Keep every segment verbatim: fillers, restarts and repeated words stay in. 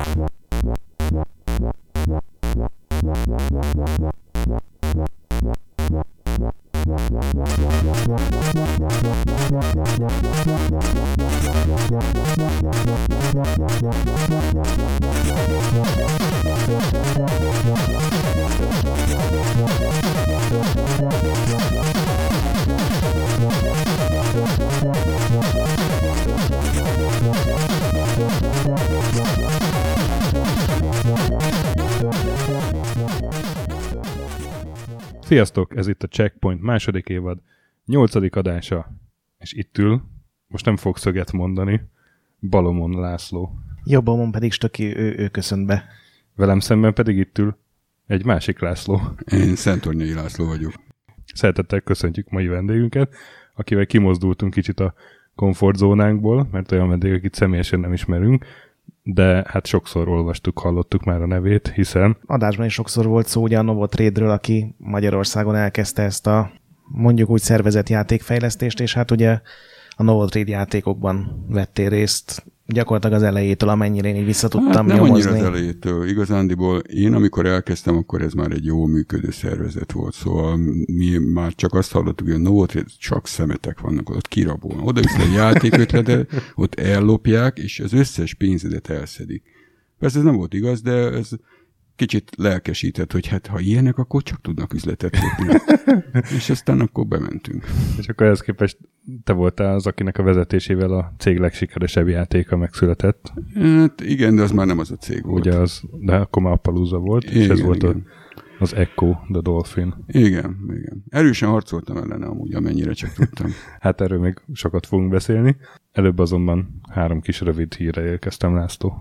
Sziasztok! Ez itt a Checkpoint második évad, nyolcadik adása, és itt ül, most nem fog szöget mondani, Balomon László. Jobbomon pedig Stöki, ő, ő köszönt be. Velem szemben pedig itt ül egy másik László. Én Szentornyai László vagyok. Szeretettel köszöntjük mai vendégünket, akivel kimozdultunk kicsit a komfortzónánkból, mert olyan vendég, akit személyesen nem ismerünk, de hát sokszor olvastuk, hallottuk már a nevét, hiszen... Adásban is sokszor volt szó ugye a Novotrade-ről, aki Magyarországon elkezdte ezt a mondjuk úgy szervezett játékfejlesztést, és hát ugye a Novotrade játékokban vettél részt gyakorlatilag az elejétől, amennyire én így visszatudtam hát nem nyomozni. annyira az elejétől. Igazándiból én, amikor elkezdtem, akkor ez már egy jó működő szervezet volt. Szóval mi már csak azt hallottuk, hogy a Novotrade csak szemetek vannak, ott kirabolnak. Oda viszont egy játékötletet, ott ellopják, és az összes pénzedet elszedik. Persze ez nem volt igaz, de ez kicsit lelkesített, hogy hát ha ilyenek, akkor csak tudnak üzletet kötni. És aztán akkor bementünk. És akkor ehhez képest te voltál az, akinek a vezetésével a cég legsikeresebb játéka megszületett. Hát igen, de az már nem az a cég volt. Ugye az, de akkor már Appaloosa volt, igen, és ez volt a, az Echo, the Dolphin. Igen, igen. Erősen harcoltam ellene amúgy, amennyire csak tudtam. Hát erről még sokat fogunk beszélni. Előbb azonban három kis rövid hírre érkeztem, László.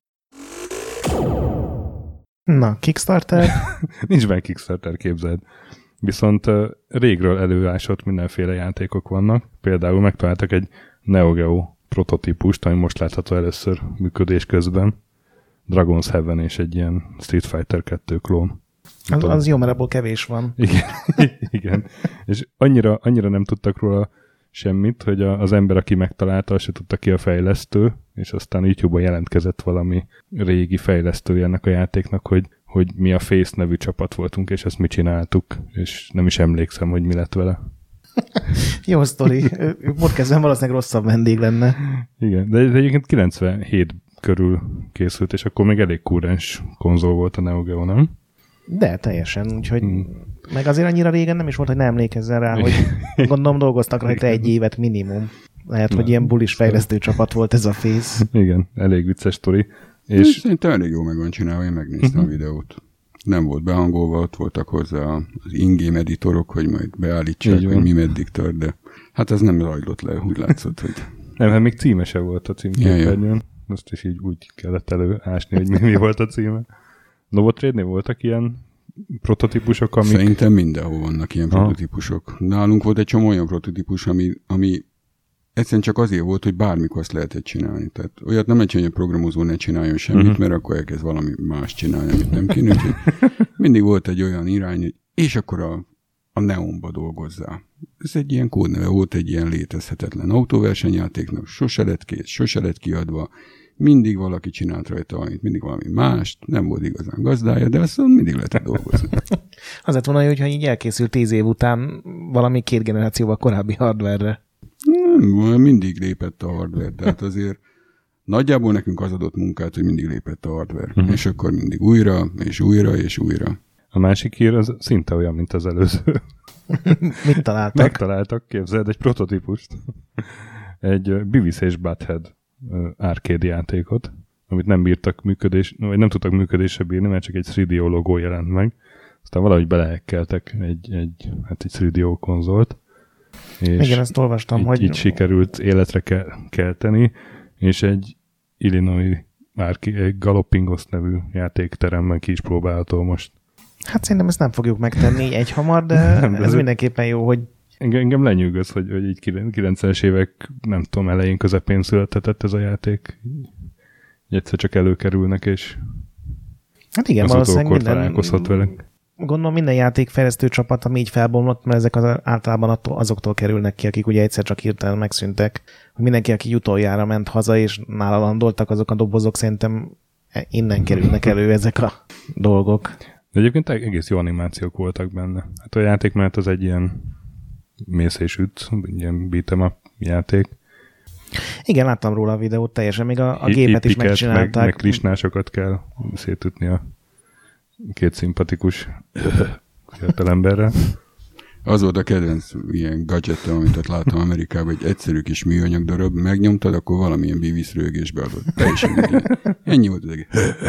Na, Kickstarter? Nincs benne Kickstarter, képzeld. Viszont uh, régről előásott mindenféle játékok vannak. Például megtaláltak egy Neo Geo prototípust, ami most látható először működés közben. Dragon's Heaven és egy ilyen Street Fighter kettő klón. Az, az jó, mert abból kevés van. Igen, igen. És annyira, annyira nem tudtak róla semmit, hogy a, az ember, aki megtalálta, azt se tudta ki a fejlesztő, és aztán YouTube-on jelentkezett valami régi fejlesztője ennek a játéknak, hogy, hogy mi a Face nevű csapat voltunk, és ezt mi csináltuk, és nem is emlékszem, hogy mi lett vele. Jó sztori. Podcastben valószínűleg rosszabb vendég lenne. Igen, de egyébként kilencvenhét körül készült, és akkor még elég kúrens konzol volt a Neo Geo, nem? De teljesen, úgyhogy hmm. meg azért annyira régen nem is volt, hogy nem emlékezzen rá, hogy gondolom dolgoztak rajta egy évet minimum. Lehet, Na, hogy ilyen bulis fejlesztő csapat volt ez a Face. Igen, elég vicces sztori. És szerintem elég jó meg van csinálva, én megnéztem uh-huh. a videót. Nem volt behangolva, ott voltak hozzá az in-game editorok, hogy majd beállítsák, hogy mi meddig tart, de hát ez nem zajlott le, úgy látszott, hogy... Nem, hát még címese volt a címképernyőn. Ja, ja. Azt is így úgy kellett előásni, hogy mi, mi volt a címe. Novotrade-nél voltak ilyen prototípusok, amik... Szerintem mindenhol vannak ilyen ha. prototípusok. Nálunk volt egy csomó olyan prototípus, ami, ami egyszerűen csak azért volt, hogy bármikor azt lehetett csinálni. Tehát olyat nem egy hogy a programozó ne csináljon semmit, uh-huh. mert akkor elkezd valami más csinálni, amit nem kéne. Úgyhogy mindig volt egy olyan irány, hogy és akkor a, a Neonba dolgozzál. Ez egy ilyen kódneve volt, egy ilyen létezhetetlen autóversenyjátéknak, sose lett kész, sose lett kiadva. Mindig valaki csinált rajta valamit, mindig valami mást, nem volt igazán gazdája, de aztán mindig lehetett dolgozni. Az lett volna, hogyha így elkészült tíz év után valami két generációval korábbi hardware-re. Nem, mindig lépett a hardware, tehát azért nagyjából nekünk az adott munkát, hogy mindig lépett a hardware, uh-huh. és akkor mindig újra, és újra, és újra. A másik hír az szinte olyan, mint az előző. Mit találtak? Megtaláltak, képzeld, egy prototípust. Egy Beavis és Butthead arcade játékot, amit nem bírtak működés, vagy nem tudtak működésre bírni, mert csak egy három dé o logó jelent meg. Aztán valahogy belehekkeltek egy, egy, hát egy három dé o konzolt. És igen, ezt olvastam, így, hogy... így sikerült életre ke- kelteni, és egy Illinois egy Galopingos nevű játékteremben ki is próbálható most. Hát szerintem ezt nem fogjuk megtenni egyhamar, de nem, ez mindenképpen jó, hogy Engem, engem lenyűgöz, hogy, hogy így kilencvenes évek, nem tudom, elején közepén született ez a játék. Így egyszer csak előkerülnek, és hát igen, valószínűleg minden, találkozhat velünk. Gondolom minden játékfejlesztő csapat, ami így felbomlott, mert ezek az, általában attól, azoktól kerülnek ki, akik ugye egyszer csak hirtelen megszűntek. Mindenki, aki utoljára ment haza, és nála landoltak, azok a dobozok szerintem innen kerülnek elő ezek a dolgok. De egyébként egész jó animációk voltak benne. Hát a játékmenet az egy ilyen mész és ütsz, ilyen beat'em up játék. Igen, láttam róla a videót teljesen, még a, a gépet is megcsinálták. Meg, meg krisnásokat kell szétütni a két szimpatikus fiatalemberrel. Az volt a kedvenc ilyen gadgetem, amit ott láttam Amerikában, egy egyszerű kis műanyag darab, megnyomtad, akkor valamilyen Beavis rögésbe adott. Teljesen meg. Ennyi volt az egész.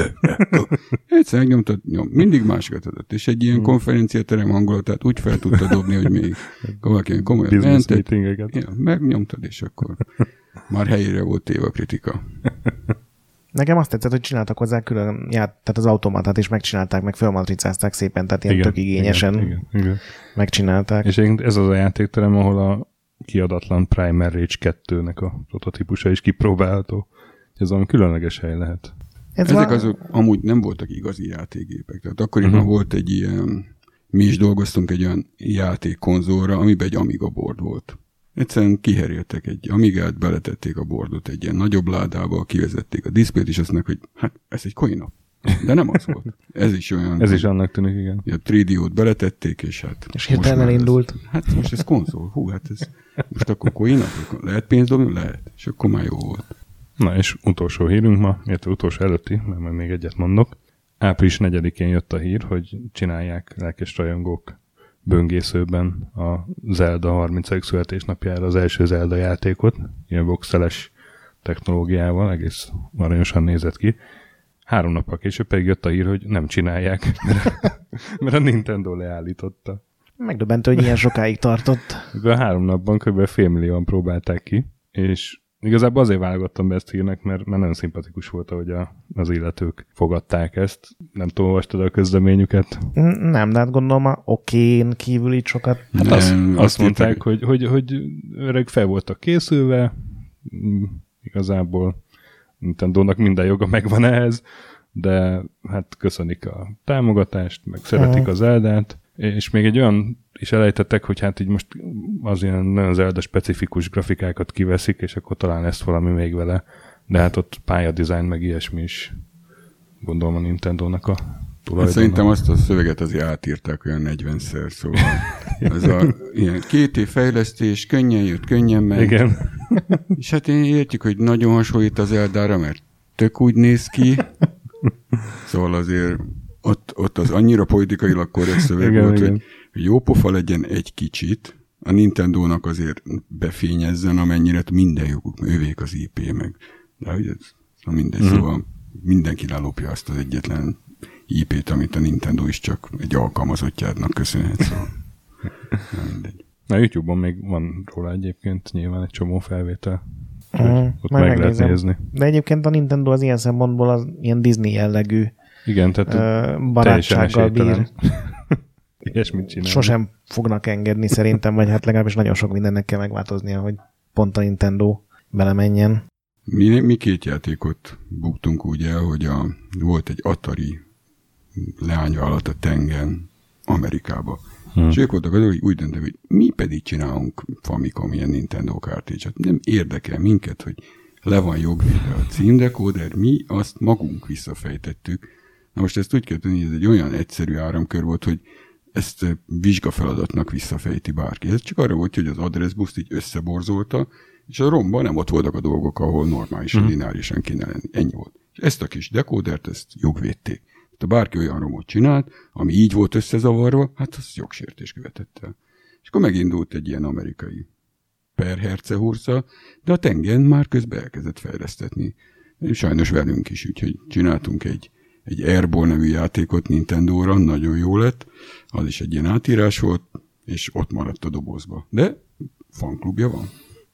Egyszer megnyomtad, nyom, mindig másokat adott. És egy ilyen konferenciaterem hangulatát úgy fel tudta dobni, hogy még valaki komolyan mentet. Ja, megnyomtad, és akkor már helyére volt téve a kritika. Nekem azt tetszett, hogy csináltak hozzá külön, já, tehát az automatát is megcsinálták, meg fölmatricázták szépen, tehát ilyen igen, tök igényesen igen, igen, igen. megcsinálták. És ez az a játékterem, ahol a kiadatlan Primal Rage kettőnek a prototípusa is kipróbálható. Ez valami különleges hely lehet. Ez Ezek van... azok amúgy nem voltak igazi játékgépek. Tehát akkoriban uh-huh. volt egy ilyen, mi is dolgoztunk egy olyan játékkonzolra, amiben egy Amiga board volt. Egyszerűen kiheréltek egy Amigát, beletették a bordot egy ilyen nagyobb ládába, kivezették a diszplét, és azt mondják, hogy hát ez egy coin-op. De nem az volt. Ez is olyan. Ez is annak tűnik, igen. A három dé-t beletették, és hát... És hirtelen elindult. Ez, hát most ez konzol. Hú, hát ez... Most akkor coin-op? Lehet pénzt dobni? Lehet. És akkor már jó volt. Na, és utolsó hírünk ma, illetve utolsó előtti, mert majd még egyet mondok. április negyedikén jött a hír, hogy csinálják lelkes rajongók böngészőben a Zelda harmincadik születésnapjára az első Zelda játékot, ilyen voxeles technológiával, egész aranyosan nézett ki. Három nappal később pedig jött a hír, hogy nem csinálják, mert, mert a Nintendo leállította. Megdöbbentő, hogy ilyen sokáig tartott. A három napban kb. Félmillióan próbálták ki, és igazából azért válogattam be ezt hírnek, mert, mert nagyon szimpatikus volt, ahogy a, az illetők fogadták ezt. Nem tudom, olvastad a közleményüket? Nem, de hát gondolom a okén kívül így sokat. Hát nem, azt, azt, azt mondták, hogy, hogy, hogy öreg fel voltak készülve, igazából Nintendónak minden joga megvan ehhez, de hát köszönik a támogatást, meg szeretik az Zeldát, és még egy olyan is elejtettek, hogy hát így most az ilyen nagyon Zelda specifikus grafikákat kiveszik, és akkor talán lesz valami még vele, de hát ott pályadizájn meg ilyesmi is gondolom a Nintendónak a tulajdona. Hát szerintem azt a szöveget azért átírták olyan negyvenszer, szóval ez a ilyen két év fejlesztés, könnyen jött, könnyen megy. Igen. És hát én értjük, hogy nagyon hasonlít az Zeldára, mert tök úgy néz ki, szóval azért ott, ott az annyira politikailag korrekt szöveg igen, volt, igen. hogy jó pofa legyen egy kicsit, a Nintendónak azért befényezzen, amennyire minden joguk, ővék az í pé meg. De hogy ez na mindegy, mm. szóval mindenki lelopja azt az egyetlen í pét, amit a Nintendo is csak egy alkalmazottjádnak köszönhet, szóval na mindegy. Na YouTube-on még van róla egyébként nyilván egy csomó felvétel. Mm, ott meg megnézem. Lehet nézni. De egyébként a Nintendo az ilyen szempontból az ilyen Disney jellegű igen, tehát uh, barátsággal bír. Ilyesmit csinálni. Sosem fognak engedni szerintem, vagy hát legalábbis nagyon sok mindennek kell megváltoznia, hogy pont a Nintendo belemenjen. Mi, mi két játékot buktunk úgy el, hogy a, volt egy Atari leányvállalat a Tengen Amerikába. Hmm. És ők voltak azok, hogy úgy döntöttek, hogy mi pedig csinálunk Famicom ilyen Nintendo kártyát. Nem érdekel minket, hogy le van jogvédve a címdekóder, mi azt magunk visszafejtettük. Na most ezt úgy kell tenni, hogy ez egy olyan egyszerű áramkör volt, hogy ezt vizsgafeladatnak visszafejti bárki. Ez csak arra volt, hogy az adresszbuszt így összeborzolta, és a romban nem ott voltak a dolgok, ahol normálisan, mm. lineárisan kéne lenni. Ennyi volt. És ezt a kis dekódert, ezt jogvédték. Ha bárki olyan romot csinált, ami így volt összezavarva, hát az jogsértés követett el. És akkor megindult egy ilyen amerikai per hercehursza, de a Tengen már közben elkezdett fejlesztetni. Sajnos velünk is, úgyhogy csináltunk egy egy Airball nevű játékot Nintendóra, nagyon jó lett, az is egy ilyen átírás volt, és ott maradt a dobozba. De fanklubja van.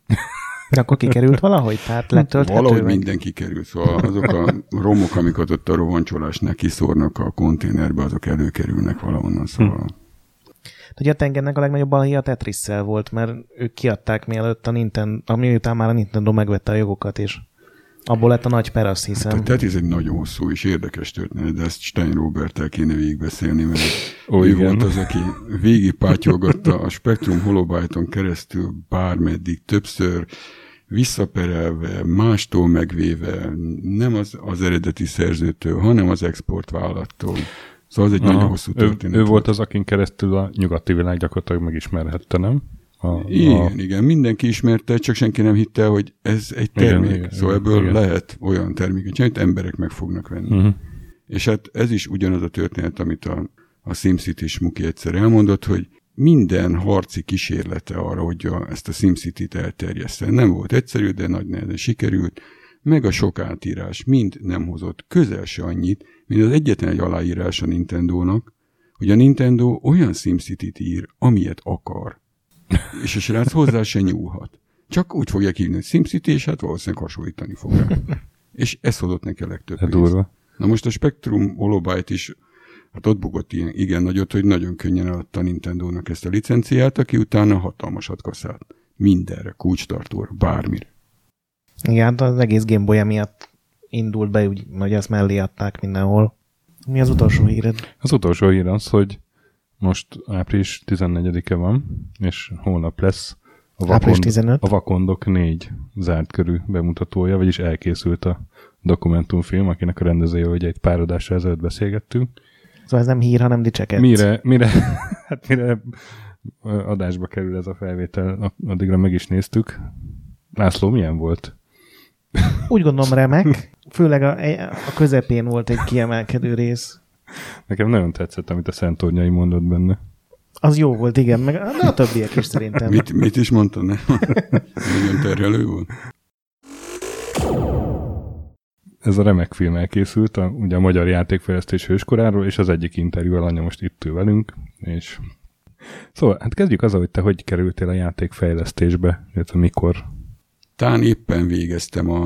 De akkor kikerült valahogy? Tehát letölthető? Valahogy meg? Minden kikerült. Szóval azok a romok, amiket ott a rovancsolásnál kiszórnak a konténerbe, azok előkerülnek valahonnan. Szóval... Hm. Ugye a Tengennek a legnagyobb balhé a Tetris-szel volt, mert ők kiadták mielőtt a Nintendo, ami után már a Nintendo megvette a jogokat, és abból lett a nagy per, azt hiszem. Hát, tehát ez egy nagyon hosszú és érdekes történet, de ezt Stein Roberttel kéne végigbeszélni, mert Ó, ő igen. volt az, aki végigpátyolgatta a Spectrum Holobyte-on keresztül bármeddig többször, visszaperelve, mástól megvéve, nem az, az eredeti szerzőtől, hanem az exportvállalattól. Szóval az egy Aha, nagyon hosszú történet. Ő, ő volt az, akin keresztül a nyugati világ gyakorlatilag megismerhette, nem? A, igen, a... igen, mindenki ismerte, csak senki nem hitte, hogy ez egy termék. Igen, igen, szóval ebből igen. lehet olyan terméket csinálni, hogy emberek meg fognak venni. Uh-huh. És hát ez is ugyanaz a történet, amit a, a SimCity-s Muki egyszer elmondott, hogy minden harci kísérlete arra, hogy a, ezt a SimCity-t elterjeszte. Nem volt egyszerű, de nagy nehezen sikerült, meg a sok átírás mind nem hozott közel se annyit, mint az egyetlen egy aláírás a Nintendónak, hogy a Nintendo olyan SimCity-t ír, amilyet akar. És a srác hozzá se nyúlhat. Csak úgy fogják hívni, hogy SimCity, és hát valószínűleg hasonlítani fog rá. És ez hozott neki a legtöbb pénzt. Durva. Na most a Spectrum Holobyte is, hát ott bugott ilyen, igen nagyot, hogy nagyon könnyen eladta a Nintendónak ezt a licenciát, aki utána hatalmasat kaszált. Mindenre, kulcstartóra, bármire. Igen, az egész Game Boy miatt indult be, úgy, hogy ezt mellé adták mindenhol. Mi az utolsó híred? Az utolsó hír az, hogy most április tizennegyedike van, és holnap lesz a, Vakond, a Vakondok négy zárt körű bemutatója, vagyis elkészült a dokumentumfilm, akinek a rendezője, hogy egy pár adásra ezelőtt beszélgettünk. Szóval ez nem hír, hanem dicsekedsz. Mire, mire, hát mire adásba kerül ez a felvétel, addigra meg is néztük. László, milyen volt? Úgy gondolom remek, főleg a, a közepén volt egy kiemelkedő rész. Nekem nagyon tetszett, amit a Szentornyai mondott benne. Az jó volt, igen, meg de a többiek is szerintem. Mit, mit is mondta, ne? Nagyon terhelő volt. Ez a remek film elkészült, a, ugye a magyar játékfejlesztés hőskoráról, és az egyik interjú alanya most itt ül velünk, és szóval, hát kezdjük azzal, hogy te hogy kerültél a játékfejlesztésbe, illetve mikor? Tán éppen végeztem a,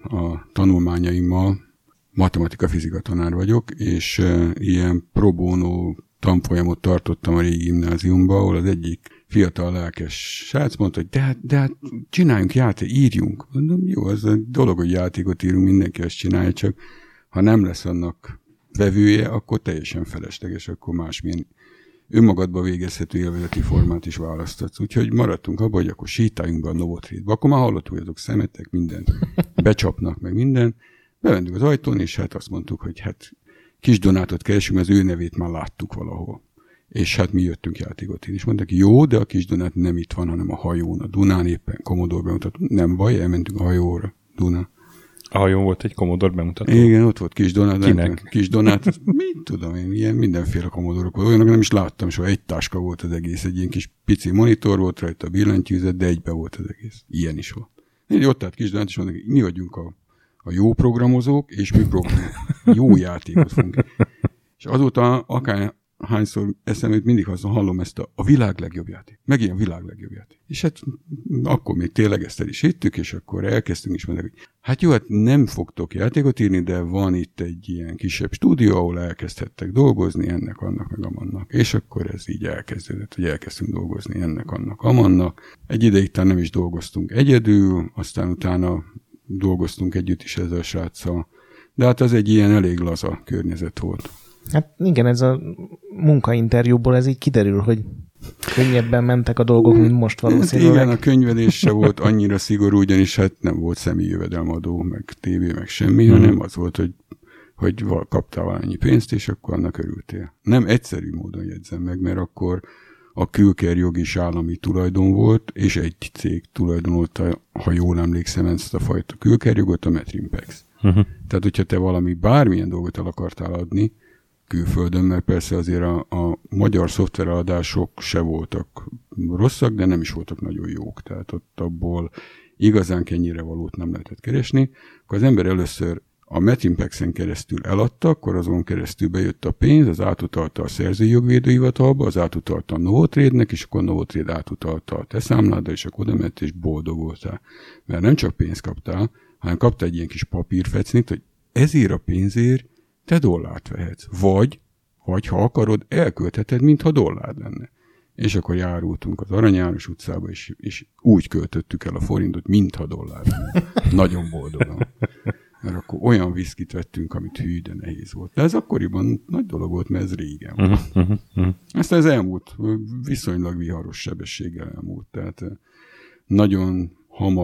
a tanulmányaimmal, matematika-fizika tanár vagyok, és uh, ilyen pro bono tanfolyamot tartottam a régi gimnáziumban, ahol az egyik fiatal lelkes srác mondta, hogy de hát, de hát csináljunk játék, írjunk. Mondom, jó, az a dolog, hogy játékot írunk, mindenki ezt csinálja, csak ha nem lesz annak vevője, akkor teljesen felesleges, akkor másmilyen önmagadba végezhető élvezeti formát is választatsz. Úgyhogy maradtunk abban, hogy akkor sétáljunk be a Novotrade-ba. Akkor már hallottuk, hogy azok szemetek, mindent becsapnak, meg minden. Bementünk az ajtón, és hát azt mondtuk, hogy hát Kis Donátot keresünk, az ő nevét már láttuk valahol. És hát mi jöttünk játékot én is. Mondták, jó, de a Kis Donát nem itt van, hanem a hajón, a Dunán éppen Commodore bemutató. Nem baj, elmentünk a hajóra, Duna. A hajón volt egy Commodore bemutató? Igen, ott volt Kis Donát. Kinek? Kis Donát, mit tudom én, ilyen mindenféle Commodore-ok volt. Olyanok nem is láttam soha, egy táska volt az egész, egy ilyen kis pici monitor volt rajta, billentyűzet, de egybe volt az egész. Ilyen is volt. Én ott állt Kis Donát, és mondták, mi vagyunk a a jó programozók, és mi programozók. Jó játékot fogunk. És azóta akár hányszor eszembe mindig hallom ezt a, a világ legjobb játék. Meg ilyen világ legjobb játék. És hát akkor még tényleg ezt el is hittük, és akkor elkezdtünk is mondani, hogy hát jó, hát nem fogtok játékot írni, de van itt egy ilyen kisebb stúdió, ahol elkezdhettek dolgozni ennek, annak, meg amannak. És akkor ez így elkezdődött, hogy elkezdtünk dolgozni ennek, annak, amannak. Egy ideig talán nem is dolgoztunk egyedül, aztán utána dolgoztunk együtt is ezzel a sráccal. De hát az egy ilyen elég laza környezet volt. Hát igen, ez a munkainterjúból ez így kiderül, hogy könnyebben mentek a dolgok, mint most valószínűleg. Hát igen, a könyvelés se volt annyira szigorú, ugyanis hát nem volt személyi jövedelmadó, meg tévé, meg semmi, hmm. hanem az volt, hogy, hogy kaptál valannyi pénzt, és akkor annak örültél. Nem egyszerű módon jegyzem meg, mert akkor a külkerjog is állami tulajdon volt, és egy cég tulajdonolta, ha jól emlékszem, ezt a fajta külkerjogot, a Metrimpex. Uh-huh. Tehát, hogyha te valami bármilyen dolgot el akartál adni külföldön, mert persze azért a, a magyar szoftvereladások se voltak rosszak, de nem is voltak nagyon jók. Tehát ott abból igazán ennyire valót nem lehetett keresni. Akkor az ember először a Metimpexen keresztül eladta, akkor azon keresztül bejött a pénz, az átutalta a szerzői jogvédőhivatalba, az átutalta a Novotrade-nek, és akkor a Novotrade átutalta a te számládra, és akkor oda ment, és boldog voltál. Mert nem csak pénzt kaptál, hanem kaptál egy ilyen kis papírfecnit, hogy ezért a pénzért te dollárt vehetsz. Vagy, vagy ha akarod, elköltheted, mintha dollár lenne. És akkor járultunk az Arany János utcába, és, és úgy költöttük el a forintot, mintha dollár lenne. Nagyon boldogan. Mert akkor olyan viszkit vettünk, amit hű, de nehéz volt. De ez akkoriban nagy dolog volt, mert ez régen volt. Uh-huh, uh-huh, uh-huh. Aztán ez elmúlt, viszonylag viharos sebességgel elmúlt. Tehát nagyon hamar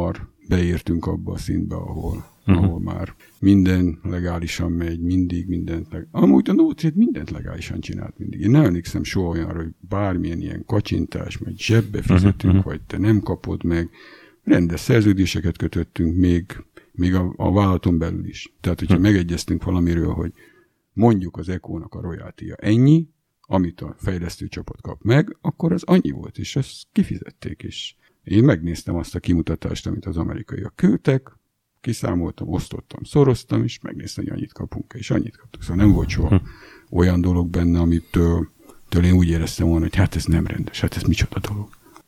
beértünk abba a szintbe, ahol, uh-huh. ahol már minden legálisan megy, mindig mindent leg... Amúgy a Nótrét mindent legálisan csinált mindig. Én nem emlékszem soha olyanra, hogy bármilyen ilyen kacsintás, vagy zsebbe fizetünk, uh-huh. vagy te nem kapod meg. Rendes szerződéseket kötöttünk még, még a, a vállalaton belül is. Tehát, hogyha uh-huh. megegyeztünk valamiről, hogy mondjuk az Echo-nak a royalty-ja ennyi, amit a fejlesztő csapat kap meg, akkor az annyi volt, és ezt kifizették is. Én megnéztem azt a kimutatást, amit az amerikaiak küldtek, kiszámoltam, osztottam, szoroztam, és megnéztem, hogy annyit kapunk, és annyit kaptuk. Szóval nem volt soha olyan dolog benne, amitől től én úgy éreztem volna, hogy hát ez nem rendes, hát ez micsoda dolog.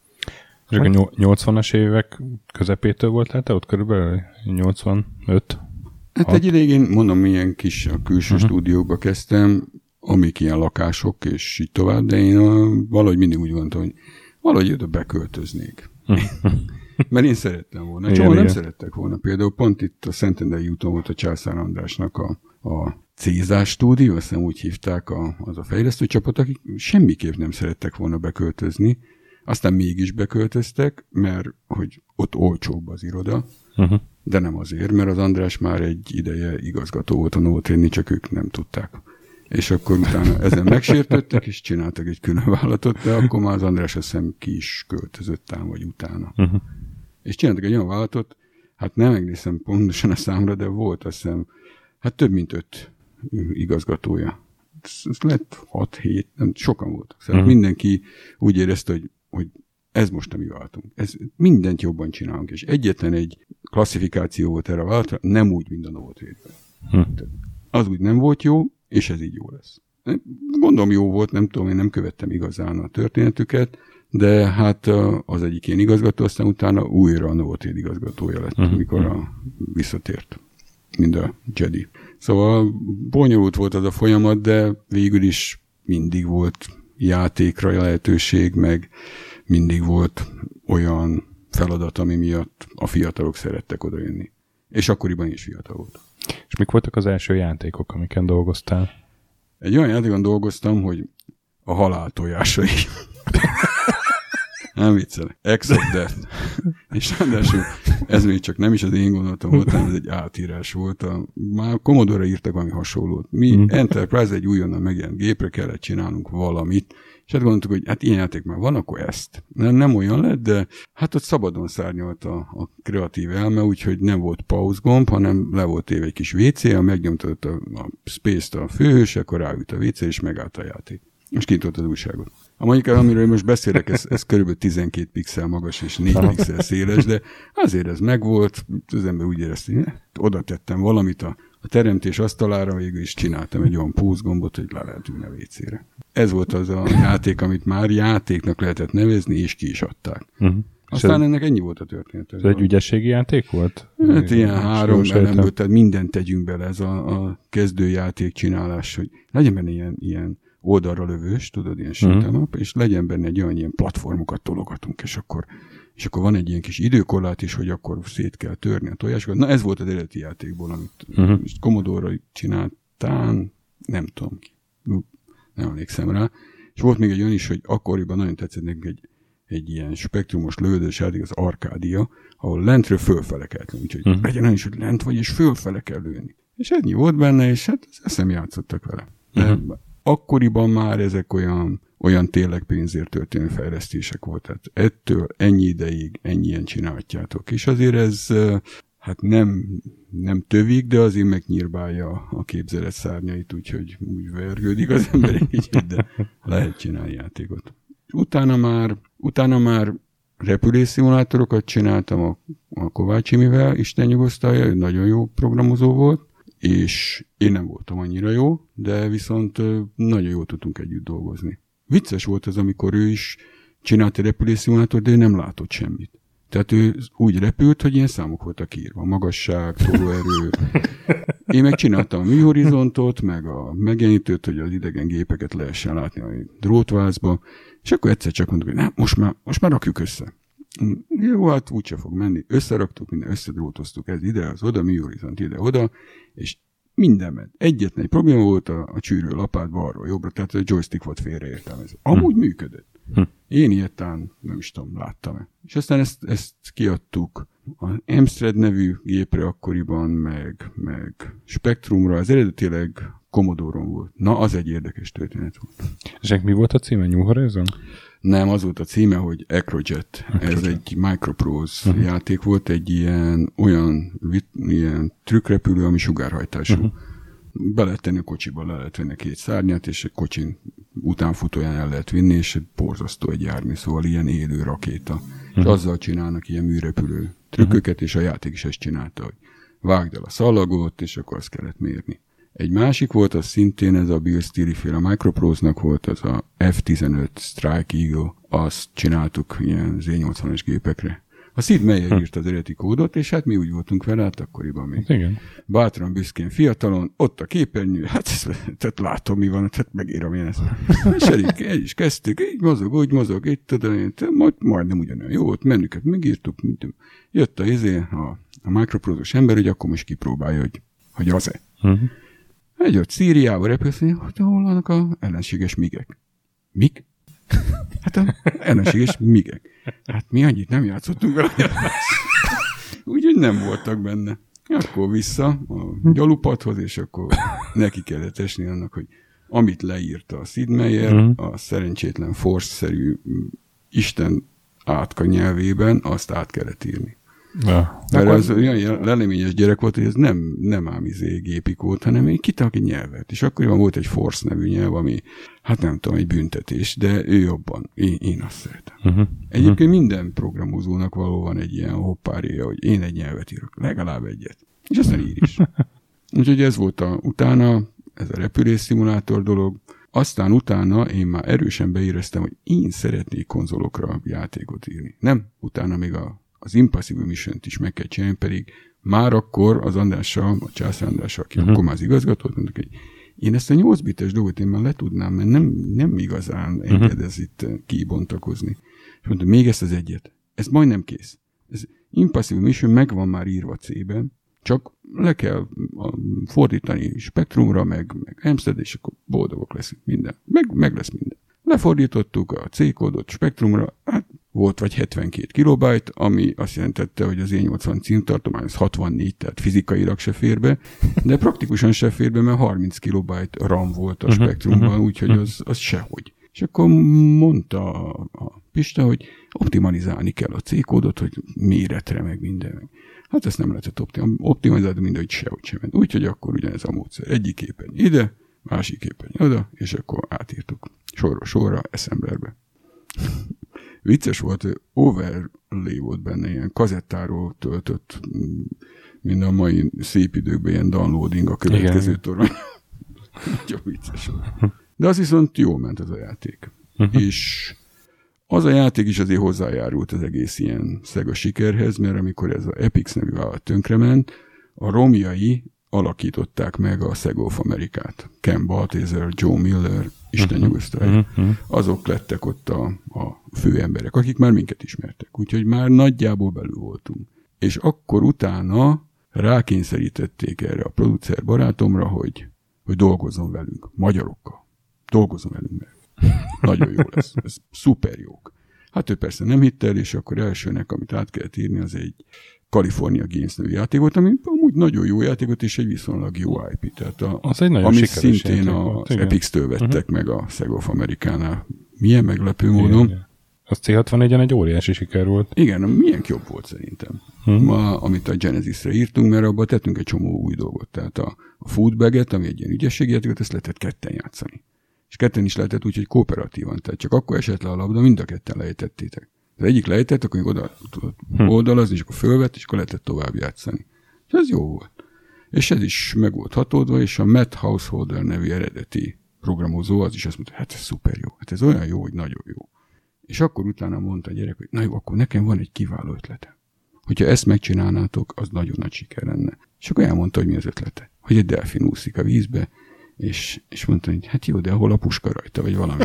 És a nyolcvanas évek közepétől voltál te ott körülbelül? nyolcvanöt? Hát hat. Egy ideig én mondom, milyen kis a külső uh-huh. stúdiókba kezdtem, amik ilyen lakások, és így tovább, de én a, valahogy mindig úgy mondtam, hogy valahogy oda beköltöznék. Mert én szerettem volna. Csomó nem szerettek volna. Például pont itt a Szentendrei úton volt a Császár Andrásnak a, a Cézár stúdió, azt hiszem úgy hívták a, az a fejlesztő csapat, akik semmiképp nem szerettek volna beköltözni. Aztán mégis beköltöztek, mert hogy ott olcsóbb az iroda, uh-huh. de nem azért, mert az András már egy ideje igazgató volt a Nótrénni, csak ők nem tudták. És akkor utána ezen megsértődtek, és csináltak egy külön vállalatot, de akkor már az András azt hiszem ki is költözött ám, vagy utána. Uh-huh. És csináltak egy olyan vállalatot, hát nem megnézem pontosan a számra, de volt azt hiszem, hát több mint öt igazgatója. Ez lett hat-hét, nem, sokan voltak. Szóval uh-huh. mindenki úgy érezte, hogy, hogy ez most a mi váltunk. Ez, mindent jobban csinálunk, és egyetlen egy klasszifikáció volt erre a vállalatra, nem úgy, mint a Novotrade-ben. Uh-huh. Az úgy nem volt jó, és ez így jó lesz. Gondolom jó volt, nem tudom, én nem követtem igazán a történetüket, de hát az egyik ilyen igazgató, aztán utána újra a Novotrade igazgatója lett, uh-huh. mikor a, visszatért, mind a Jedi. Szóval bonyolult volt az a folyamat, de végül is mindig volt játékra lehetőség, meg mindig volt olyan feladat, ami miatt a fiatalok szerettek odajönni. És akkoriban is fiatal volt. És mik voltak az első játékok, amiken dolgoztál? Egy olyan játékon dolgoztam, hogy a halál tojásai. Nem viccelek. X of Death. És ráadásul ez még csak nem is az én gondolatom volt, hanem ez egy átírás volt. A, már Commodore-ra írtak valami hasonlót. Mi mm. Enterprise egy újonnan megjelent gépre kellett csinálnunk valamit, és hát gondoltuk, hogy hát ilyen játék már van, akkor ezt. Nem, nem olyan lett, de hát ott szabadon szárnyalt a, a kreatív elme, úgyhogy nem volt pause gomb, hanem le volt éve egy kis vé cé, ha megnyomtad a, a space-t a főhős, akkor ráült a vé cé, és megállt a játék. És kinyitott az újságot. A mondjuk, amiről most beszélek, ez, ez körülbelül tizenkét pixel magas és négy pixel széles, de azért ez megvolt, az ember úgy érezte, hogy oda tettem valamit a, a teremtés asztalára, végül is csináltam egy olyan pause gombot, hogy le lehet ülni a vé cére. Ez volt az a játék, amit már játéknak lehetett nevezni, és ki is adták. Uh-huh. Aztán ez ennek ennyi volt a történet. Ez egy ügyességi játék volt? Hát ilyen három elemből, tehát mindent tegyünk bele, ez a, a kezdőjáték csinálás, hogy legyen benne ilyen, ilyen oldalra lövős, tudod, ilyen shoot'em up, és legyen benne egy olyan ilyen platformokat tologatunk, és akkor, és akkor van egy ilyen kis időkorlát is, hogy akkor szét kell törni a tojásokat. Na ez volt az eredeti játékból, amit uh-huh. Commodore-ra csináltán, nem tudom ki, nem emlékszem rá. És volt még egy olyan is, hogy akkoriban nagyon tetszett nekünk egy, egy ilyen spektrumos lövődős játék, az Arcadia, ahol lentről fölfele kell lőni. Úgyhogy uh-huh. legyen olyan is, hogy lent vagy, és fölfele kell lőni. És ennyi volt benne, és hát eszem játszottak vele. De uh-huh. akkoriban már ezek olyan, olyan tényleg pénzért történő fejlesztések volt. Tehát ettől ennyi ideig ennyien csinálhatjátok. És azért ez hát nem, nem tövik, de azért megnyírbálja a képzelet szárnyait, úgyhogy úgy vergődik az ember egy kicsit, de lehet csinálni játékot. Utána már, utána már repülésszimulátorokat csináltam a, a Kovács Imivel, Isten nyugosztalja, ő nagyon jó programozó volt, és én nem voltam annyira jó, de viszont nagyon jól tudtunk együtt dolgozni. Vicces volt az, amikor ő is csinált egy repülésszimulátort, de ő nem látott semmit. Tehát ő úgy repült, hogy ilyen számok voltak írva. Magasság, tolóerő. Én meg csináltam a műhorizontot, meg a megjelenítőt, hogy az idegen gépeket lehessen látni a drótvázba, és akkor egyszer csak mondtuk, hogy nem, most már, most már rakjuk össze. Jó, hát úgyse fog menni. Összeraktuk, minden összedrótoztuk, ez ide, az oda, műhorizont ide-oda, és minden ment. Egyetlen egy probléma volt a, a csűrő lapát balról jobbra, tehát a joystick volt félreértelmezve. Amúgy hm. működött. Hm. Én ilyetán nem is tudom, láttam-e. És aztán ezt, ezt kiadtuk az Amstrad nevű gépre akkoriban, meg, meg Spectrumra, az eredetileg Commodore-on volt. Na, az egy érdekes történet volt. És mi volt a címe? New Horizon? Nem, az volt a címe, hogy Acrojet. Acrojet. Ez egy Microprose uh-huh. játék volt, egy ilyen olyan ilyen trükkrepülő, ami sugárhajtású. Uh-huh. Be lehet tenni a kocsiba, le lehet venni két szárnyát, és egy kocsin utánfutóján el lehet vinni, és egy borzasztó egy jármű, szóval ilyen élő rakéta. Uh-huh. És azzal csinálnak ilyen műrepülő trükköket, uh-huh. és a játék is ezt csinálta, hogy vágd el a szallagot, és akkor azt kellett mérni. Egy másik volt, az szintén ez a Bill Steely-féle Microprose-nak volt, az a F tizenöt Strike Eagle, azt csináltuk ilyen zé nyolcvanas gépekre. A Sid Meier hm. írt az eredeti kódot, és hát mi úgy voltunk vele, hát akkoriban még. Igen. Bátran, büszkén, fiatalon, ott a képernyő, hát tehát látom, mi van, tehát megírom én ezt. És elég, el is kezdtük, így mozog, úgy mozog, így tudom, majd, majdnem ugyanolyan jó, ott menüket megírtuk, mint jött a izé, a, a Microprose-os ember, hogy akkor most kipróbálja, hogy, hogy az-e. Uh-huh. Egy ott Szíriába repülsz, hogy hol vannak a ellenséges migek. Mik? Hát a ellenséges migek. Hát mi annyit nem játszottunk vele. Úgyhogy nem voltak benne. Akkor vissza a gyalupadhoz, és akkor neki kellett esni annak, hogy amit leírta a Sid Meier, a szerencsétlen Force-szerű Isten átka nyelvében, azt át kellett írni. Ja. Mert az olyan leleményes gyerek volt, hogy ez nem, nem ám izé gépi kód, hanem egy kitalak egy nyelvet. És akkoriban volt egy Force nevű nyelv, ami, hát nem tudom, egy büntetés, de ő jobban. Én, én azt szeretem. Uh-huh. Egyébként uh-huh. minden programozónak való van egy ilyen hoppáréja, hogy én egy nyelvet írok, legalább egyet. És aztán ír is. Úgyhogy ez volt a, utána, ez a repülésszimulátor dolog. Aztán utána én már erősen beéreztem, hogy én szeretnék konzolokra játékot írni. Nem, utána még a az Impossible Mission-t is meg kell csinálni, pedig már akkor az Andrással, a Császár Andrással, aki uh-huh. akkor már az igazgatót, mondtak, hogy én ezt a nyolc bites dolgot én már le tudnám, mert nem, nem igazán enged uh-huh. ez itt kibontakozni. És mondtam, még ezt az egyet. Ez majdnem kész. Ez Impossible Mission meg van már írva C-ben, csak le kell fordítani Spectrumra, meg, meg Amstrad, és akkor boldogok leszünk minden. Meg, meg lesz minden. Lefordítottuk a C-kódot Spectrumra, hát volt vagy hetvenkét kilobajt, ami azt jelentette, hogy az zé nyolcvan címtartomány az hatvannégy, tehát fizikailag se fér be, de praktikusan se fér be, mert harminc kilobajt RAM volt a Spectrumban, uh-huh. úgyhogy az, az sehogy. És akkor mondta a Pista, hogy optimalizálni kell a C-kódot, hogy méretre meg minden. Hát ezt nem lehetett optimalizálni, mindegy, sehogy sem ment. Úgyhogy akkor ugyanez a módszer. Egyik képen ide, másik képen oda, és akkor átírtuk. Sorra, sorra, assemblerbe. Vicces volt, hogy overlay volt benne, ilyen kazettáról töltött, mint a mai szép időkben ilyen downloading a következő torony. Nagyon vicces volt. De az viszont jól ment az a játék. Uh-huh. És az a játék is azért hozzájárult az egész ilyen Sega sikerhez, mert amikor ez a Epix nevű vállalat tönkrement, a romjai alakították meg a Sega of Amerikát. Ken Balthaser, Joe Miller, Isten uh-huh. nyugosztalja. Uh-huh. Azok lettek ott a, a fő emberek, akik már minket ismertek. Úgyhogy már nagyjából belül voltunk. És akkor utána rákényszerítették erre a producer barátomra, hogy, hogy dolgozzon velünk, magyarokkal. Dolgozzon velünk, mert nagyon jó lesz. Ez szuper jók. Hát ő persze nem hitt el, és akkor elsőnek, amit át kellett írni, az egy California Games nevű játék volt, ami amúgy nagyon jó játékot, és egy viszonylag jó i pé. Tehát a, az egy nagyon amit sikeres szintén az Epix-től vettek uh-huh. meg a Sega of Americánál. Milyen meglepő módon. Igen. Az cé hatvannégyen egy óriási siker volt. Igen, milyen jobb volt szerintem. Hmm. Ma, amit a Genesisre írtunk, mert abban tettünk egy csomó új dolgot. Tehát a, a Foodbag-et, ami egy ilyen ügyességjátékot, ezt lehetett ketten játszani. És ketten is lehetett úgy, hogy kooperatívan. Tehát csak akkor esett le a labda, mind a ketten lejtettétek. Az egyik lejtett, akkor oda tudott hmm. oldalazni, és akkor fölvett, és akkor lehetett tovább játszani. És ez jó volt. És ez is meg volt hatódva, és a Matt Householder nevű eredeti programozó, az is azt mondta, hát ez szuper jó. Hát ez olyan jó, hogy nagyon jó. És akkor utána mondta a gyerek, hogy na jó, akkor nekem van egy kiváló ötlete. Hogyha ezt megcsinálnátok, az nagyon nagy siker lenne. És akkor elmondta, hogy mi az ötlete. Hogy egy delfin úszik a vízbe, és, és mondta, hogy hát jó, de ahol a puska rajta, vagy valami.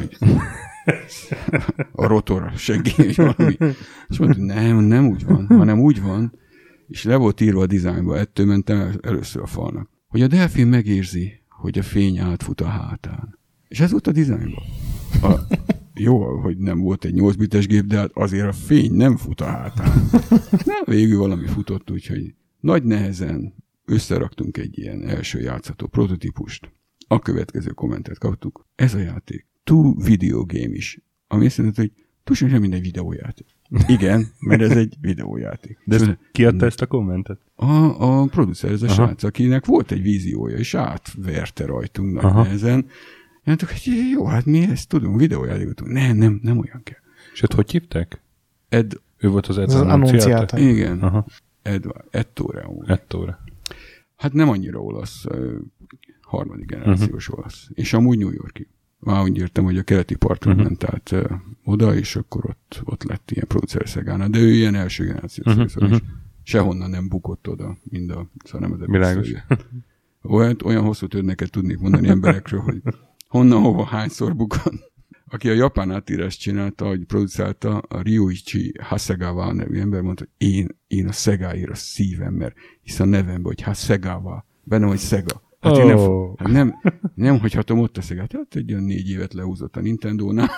A rotor segély, vagy valami. És mondta, nem, nem úgy van, hanem úgy van, és le volt írva a dizájnba, ettől mentem először a falnak, hogy a delfin megérzi, hogy a fény átfut a hátán. És ez volt a dizájnban. A, jó, hogy nem volt egy nyolc bites gép, de hát azért a fény nem fut a hátán. Nem, végül valami futott, úgyhogy nagy nehezen összeraktunk egy ilyen első játszható prototípust. A következő kommentet kaptuk. Ez a játék two video game is. Ami azt jelenti, hogy túlságosan sem minden videójáték. Igen, mert ez egy videójáték. De ezt, ki adta ezt a kommentet? A, a producer, ez a Aha. srác, akinek volt egy víziója, és átverte rajtunk nagy Aha. nehezen. Mondtuk, hogy jó, hát mi ezt tudunk, videójátékot. Nem, nem, nem olyan kell. És ott hogy hívták? Ed... Ő volt az Ed Annunciata. Igen. Aha. Edward, Ettore. Ettore. Hát nem annyira olasz, harmadik generációs uh-huh. olasz. És amúgy New Yorki. Már úgy értem, hogy a keleti parton uh-huh. ment át uh, oda, és akkor ott, ott lett ilyen producer Szegánál. De ő ilyen első generációs uh-huh. szóval uh-huh. sehonnan nem bukott oda, mind a szóval világos. Olyan, olyan hosszú történeteket tudnék mondani emberekről, hogy honnan, hova, hányszor bukott. Aki a japán átírást csinálta, hogy producálta, a Ryuichi Hasegawa nevű ember mondta, hogy én, én a Szegáért a szívem, mert hisz a nevemben, hogy Hasegawa, benne vagy Sega. Hát oh. én nem, hát nem, nem hagyhatom ott a Szegát. Hát egy olyan négy évet lehúzott a Nintendo-nál.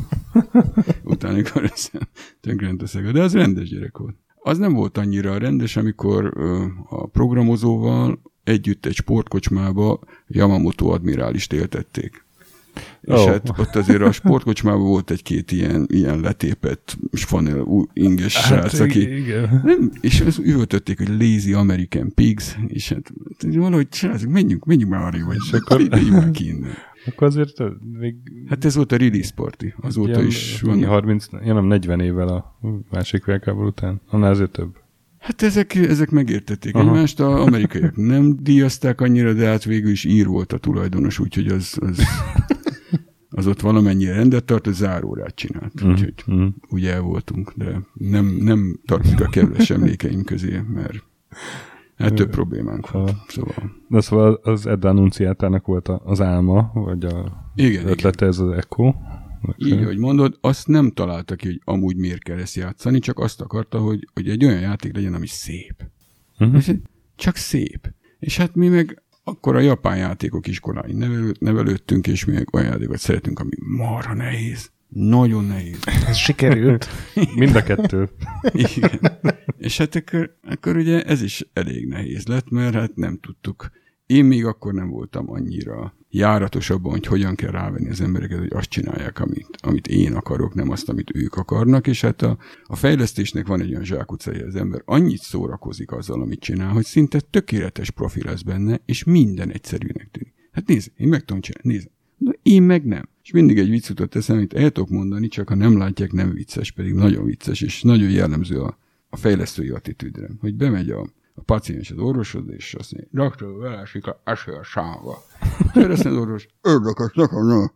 Utána, amikor ez tönkrement a Szega. De az rendes gyerek volt. Az nem volt annyira rendes, amikor ö, a programozóval együtt egy sportkocsmába Yamamoto admirálist éltették. És oh. hát ott azért a sportkocsmában volt egy-két ilyen, ilyen letépett spanel inges hát, srác, aki nem, és ezt üvöltötték, hogy lazy American pigs, és hát valahogy srácok, menjünk, menjünk már arra, vagy és akkor idejünk már ki innen. Akkor azért még... Hát ez volt a release party, azóta ilyen, is van. harminc, ja nem, negyven évvel a másik világháború után, annál azért több. Hát ezek, ezek megértették Aha. egymást, az amerikaiak nem díjazták annyira, de hát végül is ír volt a tulajdonos, úgyhogy az... az az ott valamennyire rendet tart, a zárórát csinált. Mm, úgyhogy mm. úgy el voltunk, de nem, nem tartunk a kedves emlékeim közé, mert hát több problémánk volt. Szóval. De szóval az Ed Annunciátának volt az álma, vagy a igen, ötlete igen. ez az Echo. Így, hogy mondod, azt nem találta ki, hogy amúgy miért kell ezt játszani, csak azt akarta, hogy, hogy egy olyan játék legyen, ami szép. Uh-huh. Csak szép. És hát mi meg akkor a japán játékok iskoláin nevelő, nevelődtünk, és mi olyan játékot szeretünk, ami marha nehéz. Nagyon nehéz. Ez sikerült. Mind a kettő. Igen. És hát akkor, akkor ugye ez is elég nehéz lett, mert hát nem tudtuk. Én még akkor nem voltam annyira járatos abban, hogy hogyan kell rávenni az embereket, hogy azt csinálják, amit, amit én akarok, nem azt, amit ők akarnak, és hát a, a fejlesztésnek van egy olyan zsákutcája, az ember annyit szórakozik azzal, amit csinál, hogy szinte tökéletes profi lesz benne, és minden egyszerűnek tűnik. Hát nézd, én meg tudom csinálni, nézd, de én meg nem. És mindig egy vicc jutott eszem, amit el tudok mondani, csak ha nem látják, nem vicces, pedig nagyon vicces, és nagyon jellemző a, a fejlesztői attitűdre, hogy bemegy a a paciens az orvoshoz, és azt mondja, doktor, velesik a eső a sámba. Kérdezte az orvos, ördökös, nekem nem.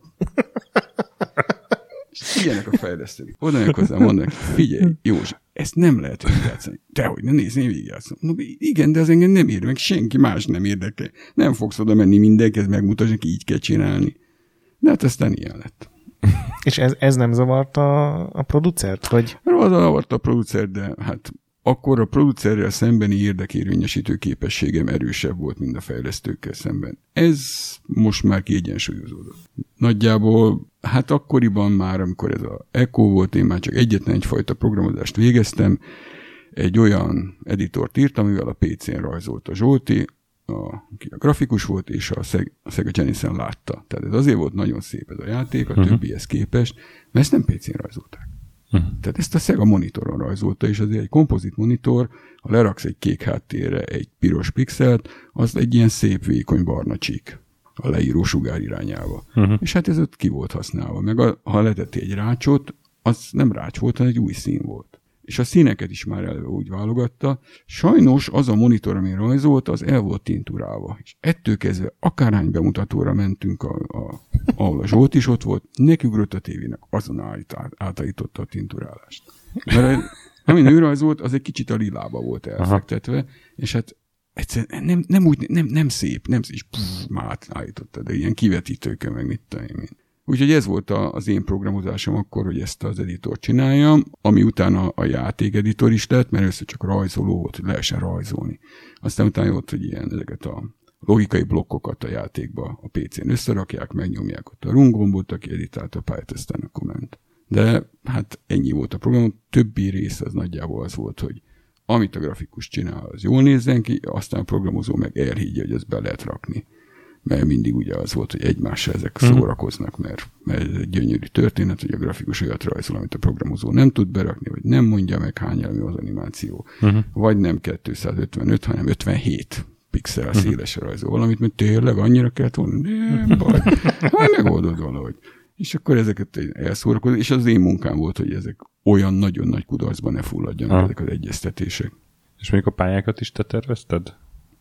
És ilyenek a fejlesztők. Oda meg hozzá mondanak, figyelj, József, ezt nem lehet végigjátszani. Dehogy, ne nézd, én végigjátszom. No, igen, de az engem nem érdekel, meg senki más nem érdekel. Nem fogsz oda menni mindenkihez, megmutatni, így kell csinálni. De hát aztán ilyen lett. És ez, ez nem zavarta a producert? Vagy? Az zavarta a producert, de hát akkor a producerrel szembeni érdekérvényesítő képességem erősebb volt, mint a fejlesztőkkel szemben. Ez most már kiegyensúlyozódott. Nagyjából, hát akkoriban már, amikor ez a Echo volt, én már csak egyetlen egyfajta programozást végeztem, egy olyan editort írtam, amivel a pé cén rajzolt a Zsolti, a, aki a grafikus volt, és a, Seg, a Sega Genesis-en látta. Tehát ez azért volt nagyon szép ez a játék, a uh-huh. többihez képest, mert ezt nem pé cén rajzolták. Uh-huh. Tehát ezt a Sega monitoron rajzolta, és azért egy kompozit monitor, ha leraksz egy kék háttérre egy piros pixelt, az egy ilyen szép vékony barna csík a leíró sugár irányába. Uh-huh. És hát ez ott ki volt használva. Meg a, ha letettél egy rácsot, az nem rács volt, hanem egy új szín volt. És a színeket is már eleve úgy válogatta. Sajnos az a monitor, ami rajzolt, az el volt tinturálva. És ettől kezdve akárhány bemutatóra mentünk, a, a, ahol a Zsolt is ott volt, nekiugrott a tévének, azon át, átállította a tinturálást. Mert amin ő rajzolt, az egy kicsit a lilába volt elfektetve, Aha. és hát egyszerűen nem, nem, úgy, nem, nem szép, nem szép, és pff, már átállította, de ilyen kivetítőkön meg mit tudom én. Úgyhogy ez volt a, az én programozásom akkor, hogy ezt az editort csináljam, ami utána a játékeditor is lett, mert először csak rajzoló volt, hogy lehessen rajzolni. Aztán utána volt, hogy ilyen ezeket a logikai blokkokat a játékba a pé cén összerakják, megnyomják ott a run gombot, aki editált a pályát, aztán a komment. De hát ennyi volt a program, többi rész az nagyjából az volt, hogy amit a grafikus csinál, az jól nézzen ki, aztán a programozó meg elhiggye, hogy ezt be lehet rakni. Mert mindig ugye az volt, hogy egymással ezek hmm. szórakoznak, mert, mert ez egy gyönyörű történet, hogy a grafikus olyat rajzol, amit a programozó nem tud berakni, vagy nem mondja meg, hány elmű az animáció. Hmm. Vagy nem kétszázötvenöt, hanem ötvenhét pixel szélesre rajzol valamit, mert tényleg annyira kellett volna, nem baj, majd megoldod valahogy. És akkor ezeket elszórakozott, és az én munkám volt, hogy ezek olyan nagyon nagy kudarcban ne fulladjanak ezek az egyeztetések. És még a pályákat is te tervezted?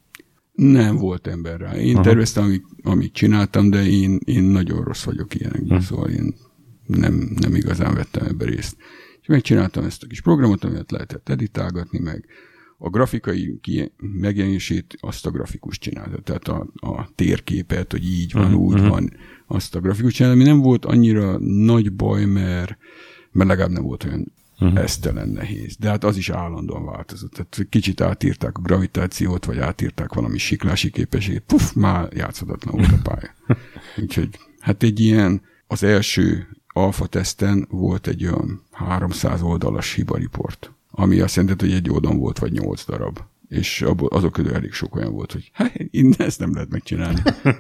Nem volt ember rá. Én Aha. terveztem, amit, amit csináltam, de én, én nagyon rossz vagyok ilyenekben, uh-huh. szóval én nem, nem igazán vettem ebbe részt. És megcsináltam ezt a kis programot, amit lehetett editálgatni, meg a grafikai megjelenését azt a grafikus csinálta. Tehát a, a térképet, hogy így van, uh-huh. úgy van, azt a grafikus csinálta, ami nem volt annyira nagy baj, mert, mert legalább nem volt olyan uh-huh. esztelen nehéz. De hát az is állandóan változott. Tehát kicsit átírták a gravitációt, vagy átírták valami siklási képességet, puf, már játszhatatlan volt a pálya. Úgyhogy hát egy ilyen, az első alfa teszten volt egy olyan háromszáz oldalas hibariport, ami azt jelenti, hogy egy oldalon volt, vagy nyolc darab. És abból, azok közül elég sok olyan volt, hogy hát innen ezt nem lehet megcsinálni.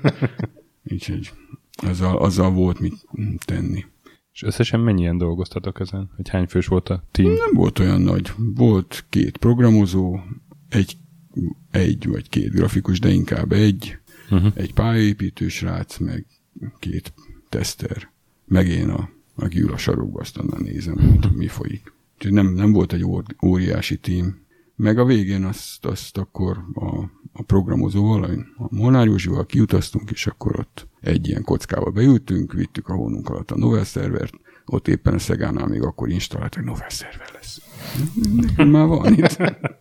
Úgyhogy azzal, azzal volt mit tenni. És összesen mennyien dolgoztatok ezen? Hogy hány fős volt a team? Nem volt olyan nagy. Volt két programozó, egy, egy vagy két grafikus, de inkább egy, uh-huh. egy pályaépítő srác, meg két teszter. Meg én, a, aki ül a sarokba, azt onnan nézem, hogy mi folyik. Úgyhogy nem, nem volt egy óriási team. Meg a végén azt, azt akkor a, a programozóval, a Molnár Józsival kiutaztunk, és akkor ott egy ilyen kockába beültünk, vittük a hónunk alatt a Novell szervert, ott éppen a Szegánál még akkor installált, hogy Novell szerver lesz. Nekünk már van itt.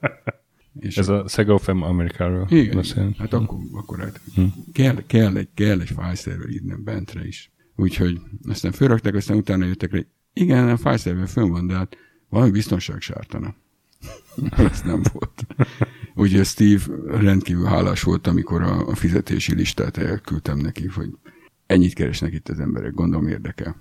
És ez a Sega of America-ról beszél. Hát akkor, akkor hát hm. kell, kell, egy, kell egy file szerver innen bentre is. Úgyhogy aztán fölrakták, aztán utána jöttek rá, igen, a file szerver fönn van, de hát valami biztonság sártana. Ez nem volt. Úgyhogy Steve rendkívül hálás volt, amikor a, a fizetési listát elküldtem neki, hogy ennyit keresnek itt az emberek, gondolom érdekel.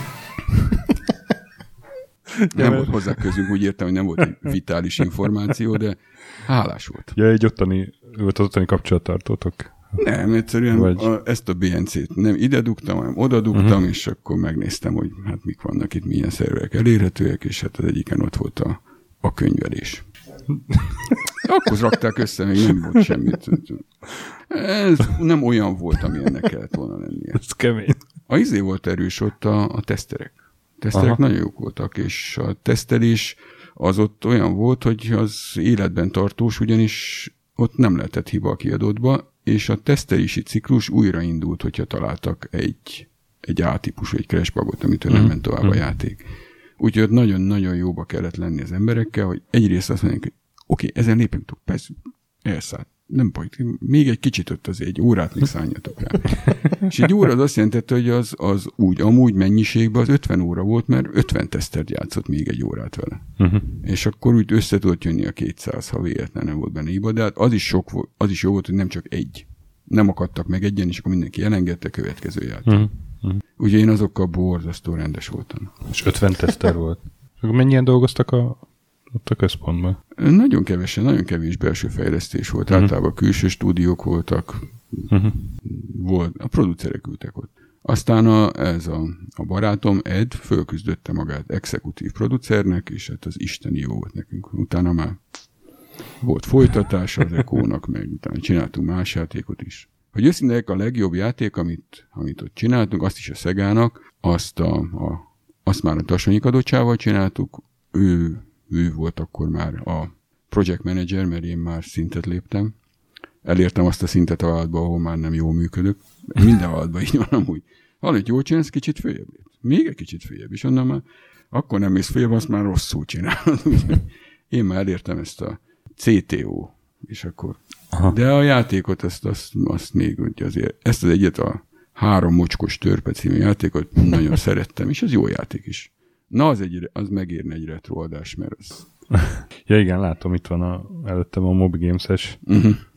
Nem volt hozzá közünk, úgy értem, hogy nem volt egy vitális információ, de hálás volt. Ja, egy ottani, volt az ottani kapcsolattartótok? Nem, egyszerűen Vagy... a, ezt a bé en cét nem ide dugtam, hanem oda dugtam, uh-huh. és akkor megnéztem, hogy hát mik vannak itt, milyen szerverek elérhetőek, és hát az egyiken ott volt a, a könyvelés. Akkor rakták össze, még nem volt semmit. Ez nem olyan volt, ami ennek kellett volna lennie. Ez kemény. A izé volt erős ott a, a teszterek. A teszterek Aha. nagyon jók voltak, és a tesztelés az ott olyan volt, hogy az életben tartós, ugyanis ott nem lehetett hiba a kiadódba, és a tesztelési ciklus újraindult, hogyha találtak egy, egy A-típusú, egy crash bugot, amitől nem ment tovább a játék. Úgyhogy nagyon-nagyon jóba kellett lenni az emberekkel, hogy egyrészt azt mondják, hogy oké, okay, ezen lépünk túl, persze, elszállt. Nem baj, még egy kicsit ott az egy órát még szálljatok rá. És egy óra az azt jelentette, hogy az, az úgy, amúgy mennyiségben az ötven óra volt, mert ötven tesztert játszott még egy órát vele. Uh-huh. És akkor úgy össze tudott jönni a kétszáz, ha véletlen nem volt benne hiba, de hát az is sok volt, az is jó volt, hogy nem csak egy. Nem akadtak meg egyen, és akkor mindenki elengedte a következő játék. Uh-huh. Uh-huh. Ugye én azokkal borzasztó rendes voltam. És ötven teszter volt. Akkor mennyien dolgoztak a ott a központban? Nagyon kevesen, nagyon kevés belső fejlesztés volt. Uh-huh. Általában külső stúdiók voltak. Uh-huh. Volt, a producerek ültek ott. Aztán a, ez a, a barátom, Ed, fölküzdötte magát exekutív producernek, és hát az isteni jó volt nekünk. Utána már volt folytatása az Ekónak, meg utána csináltunk más játékot is. Hogy őszintén a legjobb játék, amit, amit ott csináltunk, azt is a Szegának, azt, a, a, azt már a Tasonyi Kadocsával csináltuk. Ő Ő volt akkor már a project manager, mert én már szintet léptem. Elértem azt a szintet a vállalatban, ahol már nem jól működök. Minden vállalatban így van amúgy. Valahogy jól csinálsz, kicsit följebb lép. Még egy kicsit följebb. És onnan már, akkor nem mész följebb, azt már rosszul csinálod. Én már elértem ezt a cé té ó. És akkor. Aha. De a játékot, azt, azt, azt még azért, ezt az egyet a Három mocskos törpe című játékot nagyon szerettem, és az jó játék is. Na, az, egy, az megérne egy retroadás, mert az... Ja igen, látom, itt van a, előttem a Moby Games-es. Uh-huh.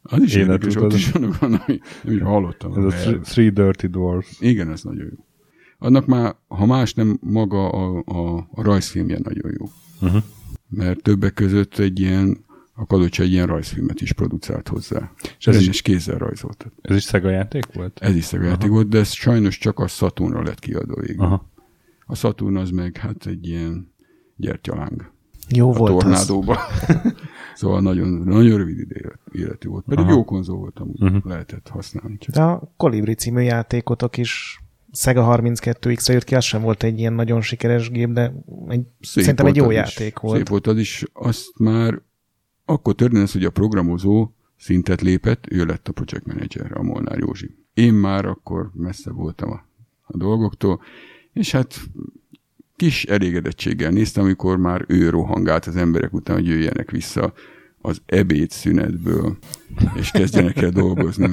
Az is érdekes, ott is vannak, van, ami nem is hallottam. Ez a Three, three Dirty Dwarfs. Igen, ez nagyon jó. Annak már, ha más nem, maga a, a, a rajzfilmje nagyon jó. Uh-huh. Mert többek között egy ilyen, a Kalocsa egy ilyen rajzfilmet is produkált hozzá. És ez, ez is kézzel rajzolt. Ez is Sega játék volt? Ez is Sega játék uh-huh. volt, de ez sajnos csak a Saturnra lett kiadva végül. Uh-huh. A Saturn az meg hát egy ilyen gyertyaláng. Jó a volt tornádóba. Szóval nagyon, nagyon rövid ide életű volt. Pedig Aha. jó konzol volt, amúgy uh-huh. lehetett használni. Csak. De a Kolibri című játékotok is Sega harminckettő X-re jött ki, az sem volt egy ilyen nagyon sikeres gép, de egy, szerintem egy jó játék is. volt. Szép volt az is. Azt már akkor történt, hogy a programozó szintet lépett, ő lett a project manager, a Molnár Józsi. Én már akkor messze voltam a, a dolgoktól, és hát kis elégedettséggel néztem, amikor már ő rohangált az emberek után, hogy jöjjenek vissza az ebédszünetből, és kezdjenek el dolgozni.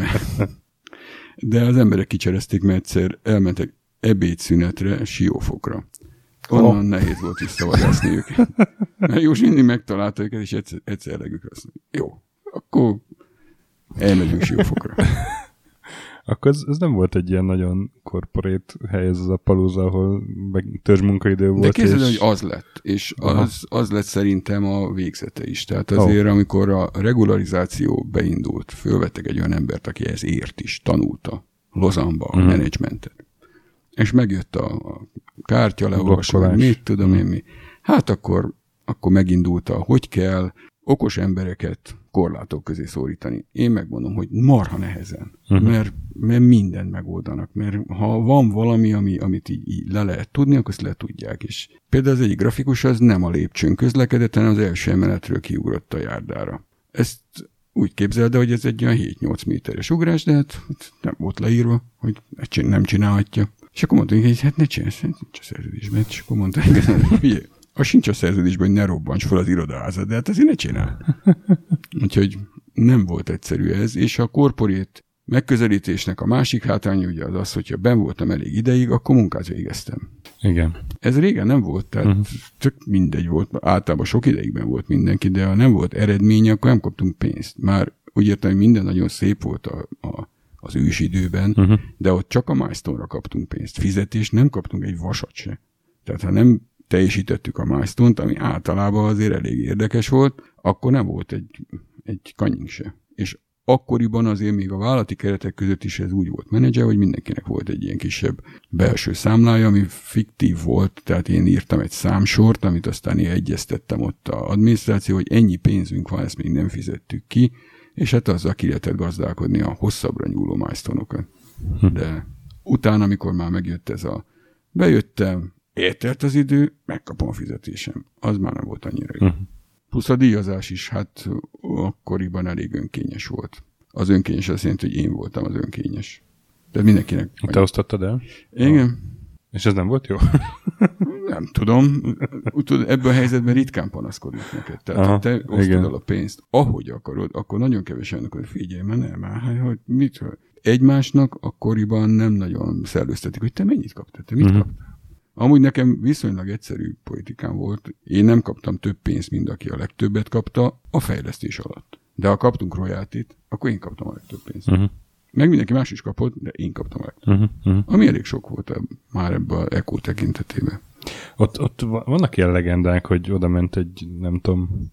De az emberek kicserezték, mert egyszer elmentek ebédszünetre, Siófokra. Onnan oh. nehéz volt visszavadászni őket. Mert Józsi mindig megtalálta őket, és egyszer, egyszer elegük azt mondja, jó, akkor elmegyünk Siófokra. Akkor ez, ez nem volt egy ilyen nagyon korporét hely, ez az a Palooza, ahol törzsmunkaidő volt. De képzeld, és... hogy az lett, és az, az lett szerintem a végzete is. Tehát azért, oh. amikor a regularizáció beindult, fölvettek egy olyan embert, aki ez ért is, tanulta Lozanba a mm. menedzsmentet. És megjött a, a kártya leolvasó, mit tudom én mi. Hát akkor, akkor megindult a, hogy kell okos embereket korlátok közé szorítani. Én megmondom, hogy marha nehezen, uh-huh. mert, mert mindent megoldanak, mert ha van valami, ami, amit így, így le lehet tudni, akkor azt le tudják is. Például az egyik grafikus az nem a lépcsőn közlekedett, hanem az első emeletről kiugrott a járdára. Ezt úgy képzeld, hogy ez egy olyan hét-nyolc méteres ugrás, de hát nem volt leírva, hogy nem csinálhatja. És akkor mondta, hogy hát ne csinálsz, nincs a szerződésben, és akkor mondta, hogy az sincs a szerződésben, hogy ne robbants fel az irodaházat, de hát azért ne csinál. Úgyhogy nem volt egyszerű ez, és a korporét megközelítésnek a másik hátránya ugye az az, hogyha benn voltam elég ideig, akkor munkát végeztem. Igen. Ez régen nem volt, tehát uh-huh. tök mindegy volt, általában sok ideigben volt mindenki, de ha nem volt eredmény, akkor nem kaptunk pénzt. Már úgy értem, hogy minden nagyon szép volt a, a, az ősidőben, uh-huh. de ott csak a milestone-ra kaptunk pénzt. Fizetést nem kaptunk egy vasat se. Tehát ha nem teljesítettük a milestone-t, ami általában azért elég érdekes volt, akkor nem volt egy, egy kanyink se. És akkoriban azért még a vállalati keretek között is ez úgy volt menedzser, hogy mindenkinek volt egy ilyen kisebb belső számlája, ami fiktív volt, tehát én írtam egy számsort, amit aztán én egyeztettem ott az adminisztráció, hogy ennyi pénzünk van, ezt még nem fizettük ki, és hát azzal ki lehetett gazdálkodni a hosszabbra nyúló milestone-okat. De utána, amikor már megjött ez a bejöttem, értelt az idő, megkapom a fizetésem. Az már nem volt annyira jó. Uh-huh. Plusz a díjazás is, hát akkoriban elég önkényes volt. Az önkényes azt jelenti, hogy én voltam az önkényes. Tehát mindenkinek... Te osztottad el? Igen. Ah. És ez nem volt jó? Nem tudom. Ebben a helyzetben ritkán panaszkodik neked. Tehát Aha, te osztod igen. el a pénzt, ahogy akarod, akkor nagyon kevesen annak, hogy figyelj, mert nem, már, hogy mit? Egymásnak akkoriban nem nagyon szellőztetik, hogy te mennyit kaptál, te mit uh-huh. kaptál. Amúgy nekem viszonylag egyszerű politikám volt. Én nem kaptam több pénzt, mint aki a legtöbbet kapta a fejlesztés alatt. De ha kaptunk royaltit, akkor én kaptam a legtöbb pénzt. Uh-huh. Meg mindenki más is kapott, de én kaptam a legtöbb. Uh-huh. Uh-huh. Ami elég sok volt már ebben az Echo tekintetében. Ott, ott vannak ilyen legendák, hogy oda ment egy, nem tudom,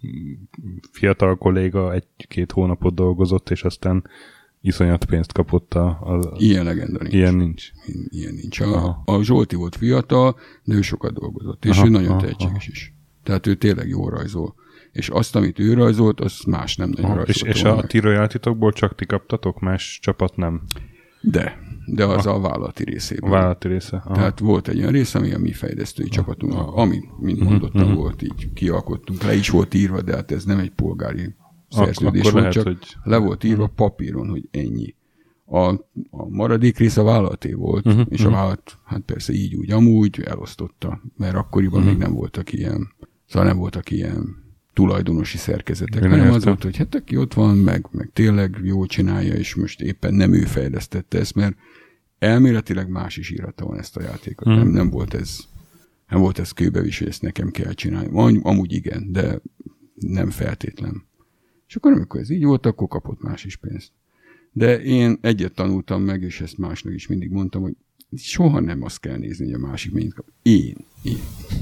fiatal kolléga, egy-két hónapot dolgozott, és aztán iszonyat pénzt kapott a... a... Ilyen legenda nincs. Ilyen nincs. Ilyen nincs. A, a Zsolti volt fiatal, de ő sokat dolgozott, és aha, ő nagyon aha, tehetséges aha. is. Tehát ő tényleg jól rajzol. És azt, amit ő rajzolt, azt más nem nagyon rajzolt. És, és a ti royaltitokból csak ti kaptatok, más csapat nem? De, de az aha. a vállalati részében. A vállalati része. Aha. Tehát volt egy olyan része, ami a mi fejlesztői aha. csapatunk, ami, mint mondottam, uh-huh. volt, így kialkottunk. Le is volt írva, de hát ez nem egy polgári szerződés Ak- volt, lehet, csak hogy... le volt írva uh-huh. papíron, hogy ennyi. A, a maradék rész a vállalaté volt, uh-huh. és a vállalat, hát persze így úgy, amúgy elosztotta, mert akkoriban uh-huh. még nem voltak ilyen, szóval nem voltak ilyen tulajdonosi szerkezetek, hanem értem. Az volt, hogy hát aki ott van, meg, meg tényleg jól csinálja, és most éppen nem ő fejlesztette ezt, mert elméletileg más is írata van ezt a játékot. Uh-huh. Nem, nem volt ez nem volt ez kőbevis, hogy ezt nekem kell csinálni. Amúgy igen, de nem feltétlen. És akkor amikor ez így volt, akkor kapott más is pénzt. De én egyet tanultam meg, és ezt másnak is mindig mondtam, hogy soha nem azt kell nézni, hogy a másik mennyit kap. Én. Én.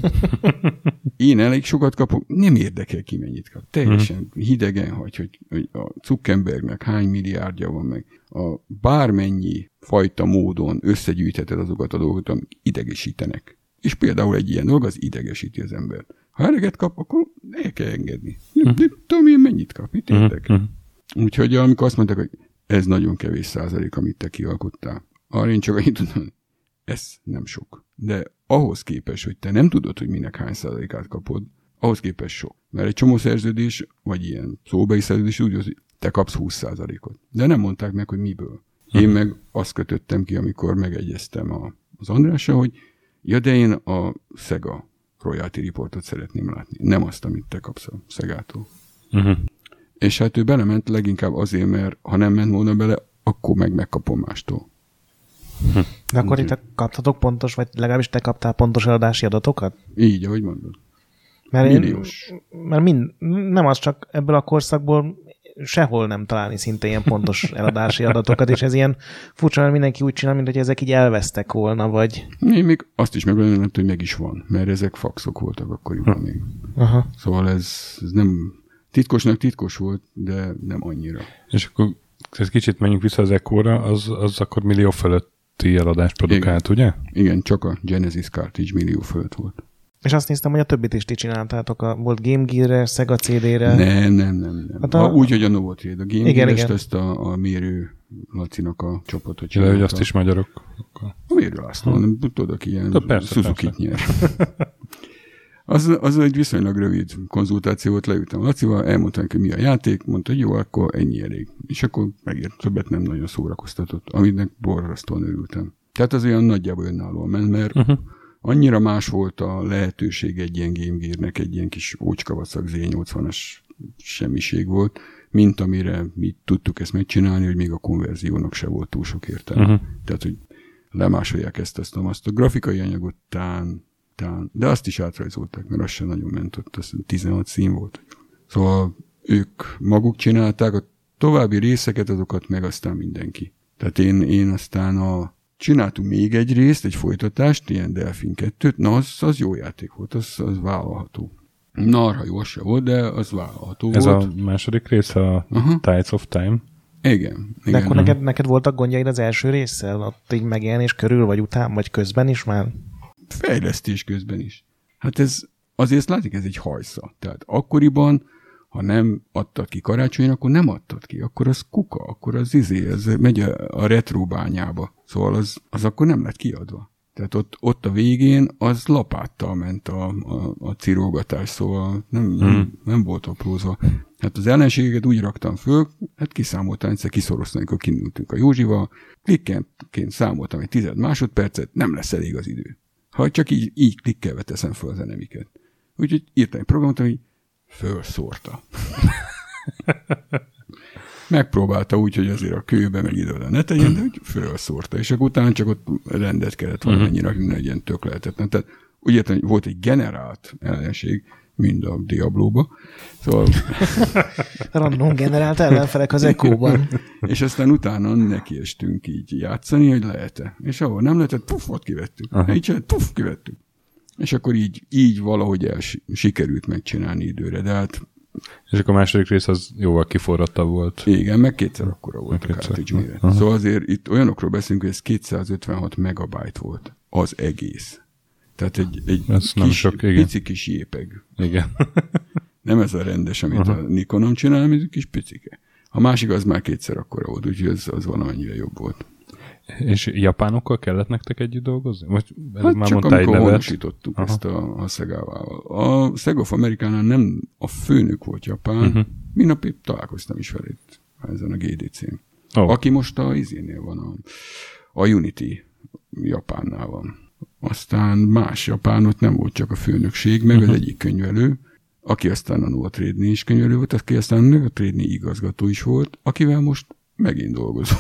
Én elég sokat kapok, nem érdekel ki mennyit kap. Teljesen hidegen hagy, hogy, hogy a Zuckerbergnek hány milliárdja van meg. A bármennyi fajta módon összegyűjtheted azokat a dolgokat, amik idegesítenek. És például egy ilyen dolog, az idegesíti az embert. Ha eleget kap, akkor el kell engedni. Nem, nem tudom én mennyit kap, mit érdekel. Úgyhogy amikor azt mondták, hogy ez nagyon kevés százalék, amit te kialkottál. Arra én csak annyit tudom, ez nem sok. De ahhoz képest, hogy te nem tudod, hogy minek hány százalékát kapod, ahhoz képest sok. Mert egy csomó szerződés, vagy ilyen szóbeli szerződés úgy, hogy te kapsz húsz százalékot. De nem mondták meg, hogy miből. Én meg azt kötöttem ki, amikor megegyeztem a, az Andrással, hogy ja, de én a Sega royalty reportot szeretném látni. Nem azt, amit te kapsz a Segától. Uh-huh. És hát ő belement leginkább azért, mert ha nem ment volna bele, akkor meg megkapom mástól. De akkor itt kaptatok pontos, vagy legalábbis te kaptál pontos eladási adatokat? Így, ahogy mondod. Mert Milliós. Én, mert mind, nem az csak ebből a korszakból sehol nem találni szinte ilyen pontos eladási adatokat, és ez ilyen furcsa, mert mindenki úgy csinál, mint hogy ezek így elvesztek volna, vagy... Én még azt is meglennem, hogy meg is van, mert ezek faxok voltak akkoriban még. Aha. Szóval ez, ez nem... Titkosnak titkos volt, de nem annyira. És akkor ez kicsit menjünk vissza az Echo-ra, az, az akkor millió fölötti eladást produkált, ugye? Igen, csak a Genesis Cartridge millió fölött volt. És azt néztem, hogy a többit is ti csináltátok. A, volt Game Gear-re, Sega cé dé-re. Nem, nem, nem. nem. Hát a... Úgy, hogy a Novotrade. A Game Gear-est ezt a, a Mérő Lacinak a csapatot csinálta. De hogy azt is magyarok. Akkor... A Mérő László, hm. nem tudod, ilyen Suzuki-t nyer. Az, az egy viszonylag rövid konzultáció volt, leültem Lacival, elmondtam, hogy mi a játék, mondta, hogy jó, akkor ennyi elég. És akkor megért, többet nem nagyon szórakoztatott, aminek borzasztóan örültem. Tehát az olyan nagyjából önállóan ment, mert uh-huh. annyira más volt a lehetőség egy ilyen Game Gear-nek, egy ilyen kis ócskavacak zé nyolcvanas semmiség volt, mint amire mi tudtuk ezt megcsinálni, hogy még a konverziónak se volt túl sok értelme. Uh-huh. Tehát, hogy lemásolják ezt, azt, azt a grafikai anyagot tán, tán, de azt is átrajzolták, mert az sem nagyon ment ott, azt tizenhat szín volt. Szóval ők maguk csinálták, a további részeket, azokat meg aztán mindenki. Tehát én, én aztán a csináltunk még egy részt, egy folytatást, ilyen Delfin kettőt, na az, az jó játék volt, az, az vállalható. Narha jó se volt, de az vállalható Ez volt. Ez a második rész, a uh-huh. Tides of Time. Igen. De igen. akkor neked, neked voltak gondjaid az első résszel? Ott így megjelenés körül, vagy után, vagy közben is már? Fejlesztés közben is. Hát ez, azért ezt látjuk, ez egy hajsza. Tehát akkoriban, ha nem adtad ki karácsonyra, akkor nem adtad ki. Akkor az kuka, akkor az izé, ez megy a, a retro bányába. Szóval az, az akkor nem lett kiadva. Tehát ott, ott a végén az lapáttal ment a, a, a cirógatás, szóval nem, hmm. nem, nem volt aprózva. Hát az ellenségeket úgy raktam föl, hát kiszámoltam, egyszer kiszoroztam, amikor kinültünk a Józsival, klikkenként számoltam egy tized másodpercet, nem lesz elég az idő. Ha csak így, így klikkelve teszem föl az enemiket. Úgyhogy írtam egy programot, ami fölszórta. Megpróbálta úgy, hogy azért a kőbe meg ide ne tegyen, de úgy fölszórta. És akkor utána csak ott rendet kellett valamennyire, hogy ne legyen tök lehetetlen. Tehát úgy értem, hogy volt egy generált ellenség, mind a Diablo-ba. Szóval... Random generált ellenfelek az Echo-ban. És aztán utána nekiestünk így játszani, hogy lehet-e. És ahol nem lehetett, puf, ott kivettük. Így puf, kivettük. És akkor így, így valahogy el sikerült megcsinálni időre, de hát... És akkor a második rész az jóval kiforrottabb volt. Igen, meg kétszer akkora volt meg a cartridge méret. Szóval azért itt olyanokról beszélünk, hogy ez kétszázötvenhat megabyte volt az egész. Tehát egy, egy kis, sok, pici kis jépeg. Igen. Nem ez a rendes, amit uh-huh. a Nikonom csinál, hanem ez egy kis picike. A másik az már kétszer akkora volt, úgyhogy az, az valamennyire jobb volt. És japánokkal kellett nektek együtt dolgozni? Most hát már csak amikor honosítottuk ezt a, a Szegával. A Sega of Americánál nem a főnök volt japán, uh-huh. minap épp találkoztam is vele itt ezen a gé dé cén. Oh. Aki most a izénél van, a, a Unity Japánnál van. Aztán más japán, ott nem volt csak a főnökség, meg uh-huh. az egyik könyvelő, aki aztán a Novotrade-nél is könyvelő volt, aki aztán a Novotrade-nél igazgató is volt, akivel most megint dolgozom.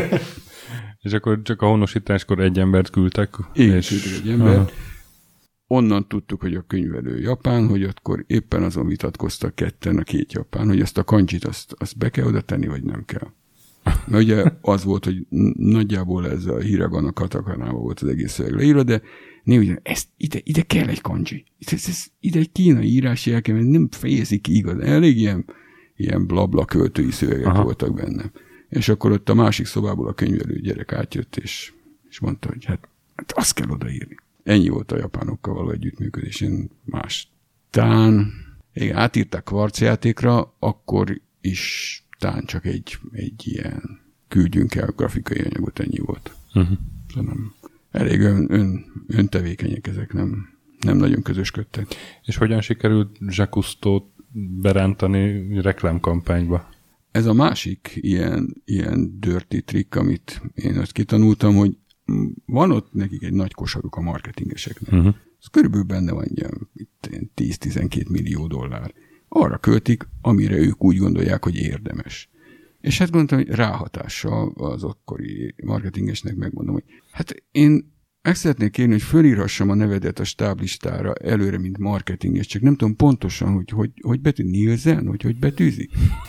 És akkor csak a honosításkor egy embert küldtek? Igen, és... küldtek egy embert. Aha. onnan tudtuk, hogy a könyvelő japán, hogy akkor éppen azon vitatkoztak ketten a két japán, hogy ezt a kanjit azt, azt be kell oda tenni, vagy nem kell. Mert ugye az volt, hogy nagyjából ez a hiragana katakanában volt az egész szöveg leírva, de néha ugye, ezt, ide, ide kell egy kanji. Ez, ez, ide egy kínai írási jel kell, mert nem fejezik ki igaz. Elég ilyen, ilyen blabla költői szövegek Aha. voltak benne. És akkor ott a másik szobából a könyvelő gyerek átjött, és, és mondta, hogy hát, hát azt kell odaírni. Ennyi volt a japánokkal való együttműködés, én más. Tán, igen, átírták kvarcjátékra, akkor is tán csak egy, egy ilyen küldjünk el grafikai anyagot, ennyi volt. Uh-huh. Szóval elég ön, ön, öntevékenyek ezek, nem, nem nagyon közösködtek. És hogyan sikerült Jacques Cousteau-t berántani reklámkampányba? Ez a másik ilyen, ilyen dirty trick, amit én azt kitanultam, hogy van ott nekik egy nagy kosaruk a marketingeseknek. Uh-huh. Ez körülbelül benne van ilyen tíz-tizenkét millió dollár. Arra költik, amire ők úgy gondolják, hogy érdemes. És hát gondoltam, hogy ráhatással az akkori marketingesnek megmondom, hogy hát én meg szeretnék kérni, hogy fölírhassam a nevedet a stáblistára előre, mint marketinges, csak nem tudom pontosan, hogy hogy, hogy betű Nielsen, hogy hogy betűzik.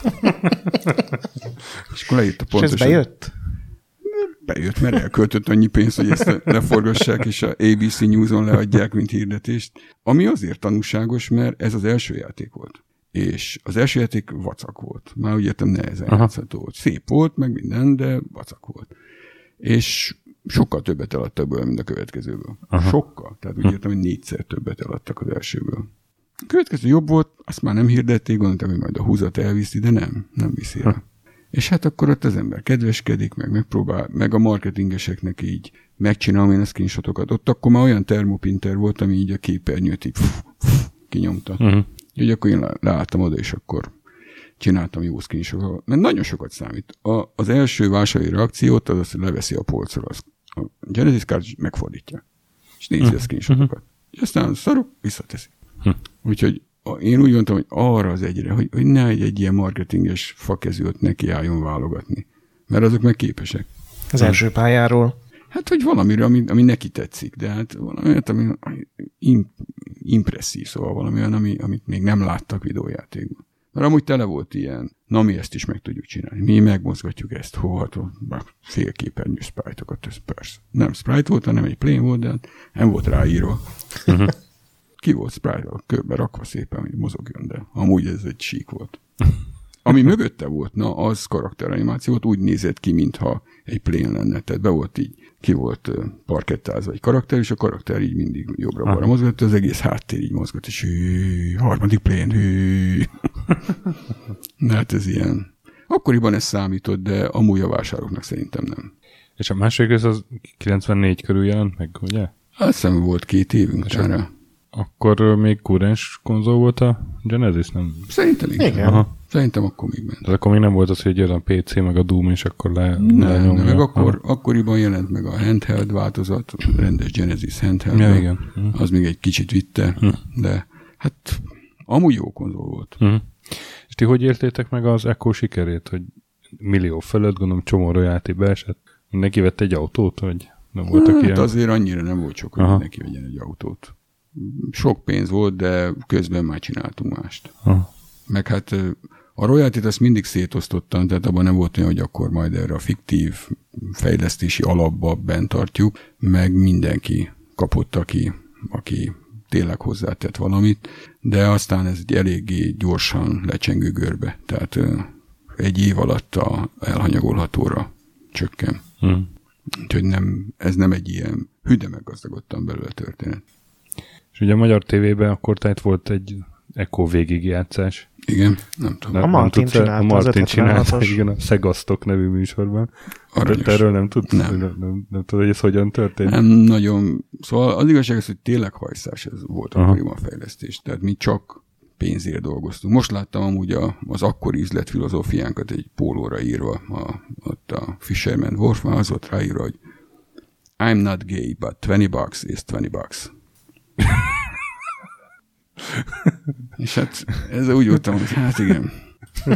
És akkor leírta pontosan. És ez bejött? Bejött, mert elköltött annyi pénzt, hogy ezt leforgassák, és a á bé cé News-on leadják, mint hirdetést. Ami azért tanúságos, mert ez az első játék volt. És az első játék vacak volt. Már úgy értem, nehezen játszható volt. Szép volt, meg minden, de vacak volt. És sokkal többet eladtak belőle, mint a következőből. Aha. Sokkal. Tehát úgy értem, hogy négyszer többet eladtak az elsőből. A következő jobb volt, azt már nem hirdették, gondoltam, hogy majd a húzat elviszi, de nem, nem viszi el. És hát akkor ott az ember kedveskedik, meg megpróbál, meg a marketingeseknek így megcsinálom én a screenshotokat. Ott akkor már olyan termopinter volt, ami így a képernyőt így pff, pff, kinyomta. Uh-huh. Úgyhogy akkor én leálltam oda, és akkor csináltam jó screenshotokat. Mert nagyon sokat számít. A, az első vásárlói reakciót az, hogy leveszi a polcról. Az, a Genesis Card megfordítja. És nézi uh-huh. a screenshotokat. És aztán szarok, visszateszi. Uh-huh. Úgyhogy én úgy mondtam, hogy arra az egyre, hogy, hogy ne egy, egy ilyen marketinges fakezű ott neki álljon válogatni. Mert azok meg képesek. Az hát, első pályáról. Hát, hogy valamire, ami, ami neki tetszik, de hát valami, ami imp, impresszív, szóval valami olyan, ami, amit még nem láttak videójátékban. Mert amúgy tele volt ilyen, na mi ezt is meg tudjuk csinálni. Mi megmozgatjuk ezt, hóható, félképernyő sprite-okat, ez persze. Nem sprite volt, hanem egy plane volt, de hát nem volt ráírva. Uh-huh. Ki volt sprite-val, körbe rakva szépen, hogy mozogjon, de amúgy ez egy sík volt. Ami mögötte volt, na, az karakteranimáció volt, úgy nézett ki, mintha egy plane lenne. Tehát be volt így, ki volt parkettázva egy karakter, és a karakter így mindig jobbra-balra mozgott, az egész háttér így mozgott, és hű, harmadik plane, hű. Na hát ez ilyen. Akkoriban ez számított, de amúgy a vásároknak szerintem nem. És a második rész az kilencvennégy körül jelent meg, ugye? Azt hiszem volt két évünk rá. Akkor még kurrens konzol volt a Genesis, nem? Szerintem igen. igen. Aha. Szerintem akkor még ment. De akkor még nem volt az, hogy jön a pé cé, meg a Doom, és akkor le, nem, lenyomja. Meg akkor, akkoriban jelent meg a handheld változat, a rendes Genesis handheld. Ja, igen. Az még egy kicsit vitte, hm. de hát amúgy jó konzol volt. Hm. És ti hogy értétek meg az Echo sikerét, hogy millió fölött, gondolom csomó royalty beesett? Mindenki vett egy autót, vagy nem voltak hát ilyen? Azért annyira nem volt sok, hogy Aha. mindenki vegyen egy autót. Sok pénz volt, de közben már csináltunk mást. Aha. Meg hát a royalty-t azt mindig szétosztottam, tehát abban nem volt olyan, hogy akkor majd erre a fiktív fejlesztési alapba bent tartjuk, meg mindenki kapott, aki, aki tényleg hozzátett valamit, de aztán ez egy eléggé gyorsan lecsengő görbe, tehát egy év alatt a elhanyagolhatóra csökken. Hmm. Úgyhogy nem, ez nem egy ilyen hű, de meggazdagodtam belőle történet. És ugye a magyar tévében akkor tehát volt egy Echo végigjátszás. Igen, nem tudom. A Martin csinálta. A Martin csinálta, igen, a Szegasztok nevű műsorban. Aranyos. Erről nem tudsz? Nem. Nem, nem, nem tudod, hogy ez hogyan történt? Nem nagyon. Szóval az igazság az, hogy tényleg hajszás ez volt akkoriban a fejlesztés. Tehát mi csak pénzért dolgoztunk. Most láttam amúgy a, az akkori üzletfilozófiánkat egy pólóra írva, a, ott a Fisherman Wharf, már az ott ráírva, hogy I'm not gay, but twenty bucks is twenty bucks. És hát ez úgy voltam, hogy hát igen.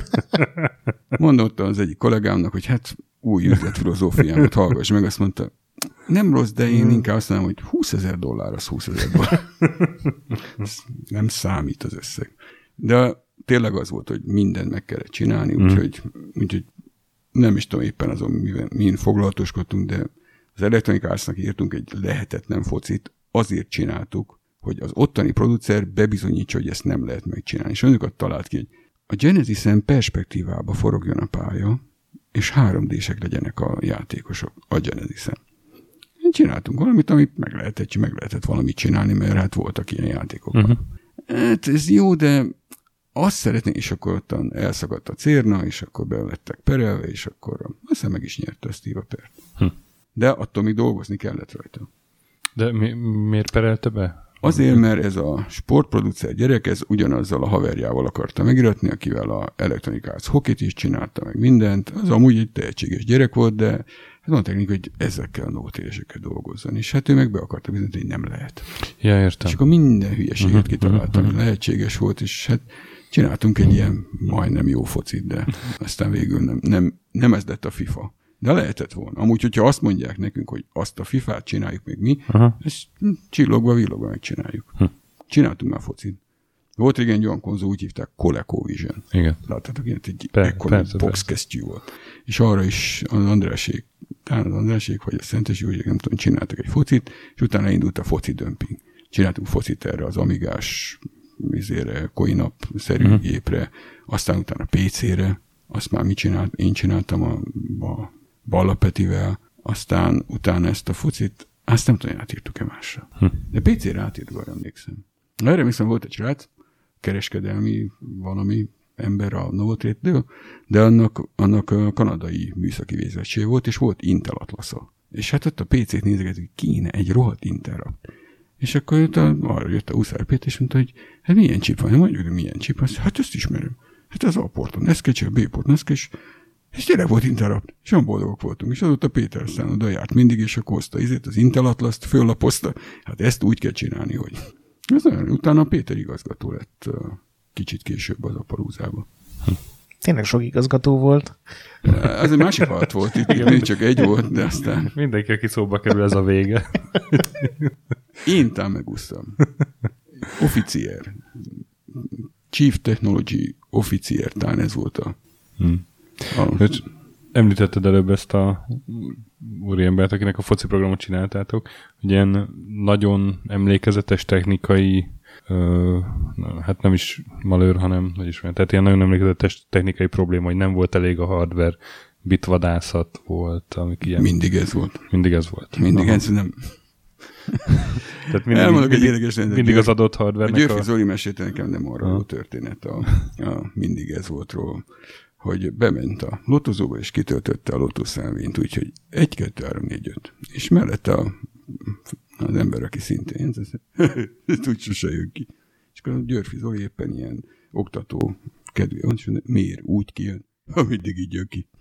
Mondottam az egyik kollégámnak, hogy hát új üzletfilozófiámat hallgass meg, azt mondta, Nem rossz, de én inkább azt mondom, hogy húszezer dollár az húszezer dollár. Nem számít az összeg. De tényleg az volt, hogy mindent meg kellett csinálni, úgyhogy, úgyhogy nem is tudom éppen azon, mivel, min foglalatoskodtunk, de az Electronic Arts-nak írtunk egy lehetetlen focit, azért csináltuk, hogy az ottani producer bebizonyítsa, hogy ezt nem lehet megcsinálni. És önöket talált ki, hogy a Genesis-en perspektívába forogjon a pálya, és három dé-sek legyenek a játékosok a Genesis-en. Csináltunk valamit, amit meg lehetett, meg lehetett valamit csinálni, mert hát voltak ilyen játékok. Uh-huh. Hát ez jó, de azt szeretnék, és akkor ottan elszakadt a cérna, és akkor be lettek perelve, és akkor aztán meg is nyerte a Steve a pert. Hm. De attól még dolgozni kellett rajta. De mi, miért perelte be? Azért, mert ez a sportproducer gyerek, ez ugyanazzal a haverjával akarta megiratni, akivel a Electronic Arts hokit is csinálta, meg mindent. Az amúgy egy tehetséges gyerek volt, de hát mondták neki, hogy ezekkel a nótélesekkel dolgozzon. És hát ő meg be akarta bizonyítani, hogy nem lehet. Ja, értem. És akkor minden hülyeséget uh-huh, kitaláltam, uh-huh. lehetséges volt, és hát csináltunk egy ilyen majdnem jó focit, de aztán végül nem, nem, nem ez lett a FIFA. De lehetett volna. Amúgy, hogyha azt mondják nekünk, hogy azt a fifát csináljuk még mi, uh-huh. ezt csillogva, villogva megcsináljuk. Uh-huh. Csináltunk már focit. Volt régen egy olyan konzol, úgy hívták ColecoVision. Igen. Láttátok, ilyen egy ekkora boxkesztyű volt. És arra is az Andrásék, talán az Andrásék, vagy a Szentes József, nem tudom, csináltak egy focit, és utána indult a foci dömping. Csináltunk focit erre az Amigás vizére, coin-up-szerű uh-huh. gépre, aztán utána pé cére, azt már mi csinált, én csináltam a, a Balla Petivel, aztán utána ezt a focit, azt nem tudom, hogy átírtuk-e másra. Hm. De pé cére átírtuk, arra emlékszem. Erre viszont volt egy srác, kereskedelmi valami ember a Novotrade-től, de annak, annak a kanadai műszaki végzettség volt, és volt Intel Atlasza. És hát ott a pé cét nézegetünk, hogy kéne egy rohadt Intelra. És akkor jött a, arra jött a Huszár Péter, és mondta, hogy hát milyen csip van? Mondjuk, hogy milyen csip? Azt, hát ezt ismerem. Hát az A porton Neszkecs, a B port Neszkecs, és tényleg volt Intel, és olyan boldogok voltunk. És azóta Péter aztán oda járt mindig, és akkor hozta izét, az Intel Atlaszt, föllapozta. Hát ezt úgy kell csinálni, hogy... Ez olyan, utána Péter igazgató lett uh, kicsit később az Aparúzában. Tényleg sok igazgató volt. Ez egy másik halt volt, itt, itt még csak egy volt, de aztán... Mindenki, aki szóba kerül, ez a vége. Én tám megúsztam. Officier. Chief Technology Officier, talán ez volt a... Hmm. a... Említetted előbb ezt a úriembert, akinek a foci programot csináltátok, hogy ilyen nagyon emlékezetes technikai, ö, hát nem is malőr, hanem, hogy is mondjam, tehát ilyen nagyon emlékezetes technikai probléma, hogy nem volt elég a hardware, bitvadászat volt, amik ilyen... Mindig ez volt. Mindig ez volt. Mindig Aha. ez nem... Tehát mindig, Elmondok mindig, egy érdekes rendet. Mindig az adott hardware-nek a... Györfi Zoli mesélte nekem nem arra a történet, a, a mindig ez volt róla, hogy bement a lotozóba, és kitöltötte a lotuszszelvényt, úgyhogy egy, kettő, három, négy, öt. És mellette a, az ember, aki szintén, ez úgy sose jön ki. És akkor a Györfi Zoli éppen ilyen oktató kedvé van, és mondja, miért úgy kijön, ha mindig így jön ki.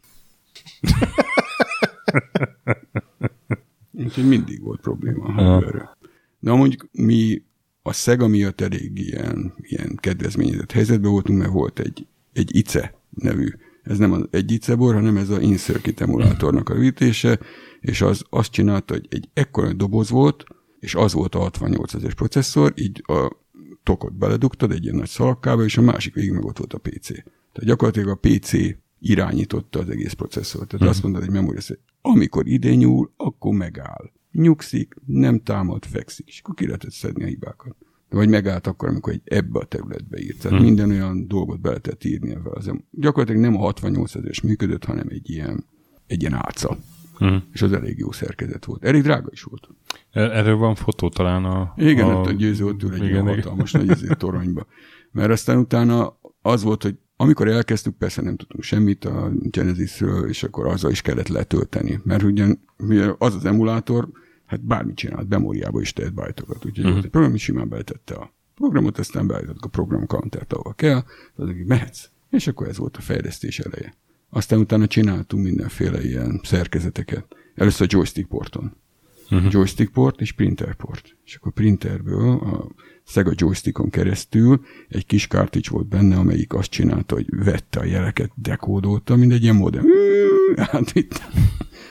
Úgyhogy mindig volt probléma a hardware-re. De mondjuk mi a Sega miatt elég ilyen, ilyen kedvezményezett helyzetben voltunk, mert volt egy, egy i cé e nevű. Ez nem az egy i cé bor, hanem ez az in-circuit emulátornak a rövidítése, és az azt csinálta, hogy egy ekkora doboz volt, és az volt a hatvannyolcezres processzor, így a tokot beledugtad egy ilyen nagy szalagkába, és a másik végig meg ott volt a pé cé. Tehát gyakorlatilag a pé cé irányította az egész processzort. Tehát hmm. azt mondod, hogy memória szerint, amikor ide nyúl, akkor megáll. Nyugszik, nem támad, fekszik, és akkor ki lehetett szedni a hibákat. Vagy megállt akkor, amikor egy ebbe a területbe írt. Tehát hmm. minden olyan dolgot be lehetett írni ebben. Az gyakorlatilag nem a hatvannyolcezres működött, hanem egy ilyen, egy ilyen álca. Hmm. És az elég jó szerkezet volt. Elég drága is volt. Erről van fotó talán a... Igen, a... ott a Győző ott ül egy igen, ilyen hatalmas nagy ezért toronyba. Mert aztán utána az volt, hogy amikor elkezdtük, persze nem tudtunk semmit a Genesisről, és akkor azzal is kellett letölteni. Mert ugyan az az emulátor, hát bármit csinált, memóriába is tehet bájtokat. Úgyhogy uh-huh. a program is simán beletette a programot, aztán beállítottuk a program countert, ahova kell, az mehetsz. És akkor ez volt a fejlesztés eleje. Aztán utána csináltunk mindenféle ilyen szerkezeteket. Először a joystick porton. Uh-huh. Joystick port és printer port. És akkor printerből a Sega joystickon keresztül egy kis cartridge volt benne, amelyik azt csinálta, hogy vette a jeleket, dekódolta, mindegy ilyen modem. Hát itt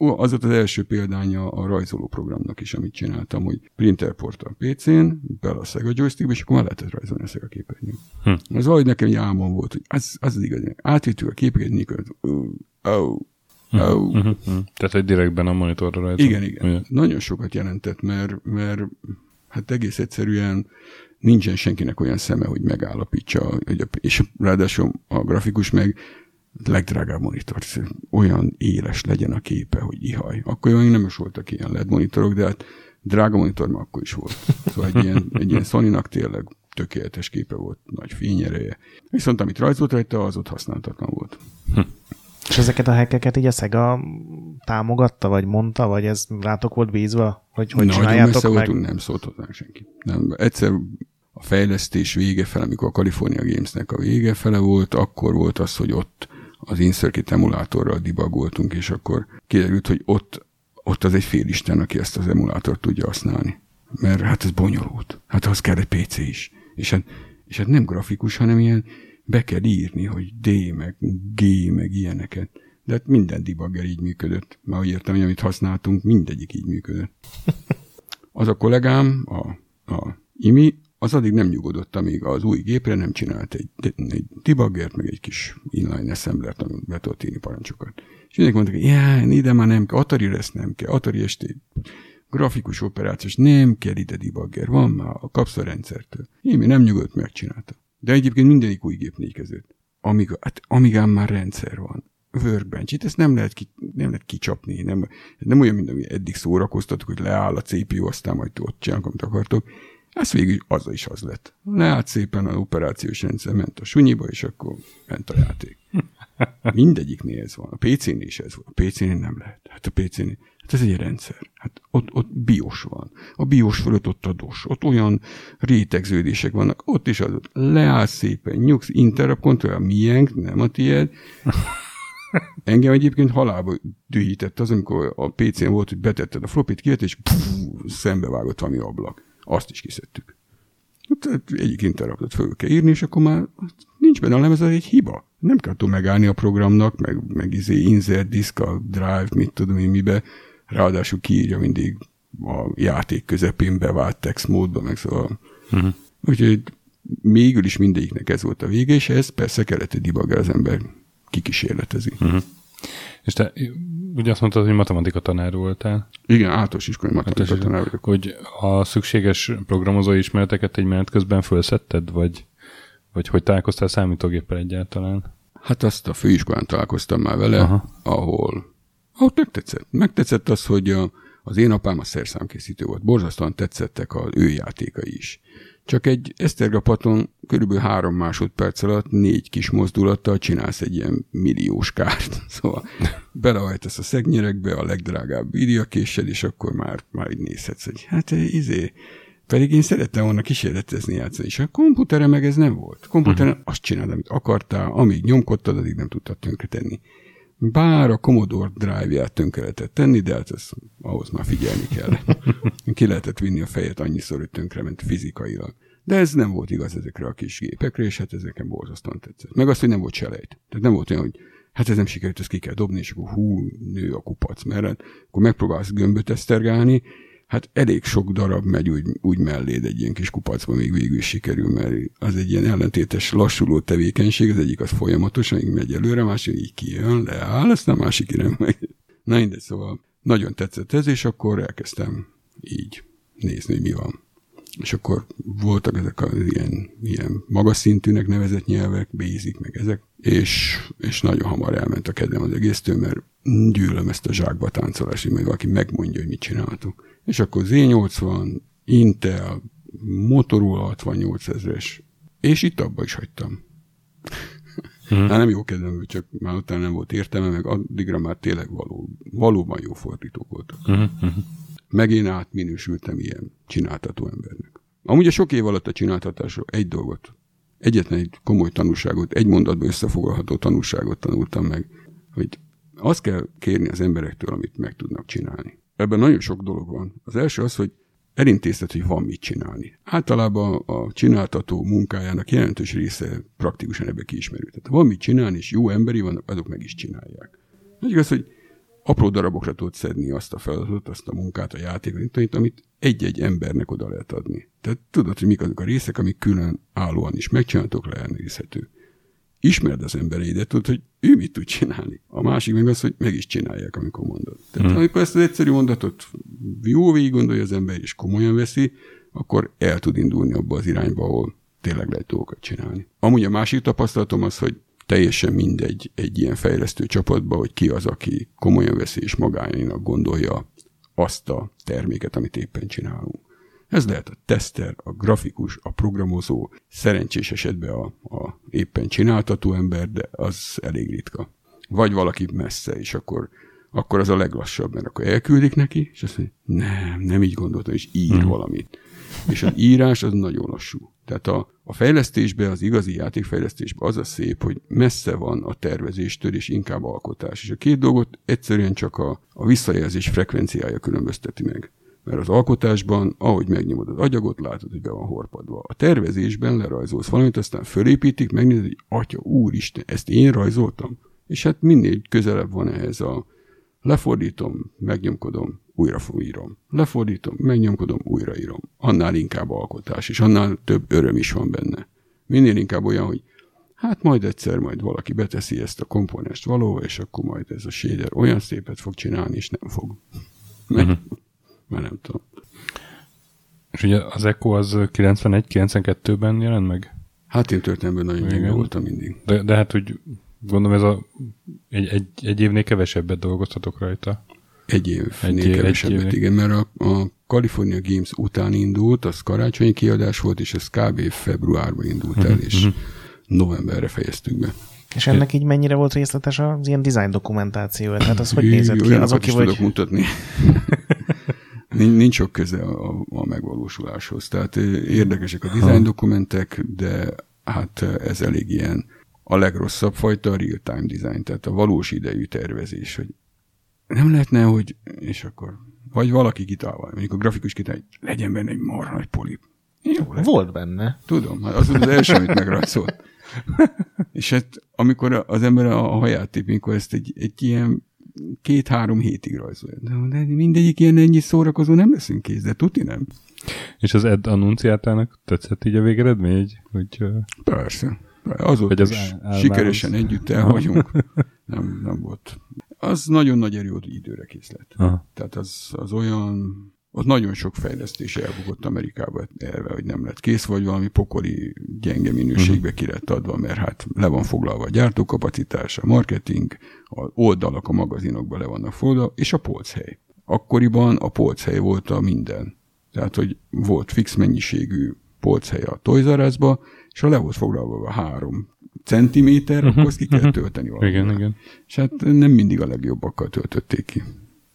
az volt az első példánya a rajzoló programnak is, amit csináltam, hogy printerporttal pé cén, bele a Sega joystickbe, és akkor már lehetett rajzolni a Sega képernyőn. Hm. Ez valahogy nekem egy álmom volt, hogy az az, az igazi. Átvittük a képeket, mikor oh, oh, oh. Uh-huh, uh-huh. Tehát, hogy direktben a monitorra rajzol. Igen, igen. Ugye? Nagyon sokat jelentett, mert, mert hát egész egyszerűen nincsen senkinek olyan szeme, hogy megállapítsa, hogy a, és ráadásul a grafikus meg legdrágább monitor, olyan éles legyen a képe, hogy ihaj. Akkor még nem is voltak ilyen el é dé monitorok, de hát drága monitor már akkor is volt. Szóval egy ilyen, egy ilyen Sony-nak tényleg tökéletes képe volt, nagy fényereje. Viszont amit rajzolt rajta, az ott használhatatlan volt. Hm. És ezeket a hackeket így a Sega támogatta, vagy mondta, vagy ez rátok volt bízva, hogy hogy Nagyon csináljátok messze meg? Voltunk, nem szólt hozzánk senki. Nem. Egyszer a fejlesztés vége fele, amikor a California Gamesnek a vége fele volt, akkor volt az, hogy ott az InCircuit emulátorral debugoltunk, és akkor kiderült, hogy ott, ott az egy félisten, aki ezt az emulátort tudja használni. Mert hát ez bonyolult. Hát az kell egy pé cé is. És hát, és hát nem grafikus, hanem ilyen be kell írni, hogy D, meg G, meg ilyeneket. De hát minden debugger így működött. Már úgy értem, hogy amit használtunk, mindegyik így működött. Az a kollégám, a, a Imi, az addig nem nyugodott, amíg az új gépre nem csinált egy, egy debuggert, meg egy kis inline assemblert, amit be tudott írni parancsokat. És mindenki mondták, hogy jaj, ide már nem kell, Atari-re ezt nem kell, Atari esté grafikus operációs, nem kell ide debugger, van már a kapszarendszertől. Imi nem nyugodott, megcsinálta. De egyébként mindenik új gép négykezett. Amíg, hát, amígán már rendszer van. Workbench, itt ezt nem lehet, ki, nem lehet kicsapni. Nem, nem olyan, mint ami eddig szórakoztatok, hogy leáll a cé pé u, aztán majd ott csinálnak, amit akartok. Ez végül az is az lett. Leállt szépen az operációs rendszer, ment a sunyiba, és akkor ment a játék. Mindegyiknél ez van. A pé cénél is ez van. A pé cénél nem lehet. Hát a pé cénél, hát ez egy rendszer. Hát ott, ott BIOS van. A BIOS fölött ott a dos. Ott olyan rétegződések vannak. Ott is az ott. Leáll szépen, nyugsz, interrupt control, a miénk, nem a tiéd. Engem egyébként halálba dühített az, amikor a pé cén volt, hogy betetted a flopit, kijött, és pff, szembevágott valami ablak. Azt is kiszedtük. Tehát egyik interruptot föl kell írni, és akkor már nincs benne a lemez, az egy hiba. Nem kell túl megállni a programnak, meg, meg izé insert disk, a drive, mit tudom én mibe. Ráadásul kiírja mindig a játék közepén bevált text módba, meg szóval. Uh-huh. Úgyhogy mégül is mindegyiknek ez volt a vége, és ez persze kellett egy debugger, az ember kikísérletezi. Uh-huh. És te ugye azt mondtad, hogy matematika tanár voltál. Igen, általános iskolai matematika tanár vagyok. Hogy a szükséges programozói ismereteket egy menet közben felszetted, vagy, vagy hogy találkoztál számítógéppel egyáltalán? Hát azt a főiskolán találkoztam már vele, aha, ahol, ahol megtetszett. Megtetszett az, hogy a, az én apám a szerszámkészítő volt. Borzasztóan tetszettek az ő játékai is. Csak egy esztergapaton körülbelül három másodperc alatt négy kis mozdulattal csinálsz egy ilyen milliós kárt. Szóval belehajtasz a szegnyerekbe a legdrágább videókéssel, és akkor már, már így nézhetsz, hogy hát izé, pedig én szerettem volna kísérletezni, játszani, és a komputeren meg ez nem volt. A komputeren uh-huh. azt csináld, amit akartál, amíg nyomkodtad, addig nem tudtad tönkretenni. Bár a Commodore Drive-ját tönkre lehetett tenni, de hát ez, ahhoz már figyelni kell. Ki lehetett vinni a fejet annyiszor, hogy tönkrement fizikailag. De ez nem volt igaz ezekre a kis gépekre, és hát ezeken borzasztóan tetszett. Meg azt, hogy nem volt selejt. Tehát nem volt olyan, hogy hát ez nem sikerült, ezt ki kell dobni, és akkor hú, nő a kupac, mert hát, akkor megpróbálsz gömböt esztergálni, hát elég sok darab megy úgy, úgy melléd egy ilyen kis kupacba, még végül is sikerül, mert az egy ilyen ellentétes lassuló tevékenység, az egyik az folyamatosan így megy előre, másik így kijön, leáll, aztán másik irányba megy. Na mindegy, szóval nagyon tetszett ez, és akkor elkezdtem így nézni, hogy mi van. És akkor voltak ezek az ilyen, ilyen magas szintűnek nevezett nyelvek, basic, meg ezek, és, és nagyon hamar elment a kedvem az egésztől, mert gyűlöm ezt a zsákba táncolást, hogy majd valaki megmondja, hogy mit csinálhatok. És akkor zé nyolcvan, Intel, Motorola hatvannyolc ezres, és itt abba is hagytam. Hmm. Hát nem jó kedvem, csak már utána nem volt értelme, meg addigra már tényleg való, valóban jó fordítók voltak. Hmm. Meg én átminősültem ilyen csináltató embernek. Amúgy a sok év alatt a csináltatásról egy dolgot, egyetlen egy komoly tanulságot, egy mondatban összefoglalható tanulságot tanultam meg, hogy azt kell kérni az emberektől, amit meg tudnak csinálni. Ebben nagyon sok dolog van. Az első az, hogy elintézted, hogy van mit csinálni. Általában a csináltató munkájának jelentős része praktikusan ebbe kiismerül. Tehát van mit csinálni, és jó emberi vannak, azok meg is csinálják. Úgy az, hogy apró darabokra tudod szedni azt a feladatot, azt a munkát, a játékot, amit egy-egy embernek oda lehet adni. Tehát tudod, hogy mik azok a részek, amik külön állóan is megcsináltok, leellenőrizhető. Ismerd az embereidet, tudod, hogy ő mit tud csinálni. A másik meg az, hogy meg is csinálják, amikor mondod. Tehát hmm. amikor ezt az egyszerű mondatot jó végig gondolja az ember, és komolyan veszi, akkor el tud indulni abba az irányba, ahol tényleg lehet dolgokat csinálni. Amúgy a másik tapasztalatom az, hogy teljesen mindegy egy ilyen fejlesztő csapatban, hogy ki az, aki komolyan veszi és magáénak gondolja azt a terméket, amit éppen csinálunk. Ez lehet a teszter, a grafikus, a programozó, szerencsés esetben a, a éppen csináltató ember, de az elég ritka. Vagy valaki messze, és akkor, akkor az a leglassabb, mert akkor elküldik neki, és azt mondja, nem, nem így gondoltam, és ír hmm. valamit. És az írás az nagyon lassú. Tehát a, a fejlesztésben, az igazi játékfejlesztésben az a szép, hogy messze van a tervezéstől, és inkább alkotás. És a két dolgot egyszerűen csak a, a visszajelzés frekvenciája különbözteti meg. Mert az alkotásban, ahogy megnyomod az agyagot, látod, hogy be van horpadva. A tervezésben lerajzolsz valamit, aztán fölépítik, megnézed, hogy atya, úristen, ezt én rajzoltam? És hát minél közelebb van ehhez a lefordítom, megnyomkodom, újra írom. Lefordítom, megnyomkodom, újraírom. Annál inkább alkotás, és annál több öröm is van benne. Minél inkább olyan, hogy hát majd egyszer majd valaki beteszi ezt a komponest valahol, és akkor majd ez a shader olyan szépet fog csinálni, és nem fog. Mert, uh-huh. mert nem tudom. És ugye az Echo az kilencvenegy kilencvenkettőben jelent meg? Hát én történetben nagyon gyenge voltam mindig. De, de hát úgy gondolom, ez a egy, egy, egy évnél kevesebbet dolgoztatok rajta. Egy évnél egy, kevesebbet, egy igen, mert a, a California Games után indult, az karácsonyi kiadás volt, és ez kb. Februárban indult el, uh-huh, és uh-huh. novemberre fejeztük be. És ennek így mennyire volt részletes az ilyen design dokumentáció? Tehát az hogy nézett ki? Az oké, vagy... tudok mutatni. Nincs sok köze a, a megvalósuláshoz. Tehát érdekesek a design dokumentek, de hát ez elég ilyen a legrosszabb fajta a real-time design, tehát a valós idejű tervezés, hogy nem lehetne, hogy, és akkor, vagy valaki kitálval, mondjuk a grafikus kitál, hogy legyen benne egy marha nagy polip. Jó, volt benne. Tudom, hát az az első, amit megrajzolt. És hát amikor az ember a haját tép, amikor ezt egy, egy ilyen két-három hétig rajzolja. De mindegyik ilyen ennyi szórakozó nem leszünk kész, de tuti nem. És az Ed Annunciátának tetszett így a végeredmény? Hogy, persze. Azóta is sikeresen együtt el vagyunk. Nem, nem volt. Az nagyon nagy erő időre kész lett. Aha. Tehát az, az olyan, az nagyon sok fejlesztés elbukott Amerikába elve, hogy nem lett kész, vagy valami pokoli gyenge minőségbe uh-huh. ki lett adva, mert hát le van foglalva a gyártókapacitás, a marketing, az oldalak a magazinokban le vannak foglalva, és a polchely. Akkoriban a polchely volt a minden. Tehát, hogy volt fix mennyiségű polchely a Toys R Us-ba, és ha le volt foglalva a három centiméter, uh-huh, akkor azt ki kell uh-huh. tölteni valamit. Igen, igen. És hát nem mindig a legjobbakkal töltötték ki.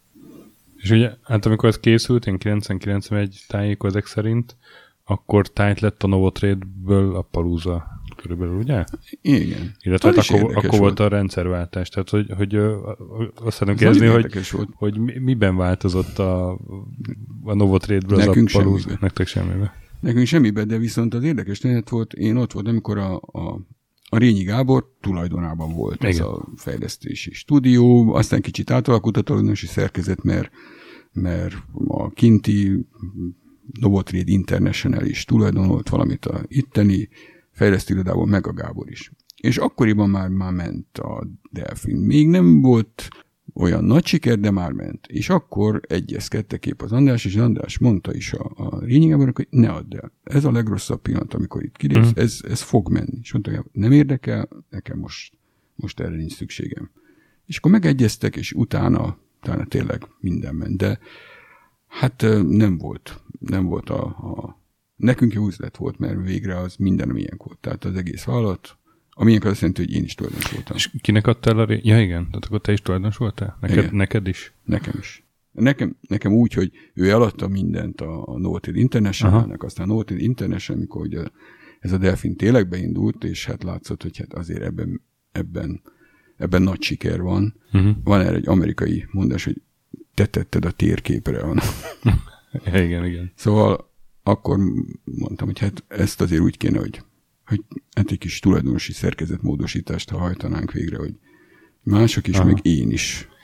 És ugye, hát amikor ez készült, én kilencven-kilencvenegy tájékozek szerint, akkor tájt lett a Novotrade-ből a Palooza körülbelül, ugye? Igen. Illetve hát akkor, akkor volt. volt a rendszerváltás. Tehát, hogy, hogy azt szeretném kérdezni, hogy, hogy miben változott a, a Novotrade-ből az a Palooza? Semmibe. Nektek semmibe. Nekünk semmibe, de viszont az érdekes történet volt, én ott voltam, amikor a, a, a Rényi Gábor tulajdonában volt. Igen. Ez a fejlesztési stúdió, aztán kicsit átalakult a tulajdonosi szerkezet, mert, mert a kinti Novotrade International is tulajdonolt valamit a itteni fejlesztőirodából, meg a Gábor is. És akkoriban már, már ment a Delfin. Még nem volt olyan nagy siker, de már ment. És akkor egyezkedtek épp az András, és András mondta is a, a Rényi Gábornak, hogy ne add el. Ez a legrosszabb pillanat, amikor itt kilépsz, uh-huh. ez, ez fog menni. És mondta, nem érdekel, nekem most, most erre nincs szükségem. És akkor megegyeztek, és utána, utána tényleg minden ment. De hát nem volt. Nem volt a... a nekünk jó üzlet volt, mert végre az minden milyen volt. Tehát az egész vállalat, amilyen azt jelenti, hogy én is tulajdonos voltam. És kinek adtál a ré... Ja igen, tehát akkor te is tulajdonos voltál? Neked, neked is? Nekem is. Nekem, nekem úgy, hogy ő eladta mindent a, a Novotrade International-nek, aztán a Novotrade International, amikor ugye ez a Delfin tényleg beindult, és hát látszott, hogy hát azért ebben, ebben, ebben nagy siker van. Uh-huh. Van erre egy amerikai mondás, hogy te tetted a térképre. ja, igen, igen. Szóval akkor mondtam, hogy hát ezt azért úgy kéne, hogy hogy hát egy kis tulajdonosi szerkezetmódosítást, ha hajtanánk végre, hogy mások is, aha. meg én is.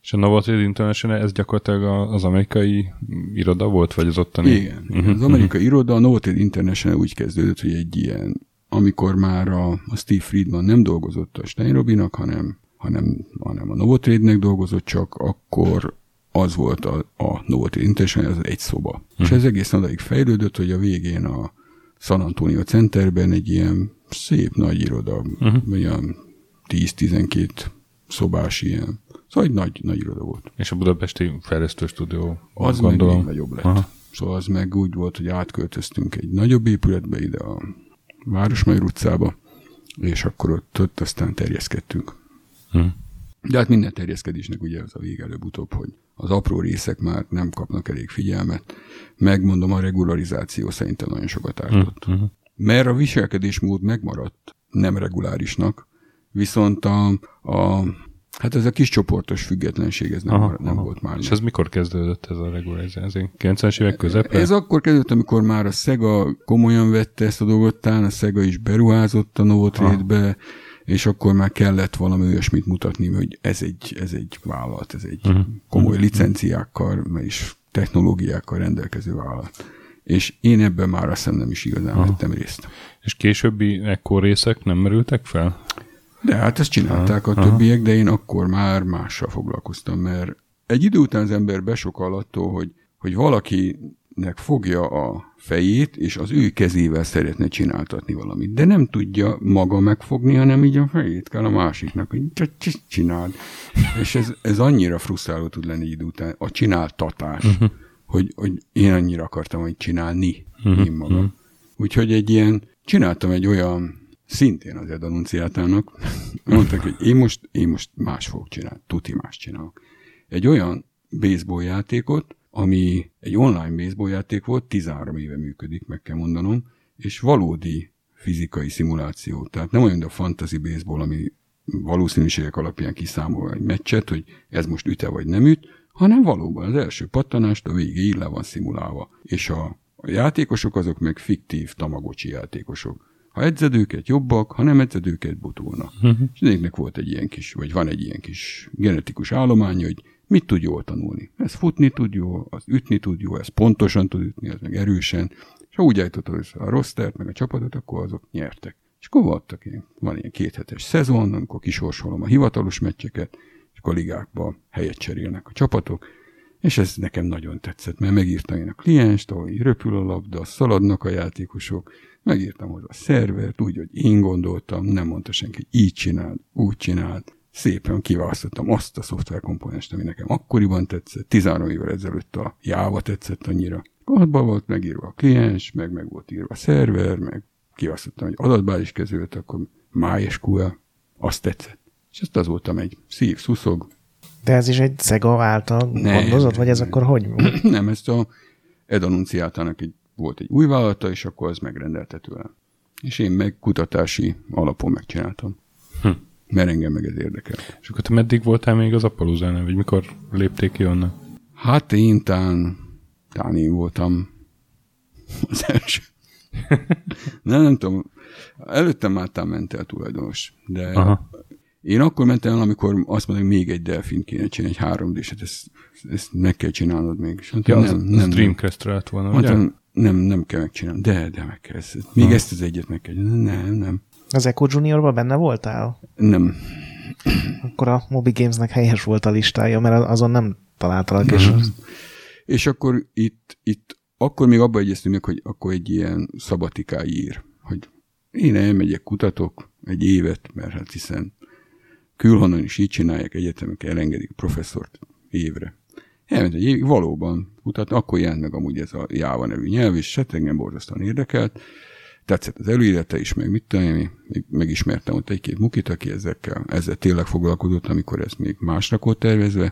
És a Novo Trade International, ez gyakorlatilag az amerikai iroda volt, vagy az ottani? Igen. Uh-huh. Az amerikai iroda, a Novo Trade International úgy kezdődött, hogy egy ilyen, amikor már a, a Steve Friedman nem dolgozott a Stein Robinak, hanem, hanem, hanem a Novo Trade-nek dolgozott, csak akkor az volt a, a Novo Trade International, az egy szoba. Uh-huh. És ez egészen odaig fejlődött, hogy a végén a San Antonio Centerben egy ilyen szép nagy iroda, uh-huh. olyan tíz-tizenkét szobás ilyen. Szóval egy nagy, nagy iroda volt. És a budapesti fejlesztő stúdió, az gondolom. Meg még nagyobb lett. Aha. Szóval az meg úgy volt, hogy átköltöztünk egy nagyobb épületbe ide a Városmajor utcába, és akkor ott, ott aztán terjeszkedtünk. Hmm. De hát minden terjeszkedésnek ugye az a vége előbb-utóbb, hogy az apró részek már nem kapnak elég figyelmet. Megmondom, a regularizáció szerintem nagyon sokat ártott. Hmm. Mert a viselkedésmód megmaradt nem regulárisnak, viszont a, a hát ez a kis csoportos függetlenség, ez nem, aha, nem aha. volt már. És ez mikor kezdődött ez a regularizáció? kilencvenes évek közepén? Ez akkor kezdődött, amikor már a Sega komolyan vette ezt a dolgot, talán a Sega is beruházott a Novo Trade-be, és akkor már kellett valami olyasmit mutatni, hogy ez egy, ez egy vállalat, ez egy uh-huh. komoly uh-huh. licenciákkal, és technológiákkal rendelkező vállalat. És én ebben már azt hiszem nem is igazán aha. vettem részt. És későbbi ekkor részek nem merültek fel? De hát ezt csinálták aha, a többiek, de én akkor már mással foglalkoztam, mert egy idő után az ember besokal attól, hogy, hogy valakinek fogja a fejét, és az ő kezével szeretne csináltatni valamit. De nem tudja maga megfogni, hanem így a fejét kell a másiknak, hogy csináld. És ez, ez annyira frusztráló tud lenni idő után, a csináltatás, uh-huh. hogy, hogy én annyira akartam, hogy csinálni uh-huh. én magam. Uh-huh. Úgyhogy egy ilyen, csináltam egy olyan szintén az Ed Annunciátának, mondták, hogy én most, én most más fogok csinálni, tuti más csinálok. Egy olyan baseball játékot, ami egy online baseball játék volt, tizenhárom éve működik, meg kell mondanom, és valódi fizikai szimuláció. Tehát nem olyan, de a fantasy baseball, ami valószínűségek alapján kiszámol egy meccset, hogy ez most üte vagy nem üt, hanem valóban az első pattanást a végéig le van szimulálva. És a, a játékosok azok meg fiktív tamagocsi játékosok. Ha edzed őket, jobbak, ha nem edzed őket, butulnak. Uh-huh. És néknek volt egy ilyen kis, vagy van egy ilyen kis genetikus állomány, hogy mit tud jól tanulni. Ez futni tud jól, az ütni tud jól, ez pontosan tud ütni, ez meg erősen. És ha úgy állítottad össze a rostert, meg a csapatot, akkor azok nyertek. És akkor voltak ilyen, van ilyen kéthetes szezon, amikor kisorsolom a hivatalos meccseket, és akkor a ligákba helyet cserélnek a csapatok, és ez nekem nagyon tetszett, mert megírtam én a klienst, ahol így röpül a labda, szaladnak a játékosok, megírtam hozzá a szervert, úgy, hogy én gondoltam, nem mondta senki, hogy így csináld, úgy csináld. Szépen kiválasztottam azt a szoftverkomponenst, ami nekem akkoriban tetszett, tizenhárom évvel ezelőtt a Java tetszett annyira. Abban volt megírva a kliens, meg meg volt írva a szerver, meg kiválasztottam, hogy adatbázis kezelőt, akkor MySQL, azt tetszett. És ezt az voltam egy szív, szuszog. De ez is egy Sega által gondozott, vagy ez nem. Akkor hogy? Nem, ezt a Ed Annunciátának egy, volt egy új vállalata, és akkor az megrendelte tőlem. És én meg kutatási alapon megcsináltam. Hm. Mert engem meg ez érdekelt. És akkor te meddig voltál még az Appaloozánál, vagy mikor lépték ki onnan? Hát én tán, tán én voltam az első. nem, nem tudom. Előttem már tán ment el tulajdonos. De aha. Én akkor mentem el, amikor azt mondom, hogy még egy delfint kéne csinálni, egy három dé-set, ezt, ezt meg kell csinálnod még. És ja, nem, az, nem, az Dreamcast-re lett volna, mondtam, ugye? Nem, nem kell megcsinálni. De, de meg kell. Még ha. Ezt az egyet meg kell. Nem, nem. Az Echo Juniorban benne voltál? Nem. Akkor a Moby Gamesnek helyes volt a listája, mert azon nem találtalak. És, az... és akkor itt, itt akkor még abba egyeztünk meg, hogy akkor egy ilyen szabatikáj ír, hogy én elmegyek, kutatok egy évet, mert hát hiszen külhonnan is így csinálják, egyetemek elengedik professzort évre. Elment egy évig, valóban kutat, akkor jelent meg amúgy ez a Java nevű nyelv, és hát engem borzasztóan érdekelt. Tetszett az előírata is, meg mit tudom, megismertem ott egy-két mukit, aki ezekkel, ezzel tényleg foglalkozott, amikor ez még másnak volt tervezve,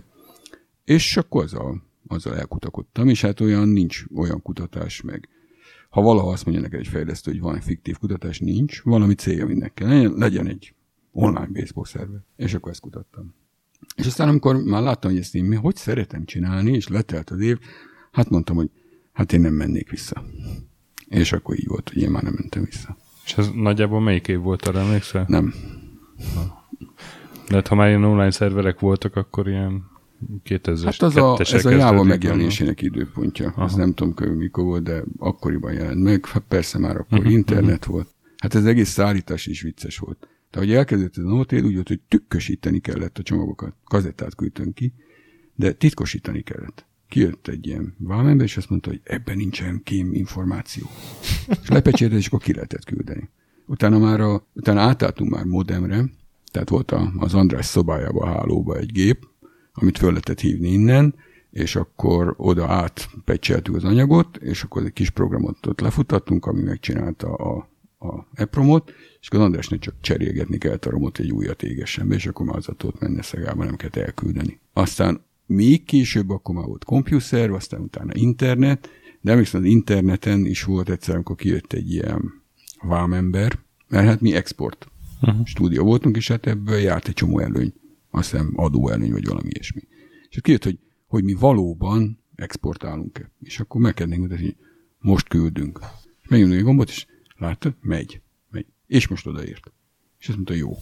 és akkor azzal, azzal elkutakodtam, és hát olyan nincs olyan kutatás meg. Ha valaha azt mondja neked egy fejlesztő, hogy van egy fiktív kutatás, nincs, valami célja mindnek kell, legyen egy online baseball szerver. És akkor ezt kutattam. És aztán amikor már láttam, hogy ezt én hogy szeretem csinálni, és letelt az év, hát mondtam, hogy hát én nem mennék vissza. És akkor így volt, hogy én már nem mentem vissza. És ez nagyjából melyik év volt, arra emlékszel? Nem. De hát, ha már ilyen online szerverek voltak, akkor ilyen kétezer-es, Hát az a, ez a Java megjelenésének van. időpontja. Aha. Ez nem tudom, mikor volt, de akkoriban jelent meg. Hát persze már akkor uh-huh, internet uh-huh. volt. Hát ez egész szállítás is vicces volt. De ahogy elkezdett ez a Novotrade, úgy volt, hogy tükkosítani kellett a csomagokat. Kazettát küldtünk ki, de titkosítani kellett. Kijött egy ilyen vámember, és azt mondta, hogy ebben nincsen kém információ. És lepecsétett, és akkor ki lehetett küldeni. Utána már a, utána átálltunk már modemre, tehát volt a, az András szobájába, a hálóba egy gép, amit föl lehetett hívni innen, és akkor oda átpecseltük az anyagot, és akkor egy kis programot ott lefutattunk, ami megcsinálta a, a epromot, és akkor az Andrásnak csak cserélgetni kellett a romot, egy újat égessen be, és akkor már az ott menne Szegába, nem kellett elküldeni. Aztán még később akkor már volt computer, aztán utána internet, de emlékszem, az interneten is volt egyszer, amikor kijött egy ilyen vámember, mert hát mi export uh-huh. stúdió voltunk, és hát ebből járt egy csomó előny, azt hiszem adóelőny, vagy valami ilyesmi. És kijött, hogy, hogy mi valóban exportálunk-e. És akkor meg kellene mutatni, hogy most küldünk. Megnyomni a gombot, és láttad? Megy. Megy. És most odaért. És azt mondta, jó.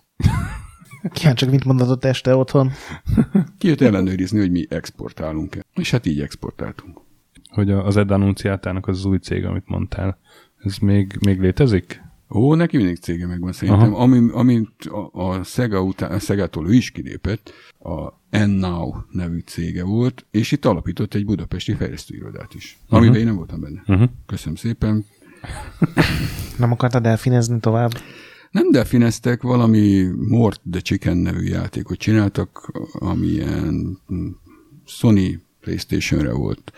Ja, csak mit mondott este otthon? Kijött ellenőrizni, hogy mi exportálunk-e. És hát így exportáltunk. Hogy az Ed Annunciátának az, az új cég, amit mondtál, ez még, még létezik? Ó, neki mindig cége megvan szerintem. Ami, amint a, a Sega után, a Szegától ő is kilépett, a N-Now nevű cége volt, és itt alapított egy budapesti fejlesztőirodát is. Uh-huh. Amiben én nem voltam benne. Uh-huh. Köszönöm szépen. Nem akartad delfinezni tovább? Nem delfineztek, valami Mort the Chicken nevű játékot csináltak, amilyen Sony PlayStation-re volt.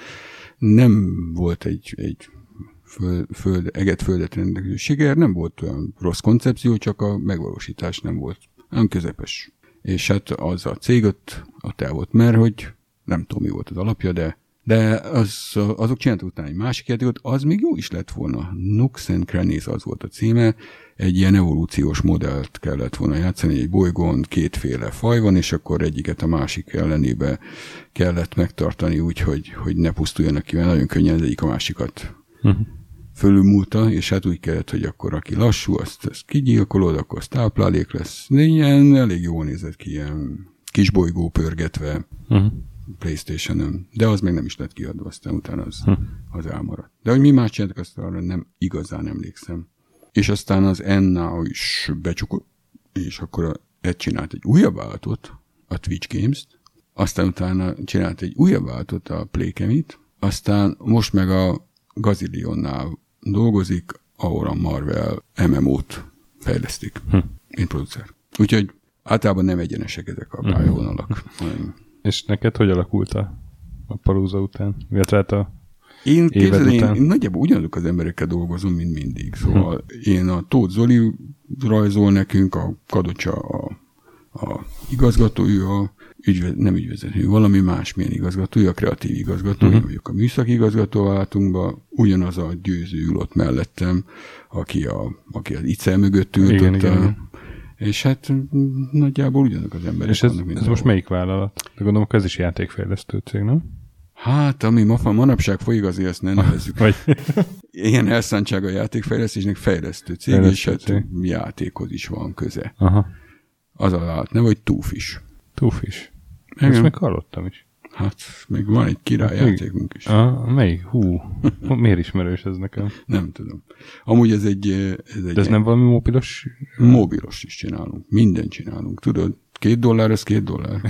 Nem volt egy, egy föld, föld, eget földet rendelkező siker, nem volt olyan rossz koncepció, csak a megvalósítás nem volt. Nem közepes. És hát az a cég ott, ott el volt, mert hogy nem tudom, mi volt az alapja, de de az, azok csináltak utána egy másik játékot, az még jó is lett volna. Nooks and Crannies az volt a címe, egy ilyen evolúciós modellt kellett volna játszani, egy bolygón kétféle faj van, és akkor egyiket a másik ellenébe kellett megtartani úgy, hogy, hogy ne pusztuljanak ki, mert nagyon könnyen az egyik a másikat uh-huh. fölülmúlta, és hát úgy kellett, hogy akkor aki lassú, azt, azt kigyilkolod, akkor az táplálék lesz. De ilyen elég jól nézett ki, ilyen kis bolygó pörgetve. Uh-huh. PlayStation-ön, de az még nem is lett kiadva, aztán utána az, hm. az elmaradt. De hogy mi más csináltak, azt arra nem igazán emlékszem. És aztán az N-Now is becsukott, és akkor Ed csinált egy újabb váltot, a Twitch Games-t, aztán utána csinált egy újabb váltot, a Playcam-it, aztán most meg a Gazillionnál dolgozik, ahol a Marvel em em ó-t fejlesztik, hm. mint producer. Úgyhogy általában nem egyenesek ezek a pályavonalak. Hm. És neked hogy alakult a, a Palooza után? Illetve hát a én képzeld, én, én nagyjából ugyanazok az emberekkel dolgozom, mint mindig. Szóval hm. én a Tóth Zoli rajzol nekünk, a Kadocsa a, a igazgatója, a ügyve, nem ügyvezető, valami másmilyen igazgatója, a kreatív igazgatója, hm. vagyok a műszaki igazgatóváltunkba, ugyanaz a Győző ül ott mellettem, aki, a, aki az ICE mögött ült igen, ott igen, a, igen. És hát nagyjából ugyanazok az emberek. És ez, ez most melyik vállalat? De gondolom, hogy ez is játékfejlesztő cég, nem? Hát, ami ma manapság folyik, azért ezt ne nevezzük. Vagy... Ilyen elszántság a játékfejlesztésnek fejlesztő cég, fejlesztő és hát cég. Játékhoz is van köze. Aha. Az a vállalat neve, hogy Two Fish. Two Fish. Ezt meg hallottam is. Hát, még van egy királyjátékunk is. A, melyik? Hú, miért ismerős ez nekem? Nem tudom. Amúgy ez egy... Ez egy De ez nem valami mobilos? Mobilos is csinálunk. Mindent csinálunk. Tudod, két dollár, ez két dollár.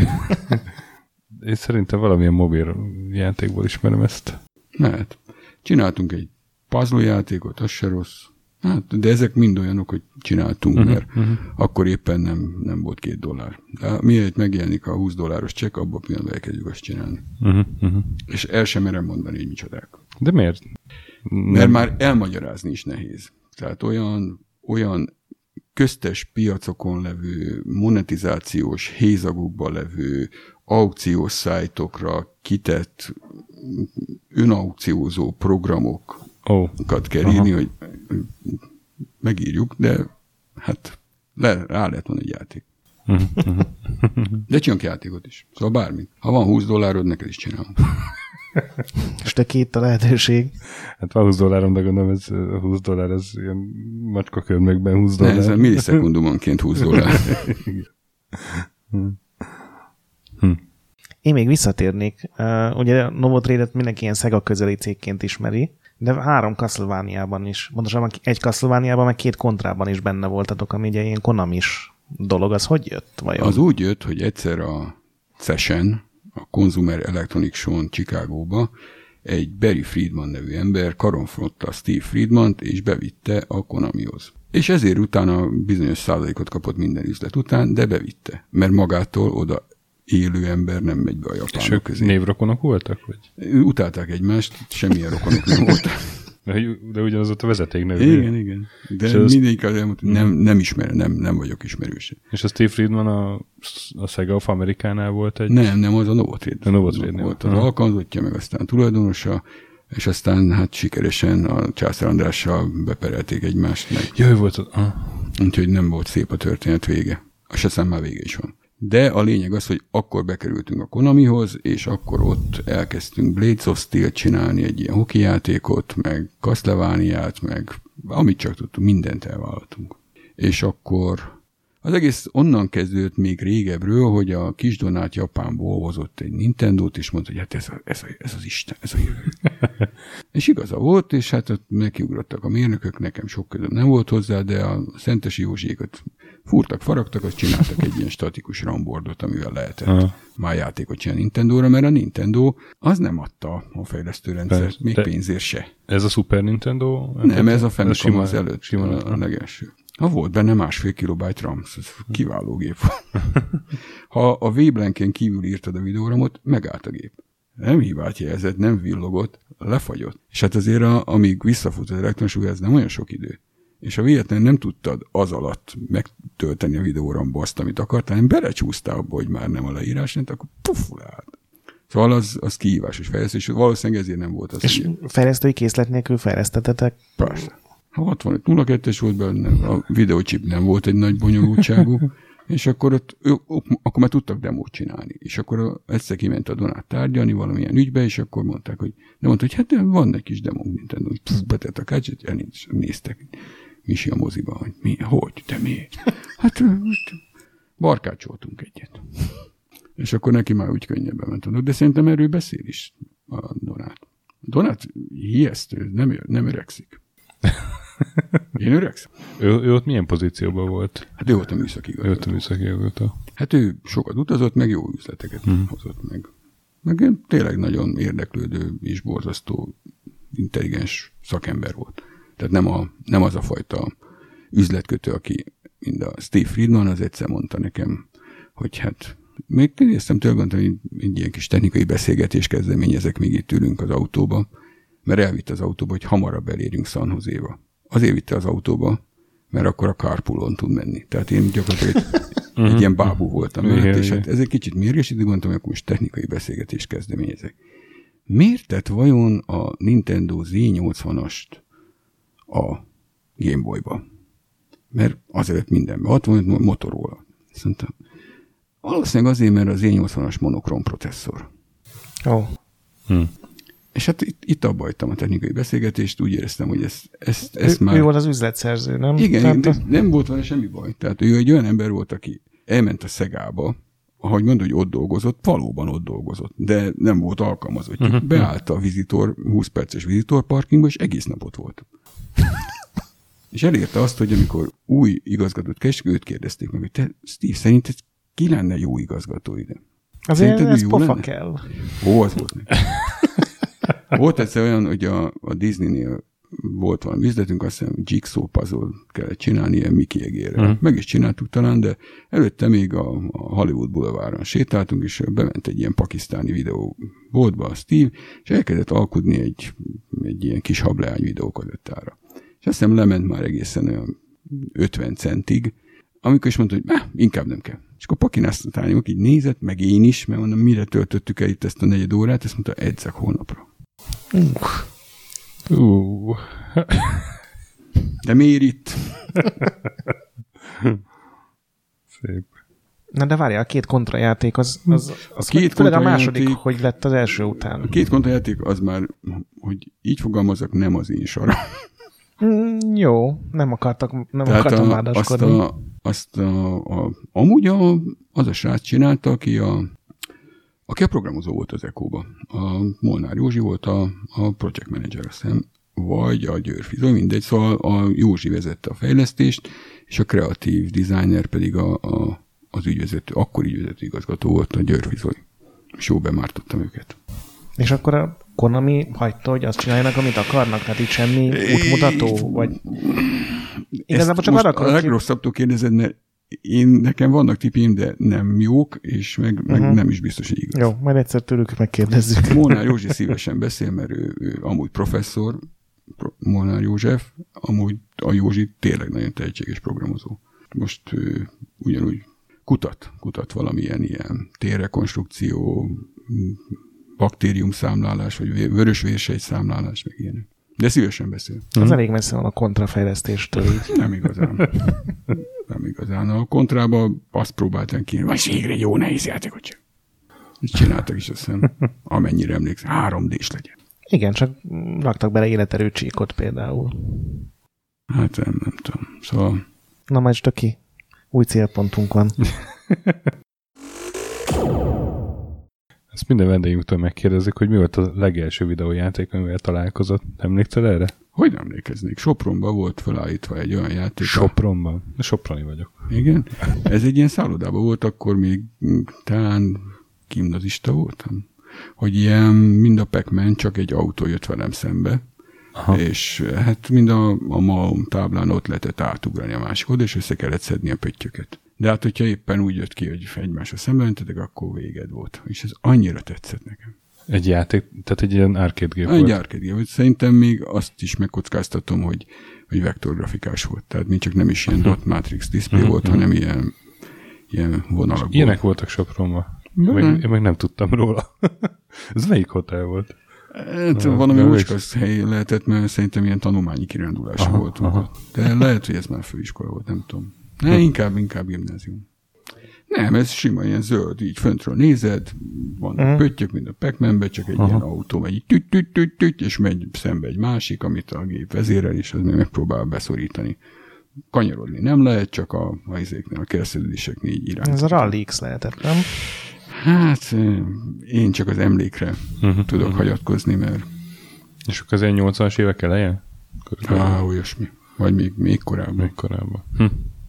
Én szerintem valamilyen mobil játékból ismerem ezt. Mert csináltunk egy puzzle játékot, az se rossz. Hát, de ezek mind olyanok, hogy csináltunk, uh-huh, mert uh-huh. akkor éppen nem, nem volt két dollár. De miért megjelenik a húsz dolláros csekk, abban pillanatban elkezdjük azt csinálni. Uh-huh, uh-huh. És el sem merem mondani, hogy micsodák. De miért? Mert nem. Már elmagyarázni is nehéz. Tehát olyan, olyan köztes piacokon levő, monetizációs hézagokban levő, aukciós szájtokra kitett önaukciózó programokat oh. kell írni, hogy megírjuk, de hát le, rá lehet van egy játék. De csinálunk játékot is. Szóval bármit. Ha van húsz dollárod, neked is csinálom. És te két a lehetőség. Hát van húsz dollárom, de gondolom ez húsz dollár, ez ilyen macskakörmökben húsz dollár. Ne, ez a millisekundumonként húsz dollár. hm. Én még visszatérnék. Uh, ugye a Novotrade-et mindenki ilyen Sega közeli cégként ismeri, de három Castlevania-ban is, pontosan egy Castlevania-ban, meg két Contrában is benne voltatok, ami ugye ilyen Konami-s dolog. Az hogy jött vajon? Az úgy jött, hogy egyszer a Session, a Consumer Electronics Show-n Chicagóba egy Barry Friedman nevű ember karonfrontta Steve Friedmant, és bevitte a Konamihoz. És ezért utána bizonyos százalékot kapott minden üzlet után, de bevitte. Mert magától oda élő ember nem megy be a japánok közé. És névrokonok voltak? Vagy? Utálták egymást, semmilyen rokonok nem voltak. De ugyanaz ott a vezeték nevű. Igen, igen. De mindegyik az elmondta, hogy nem, nem ismerem, nem, nem vagyok ismerőse. És a Steve Friedman a, a Sega of Americánál volt egy... Nem, nem, az a Novotrade. A Novotrade volt az alkalmazottja, meg aztán tulajdonosa, és aztán hát sikeresen a Császár Andrással beperelték egymást. Meg. Jaj, volt az... Ah. Úgyhogy nem volt szép a történet vége. Azt hiszem már vége is van. De a lényeg az, hogy akkor bekerültünk a Konamihoz, és akkor ott elkezdtünk Blades of Steel csinálni, egy ilyen hoki játékot, meg Castlevaniát, meg amit csak tudtunk, mindent elvállaltunk. És akkor az egész onnan kezdődött még régebről, hogy a kis Donát Japánból hozott egy Nintendót, és mondta, hogy hát ez, a, ez, a, ez az Isten, ez a jövő. És igaza volt, és hát ott nekiugrottak a mérnökök, nekem sok közöm nem volt hozzá, de a Szentesi Józsékat fúrtak, faragtak, azt csináltak egy ilyen statikus rambordot, amivel lehetett uh-huh. már játékot csinálni Nintendóra, mert a Nintendo az nem adta a fejlesztőrendszert, Persze. még pénzért se. Ez a Super Nintendo? Nem, ez a Famicom az előtt, sima, a, a legelső. Ha volt benne másfél kilobájt RAM, ez kiváló gép. Ha a Véblenken kívül írtad a videóramot, megállt a gép. Nem hibát jelzett, nem villogott, lefagyott. És hát azért, a, amíg visszafut az elektronos, ez nem olyan sok idő. És a véletlenül nem tudtad az alatt megtölteni a videóramba azt, amit akartál, hanem belecsúsztál abba, hogy már nem a leírás, akkor puff, leállt. Szóval az, az kihívásos fejlesztés, és valószínűleg ezért nem volt az. És ilyen. Fejlesztői készlet nélkül fejlesztettetek? Persze. Ha hatvanöt nulla kettes volt benne, a videócsip nem volt egy nagy bonyolultságú, és akkor ott, akkor már tudtak demót csinálni. És akkor egyszer kiment a Donát tárgyalni valamilyen ügybe, és akkor mondták, hogy de mondta, hogy hát van egy kis demó Nintendo, hogy pff, betett a kácsit, elnéztek. Misi a moziba, hogy mi, hogy, te miért? Hát most barkácsoltunk egyet. És akkor neki már úgy könnyebben ment. De szerintem erről beszél is a Donát. A Donát hijesztő, nem, nem öregszik. Én öregszem. Ő, ő ott milyen pozícióban volt? Hát ő volt a műszaki igazgató. Ő volt a műszaki igazgató. Hát ő sokat utazott, meg jó üzleteket hmm. hozott meg. Meg tényleg nagyon érdeklődő és borzasztó intelligens szakember volt. Tehát nem, a, nem az a fajta üzletkötő, aki, mint a Steve Friedman, az egyszer mondta nekem, hogy hát még néztem tőle, hogy egy ilyen kis technikai beszélgetés kezdeményezek, még itt ülünk az autóba, mert elvitt az autóba, hogy hamarabb elérjünk San Joséba. Azért vitte az autóba, mert akkor a carpoolon tud menni. Tehát én gyakorlatilag egy, egy ilyen bábú voltam. Mert, és hát ez egy kicsit mérgesítő, gondoltam, hogy akkor most technikai beszélgetés kezdeményezek. Miért tett vajon a Nintendo Z nyolcvanast a Game Boy-ba? Mert azért mindenben. Ott van Motorola. Azt mondtam, valószínűleg azért, mert a Z nyolcvanas monokrom processzor. Ó. Oh. Hm. És hát itt, itt abba hagytam a technikai beszélgetést, úgy éreztem, hogy ezt, ezt, ezt ő, már... Ő volt az üzletszerző, nem? Igen, de nem volt vele semmi baj. Tehát ő egy olyan ember volt, aki elment a Szegába, ahogy mondod, hogy ott dolgozott, valóban ott dolgozott, de nem volt alkalmazott. Uh-huh. Beállt a vizitor, húsz perces vizitorparkingba, és egész nap ott volt. És elérte azt, hogy amikor új igazgatót keresik, őt kérdezték meg, hogy te, Steve, szerinted ki lenne jó igazgató ide? Azért ez pofa lenne? Kell. Ó, az volt neki. Volt egyszer olyan, hogy a, a Disney-nél volt valami üzletünk, azt hiszem Jigsaw puzzle kellett csinálni ilyen Mickey egérre. Uh-huh. Meg is csináltuk talán, de előtte még a, a Hollywood Boulevardon sétáltunk, és bement egy ilyen pakisztáni videóboltba a Steve, és elkezdett alkudni egy, egy ilyen kis hableány videókazettára. És azt hiszem lement már egészen olyan ötven centig, amikor is mondta, hogy nah, inkább nem kell. És akkor pakináztatányok így nézett, meg én is, mert mondom, mire töltöttük el itt ezt a negyed órát, ezt mondta, edzek holnapra. Uh. Uh. De miért itt? Szép. Na de várjál, a két kontrajáték, az, az, az a két főleg a második, hogy lett az első után. A két kontrajáték az már, hogy így fogalmazok, nem az én saram. Mm, jó, nem akartak, nem Tehát akartam a, vádaskodni. Azt, a, azt a, a, amúgy a, az a srác csinálta, aki a, Aki a programozó volt az Ecóba. A Molnár Józsi volt a, a project manager, azt hiszem, vagy a Györfi Zoli, mindegy. Szóval a Józsi vezette a fejlesztést, és a kreatív designer pedig a, a, az ügyvezető, akkor ügyvezető igazgató volt a Györfi Zoli. És jó bemártottam őket. És akkor a Konami hagyta, hogy azt csináljanak, amit akarnak? Tehát itt semmi útmutató? Vagy... Igazából csak arra akarok... A legrosszabbtól kérdezed, mert én, nekem vannak tipim, de nem jók, és meg, meg uh-huh. nem is biztos, hogy igaz. Jó, majd egyszer tőlük megkérdezzük. Molnár Józsi szívesen beszél, mert ő, ő amúgy professzor, Molnár József, amúgy a Józsi tényleg nagyon tehetséges programozó. Most ő ugyanúgy kutat, kutat valamilyen ilyen térrekonstrukció, baktériumszámlálás, vagy vörösvérsejt számlálás, meg ilyenek. De szívesen beszél. Az hmm. elég messze van a kontrafejlesztéstől így. Nem igazán. Nem igazán. A kontrában azt próbáltam ki, vagy végre egy jó nehéz játékot csak. És csináltak is, azt hiszem, amennyire emlékszem, három dés legyen. Igen, csak raktak bele életerő csíkot például. Hát nem, nem tudom. Szóval... Na majd stöki. Új célpontunk van. Ezt minden vendégünktől megkérdezik, hogy mi volt a legelső videójáték, amivel találkozott. Emlékszel erre? Hogy nem emlékeznék? Sopronban volt felállítva egy olyan játék. Sopronban? Soproni vagyok. Igen? Ez egy ilyen szállodában volt, akkor még talán gimnazista voltam. Hogy ilyen mind a Pac-Man, csak egy autó jött velem szembe. Aha. És hát mind a, a Malm táblán ott lehetett átugrani a másik oda, és össze kellett szedni a pöttyöket. De hát, hogyha éppen úgy jött ki, hogy egymásra szembe mentetek, akkor véged volt. És ez annyira tetszett nekem. Egy játék, tehát egy ilyen arcade gép egy volt? Egy arcade gép volt. Szerintem még azt is megkockáztatom, hogy, hogy vektorgrafikás volt. Tehát még csak nem is ilyen dot matrix display uh-huh. volt, hanem ilyen, ilyen vonalakból. Ilyenek voltak Sopronban. Meg, én meg nem tudtam róla. Ez melyik hotel volt? Hát, uh, valami ócskasz hely lehetett, mert szerintem ilyen tanulmányi kirándulása volt. Aha. De lehet, hogy ez már főiskola volt, nem tudom. Ne, hm. inkább, inkább gimnázium. Nem, ez sima, ilyen zöld, így föntről nézed, vannak uh-huh. pöttyök, mint a Pac-Manbe, csak egy uh-huh. ilyen autó megy, tüt, tüt, tüt, tüt, és megy szembe egy másik, amit a gép vezérel, és az még megpróbál beszorítani. Kanyarodni nem lehet, csak a hajzéknél, a kereszteződéseknél így irány. Ez a Rally X lehetett, nem? Hát, én csak az emlékre uh-huh. tudok uh-huh. hagyatkozni, mert... És akkor az ilyen nyolcvanas évek eleje? Á, olyasmi. Vagy még, még korábban. Még korábban. Hm.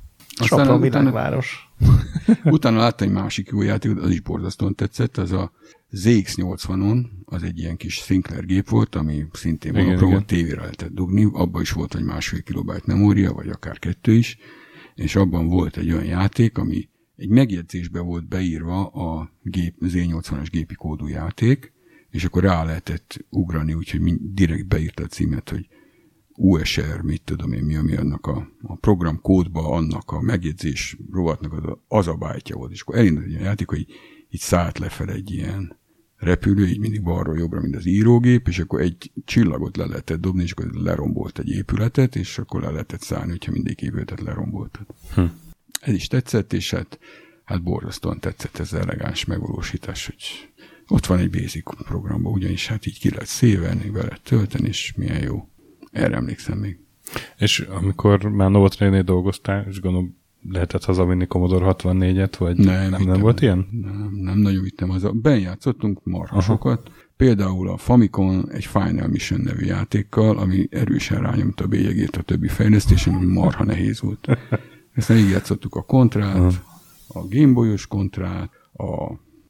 Sopron világváros. Utána láttam egy másik jó játékot, az is borzasztóan tetszett, az a zé iksz nyolcvanon, az egy ilyen kis Sinclair gép volt, ami szintén monokrom tévére lehetett dugni, abban is volt egy másfél kilobájt memória, vagy akár kettő is, és abban volt egy olyan játék, ami egy megjegyzésbe volt beírva a gép, zé nyolcvanas gépi kódú játék, és akkor rá lehetett ugrani, úgyhogy direkt beírta a címet, hogy u es er, mit tudom én, mi, ami annak a, a program kódba, annak a megjegyzés rovatnak az a, az a bájtja volt. És akkor elindult egy ilyen játék, hogy így szállt lefelé egy ilyen repülő, így mindig balról jobbra, mint az írógép, és akkor egy csillagot le lehetett dobni, és akkor lerombolt egy épületet, és akkor le lehetett szállni, hogyha mindig épületet leromboltad. Hm. Ez is tetszett, és hát, hát borzasztóan tetszett ez az elegáns megvalósítás, hogy ott van egy basic programban, ugyanis hát így ki lehet szévelni, be lehet tölteni, és milyen jó. Erre emlékszem még. És amikor már Novotrade-nél dolgoztál, és gondolom lehetett hazavinni Commodore hatvannégyet, vagy nem, nem, nem volt ilyen? Nem, nem nagyon vittem haza. Benjátszottunk marhasokat. Például a Famicom egy Final Mission nevű játékkal, ami erősen rányomta a bélyegét a többi fejlesztésen, ami marha nehéz volt. Ezt így játszottuk a Contrát, Aha. a Gameboy-os Contrát, a,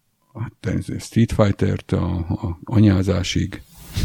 a Street Fighter-t a, a anyázásig,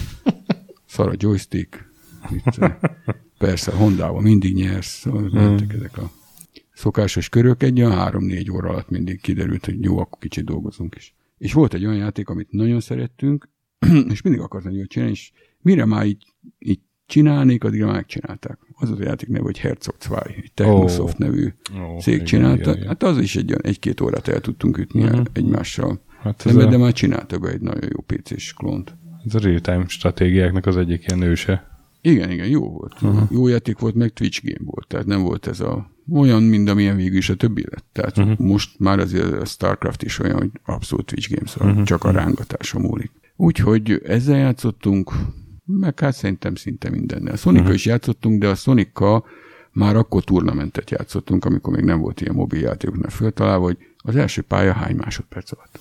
szar a joystick, itt, persze a Hondával mindig nyersz, hmm. ezek a szokásos körök, egy olyan három-négy óra alatt mindig kiderült, hogy jó, akkor kicsit dolgozunk is. És volt egy olyan játék, amit nagyon szerettünk, és mindig akartam jól csinálni, és mire már így, így csinálnék, addigra már megcsinálták. Az az a játék neve, hogy Herzog kettő, egy Technosoft oh. nevű oh, cég csinálta. Igen, igen. Hát az is egy, egy-két órát el tudtunk ütni uh-huh. egymással. Hát szemben, a... de már csináltak be egy nagyon jó pé cés klónt. Ez a real-time stratégiáknak az egyik ilyen őse. Igen, igen, jó volt. Uh-huh. Jó játék volt, meg Twitch game volt. Tehát nem volt ez a olyan, mint amilyen végül is a többi lett. Tehát uh-huh. most már azért a Starcraft is olyan, hogy abszolút Twitch game, szóval uh-huh. csak a rángatása múlik. Úgyhogy ezzel játszottunk, meg hát szerintem szinte mindennel. A Sonic-kal uh-huh. is játszottunk, de a Sonic-kal már akkor turnamentet játszottunk, amikor még nem volt ilyen mobiljátékoknál föltalálva, hogy az első pálya hány másodperc alatt.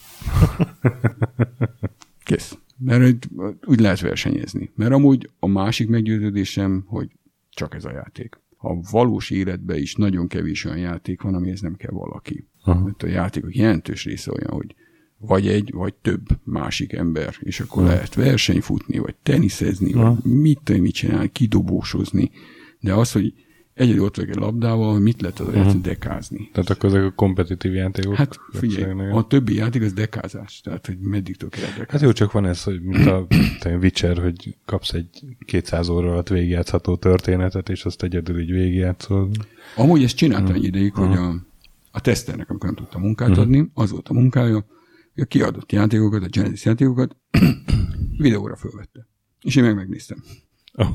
Kész. Mert úgy lehet versenyezni. Mert amúgy a másik meggyőződésem, hogy csak ez a játék. A valós életben is nagyon kevés olyan játék van, amihez nem kell valaki. Aha. Mert a játékok jelentős része olyan, hogy vagy egy, vagy több másik ember, és akkor Aha. lehet versenyfutni, vagy teniszezni, Aha. vagy mit, mit csinálni, kidobósozni. De az, hogy egyedül ott vagy egy labdával, mit lehet az uh-huh. dekázni. Tehát akkor ezek a kompetitív játékok? Hát figyelj, a többi játék az dekázás. Tehát, hogy meddig tudok dekázni. Hát jó, csak van ez, hogy mint a Witcher, hogy kapsz egy kétszáz óra alatt végigjátszható történetet, és azt egyedül így végigjátszol. Amúgy ezt csinálta uh-huh. egy ideig, uh-huh. hogy a, a teszternek, amikor nem tudta munkát uh-huh. adni, az volt a munkája, hogy a kiadott játékokat, a Genesis játékokat videóra fölvette. És én meg megnéztem. Oh.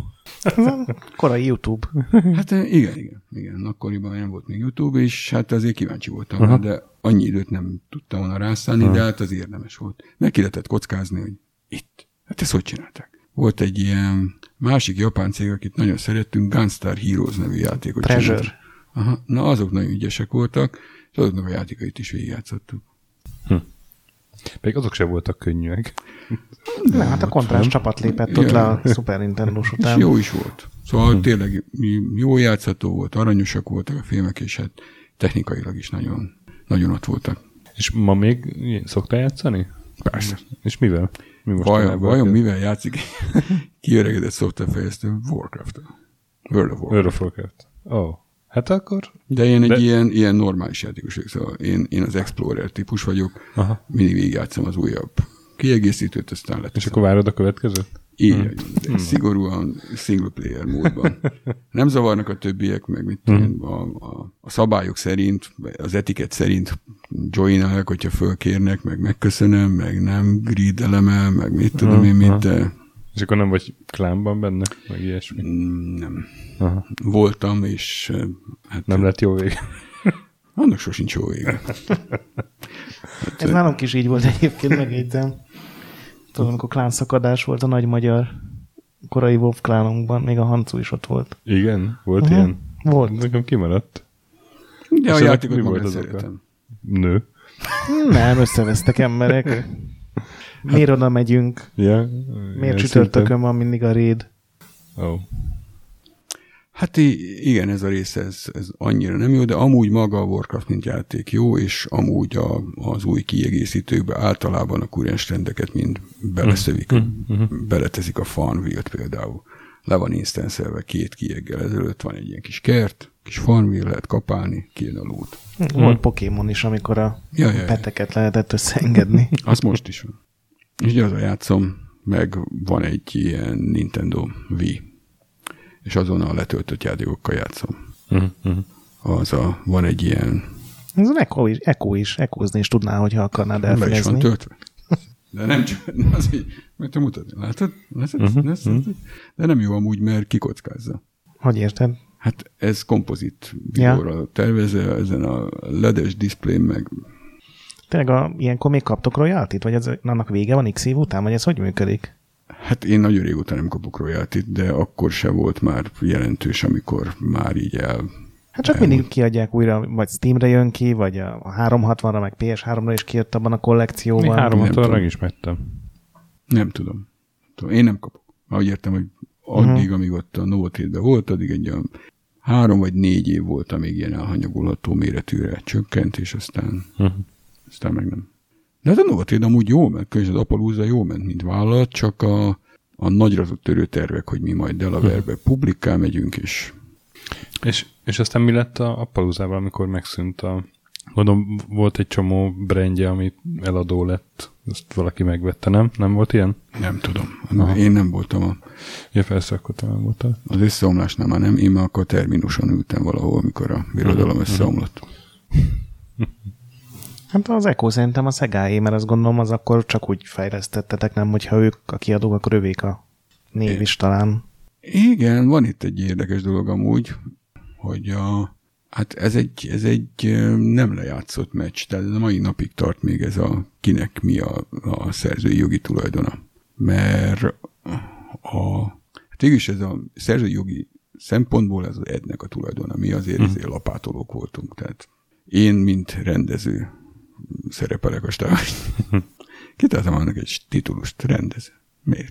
Korai YouTube. Hát igen, igen, igen. Akkoriban nem volt még YouTube, és hát azért kíváncsi voltam rá, de annyi időt nem tudtam volna rászállni, Aha. de hát az érdemes volt. Meg ki lehetett kockázni, hogy itt. Hát ezt hogy csinálták? Volt egy ilyen másik japán cég, akit nagyon szerettünk, Gunstar Heroes nevű játékot Treasure. Aha. Na, azok nagyon ügyesek voltak, és azoknak a játékait is végigjátszottuk. Hm. Pedig azok sem voltak könnyűek. Nem, hát a kontrás nem. csapat lépett ja. ott le a Super Nintendo-s után. És jó is volt. Szóval hm. tényleg jó játszható volt, aranyosak voltak a filmek, és hát technikailag is nagyon, nagyon ott voltak. És ma még szoktál játszani? Persze. És mivel? Mi most vajon, vajon mivel játszik kiöregedett szoftverfejlesztő? Warcraft. World of Warcraft. World of Warcraft. Ó. Hát akkor... De én egy De... ilyen, ilyen normális játékos vagyok, szóval én, én az Explorer típus vagyok, Aha. mindig végigjátszom az újabb kiegészítőt, aztán leteszem. És akkor várod a következőt? Így, hmm. szigorúan single player módban. Nem zavarnak a többiek, meg mit hmm. a, a, a szabályok szerint, az etiket szerint joinálják, hogyha fölkérnek, meg megköszönöm, meg nem gridelem, meg mit tudom én mit, de... És akkor nem vagy klánban benne, meg ilyesmi? Nem. Aha. Voltam, és... Hát, nem lett jó vége. Annak sosincs jó vége. Hát, ez nálunk is így volt egyébként, megjegyzem. Tudom, amikor klánszakadás volt a nagy magyar korai WoW klánunkban, még a Hancu is ott volt. Igen? Volt uh-huh. ilyen? Volt. Nekem kimaradt. De a játékot maga szeretem. Nő? Nem, összevesztek emberek. Miért oda megyünk? Ja, Miért csütörtökön van mindig a raid? Oh. Hát igen, ez a rész, ez, ez annyira nem jó, de amúgy maga a Warcraft mint játék jó, és amúgy a, az új kiegészítőkbe általában a kurens rendeket mind beleszövik, mm-hmm. beleteszik a Farmville-t például. Le van instancelve két kieggel ezelőtt, van egy ilyen kis kert, kis Farmville, lehet kapálni, kijön a loot. Volt mm. Pokémon is, amikor a ja, ja, peteket lehetett összeengedni. Az most is van. És ugye az a játszom, meg van egy ilyen Nintendo Wii, és azon a letöltött játékokkal játszom. Uh-huh. Az a, van egy ilyen... Ez az Echo is, Echo is, Echozni is tudná, hogyha akarnád elfejezni. Be is van töltve. De nem csak, az így, mert te mutatni, látod? látod? Uh-huh. látod? De nem jó amúgy, mert kikockázza. Hogy érted? Hát ez kompozit videóra ja. tervezve, ezen a ledes display meg... Tényleg a, ilyenkor még kaptok royaltit? Vagy ez, annak vége van X év után? Vagy ez hogy működik? Hát én nagyon régóta nem kapok royaltit, de akkor se volt már jelentős, amikor már így el... Hát csak el... mindig kiadják újra, vagy Steamre jön ki, vagy a háromszázhatvanra, meg pé es háromra is kijött abban a kollekcióban. Én háromszázhatvanra megismertem. Nem tudom. Én nem kapok. Ahogy értem, hogy addig, uh-huh. amíg ott a Novotrade-ben volt, addig egy olyan három vagy négy év volt, amíg ilyen elhanyagolható méretűre csökkent, és aztán, uh-huh. aztán meg nem. De hát a Novotrade amúgy jó ment, és az Appaloosa jó ment, mint vállalat, csak a, a nagyra törő tervek, hogy mi majd Delaware-be publikál megyünk, és... És, és aztán mi lett a Appaloosával, amikor megszűnt a... Mondom, volt egy csomó brandje, ami eladó lett, ezt valaki megvette, nem? Nem volt ilyen? Nem tudom. Aha. Én nem voltam a... Ja, persze, akkor te nem voltál. Az összeomlásnál már nem, én már akkor terminuson ültem valahol, amikor a birodalom uh-huh. összeomlott. Hát az Echo szerintem a Szegáé, mert azt gondolom, az akkor csak úgy fejlesztettetek, nem, hogyha ők a kiadók, akkor övék a név is talán. Igen, van itt egy érdekes dolog amúgy, hogy a, hát ez egy, ez egy nem lejátszott meccs, tehát a mai napig tart még ez a kinek mi a, a szerzői jogi tulajdona. Mert a, hát végülis ez a szerzői jogi szempontból ez az Ednek a tulajdona. Mi azért, azért lapátolók voltunk. Tehát én, mint rendező szerepelek a stábban. Kitáltam annak egy titulust, rendező. Miért?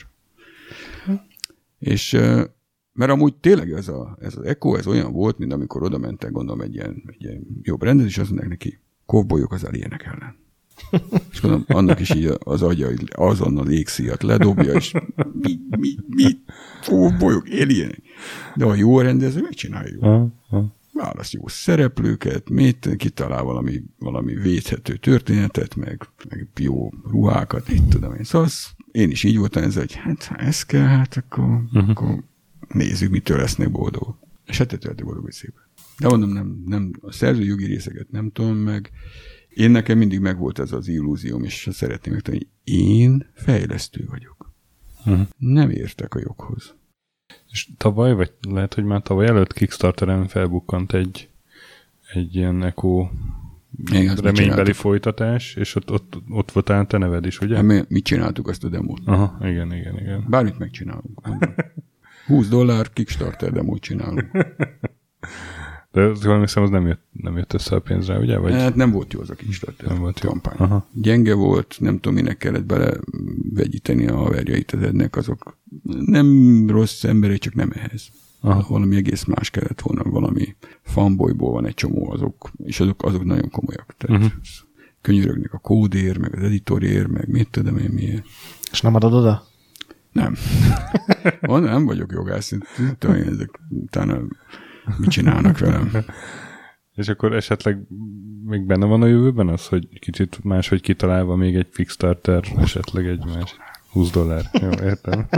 És mert amúgy tényleg ez, a, ez az Echo, ez olyan volt, mint amikor oda mentek, gondolom, egy ilyen, egy ilyen jobb rendezés, és azt mondják neki, kovbolyok az alienek ellen. És gondolom, annak is így az agya azonnal égszíjat ledobja, és mi, mi, mi, kovbolyok, alienek. De a jó rendező megcsinálja jó. Választ jó szereplőket, mit, kitalál valami, valami védhető történetet, meg, meg jó ruhákat, itt tudom én. Szóval az, én is így voltam ezzel, hogy hát ha ez kell, hát akkor, uh-huh. akkor nézzük, mitől lesznek boldog. És hát ettől boldog, hogy szépen. De mondom, nem, nem, a szerzőjogi részeket nem tudom meg. Én nekem mindig megvolt ez az illúzióm, és szeretném megtudni, hogy én fejlesztő vagyok. Uh-huh. Nem értek a joghoz. És tavaly, vagy lehet, hogy már tavaly előtt Kickstarteren felbukkant egy, egy ilyen Echo reménybeli folytatás, és ott, ott, ott volt talán te neved is, ugye? Hát mi, mi csináltuk azt a demót. Aha, igen, igen, igen. Bármit megcsinálunk. húsz dollár Kickstarter demót csinálunk. De jól hiszem, az nem jött, nem jött össze a pénzre, ugye? Vagy? Hát nem volt jó az a Kickstarter nem volt kampány. Aha. Gyenge volt, nem tudom, minek kellett bele vegyíteni a haverjait az Ednek, azok nem rossz emberek, csak nem ehhez. Aha. Valami egész más kellett volna, valami fanboyból van egy csomó azok, és azok, azok nagyon komolyak. Tehát uh-huh. könyörögnek a kódér, meg az editorér, meg mit tudom én milyen. És nem adod oda? Nem. Van, nem vagyok jogász, tudom én, ezek utána mit csinálnak velem. És akkor esetleg még benne van a jövőben az, hogy kicsit máshogy kitalálva még egy Kickstarter, esetleg egy más húsz dollár. Jó, értem.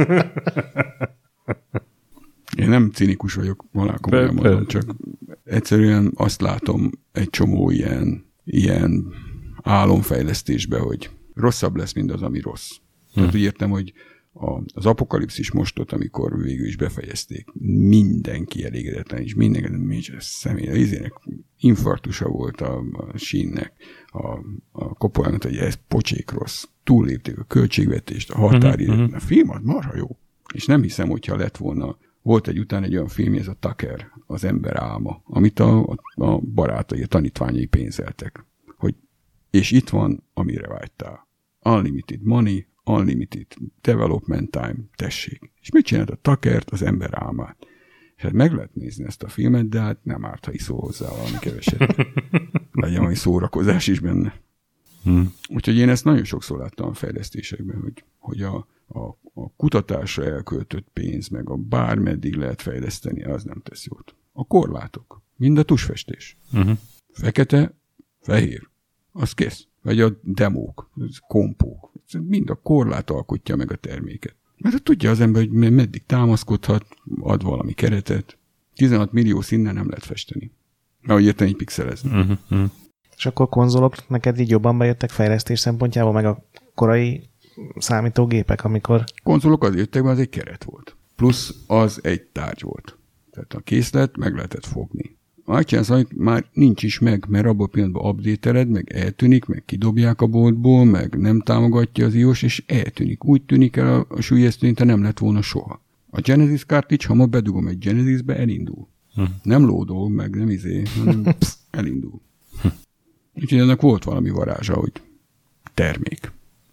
Én nem cinikus vagyok, valá komolyan mondom, csak egyszerűen azt látom egy csomó ilyen, ilyen álomfejlesztésbe, hogy rosszabb lesz, mint az, ami rossz. Hmm. Tehát úgy értem, hogy a, az apokalipszis mostot, amikor végül is befejezték, mindenki elégedetlen, és mindenki személy, izének infarktusa volt a, a sínnek, a, a Koppolának, hogy ez pocsék rossz. Túllépték a költségvetést, a határidőt. Uh-huh. A film az marha jó. És nem hiszem, hogyha lett volna, volt egy után egy olyan film, ez a Tucker, az ember álma, amit a, a, a barátai, a tanítványai pénzeltek. Hogy, és itt van, amire vágytál. Unlimited money, unlimited development time, tessék. És mit csinált a Tuckert, az ember álmát? És hát meg lehet nézni ezt a filmet, de hát nem árt, ha iszol hozzá valami keveset. Legyen valami szórakozás is benne. Hmm. Úgyhogy én ezt nagyon sokszor láttam a fejlesztésekben, hogy, hogy a, a, a kutatásra elköltött pénz, meg a bármeddig lehet fejleszteni, az nem tesz jót. A korlátok, mind a tusfestés. Uh-huh. Fekete, fehér, az kész. Vagy a demók, kompók. Mind a korlát alkotja meg a terméket. Mert tudja az ember, hogy meddig támaszkodhat, ad valami keretet. tizenhat millió színnel nem lehet festeni. Ahogy értem, így pixelezni. Uh-huh, uh-huh. És akkor konzolok neked így jobban bejöttek fejlesztés szempontjából, meg a korai számítógépek, amikor... Konzolok azért jöttek be, az egy keret volt. Plusz az egy tárgy volt. Tehát a készlet meg lehetett fogni. Megcsinálsz, hogy már nincs is meg, mert abban a pillanatban update-eled, meg eltűnik, meg kidobják a boltból, meg nem támogatja az iOS, és eltűnik. Úgy tűnik el a, a súlyesztő, mint nem lett volna soha. A Genesis cartridge, ha ma bedugom egy Genesisbe, elindul. Hm. Nem lódol, meg nem izé, hanem psz, elindul. Hm. Úgyhogy ennek volt valami varázsa, hogy termék.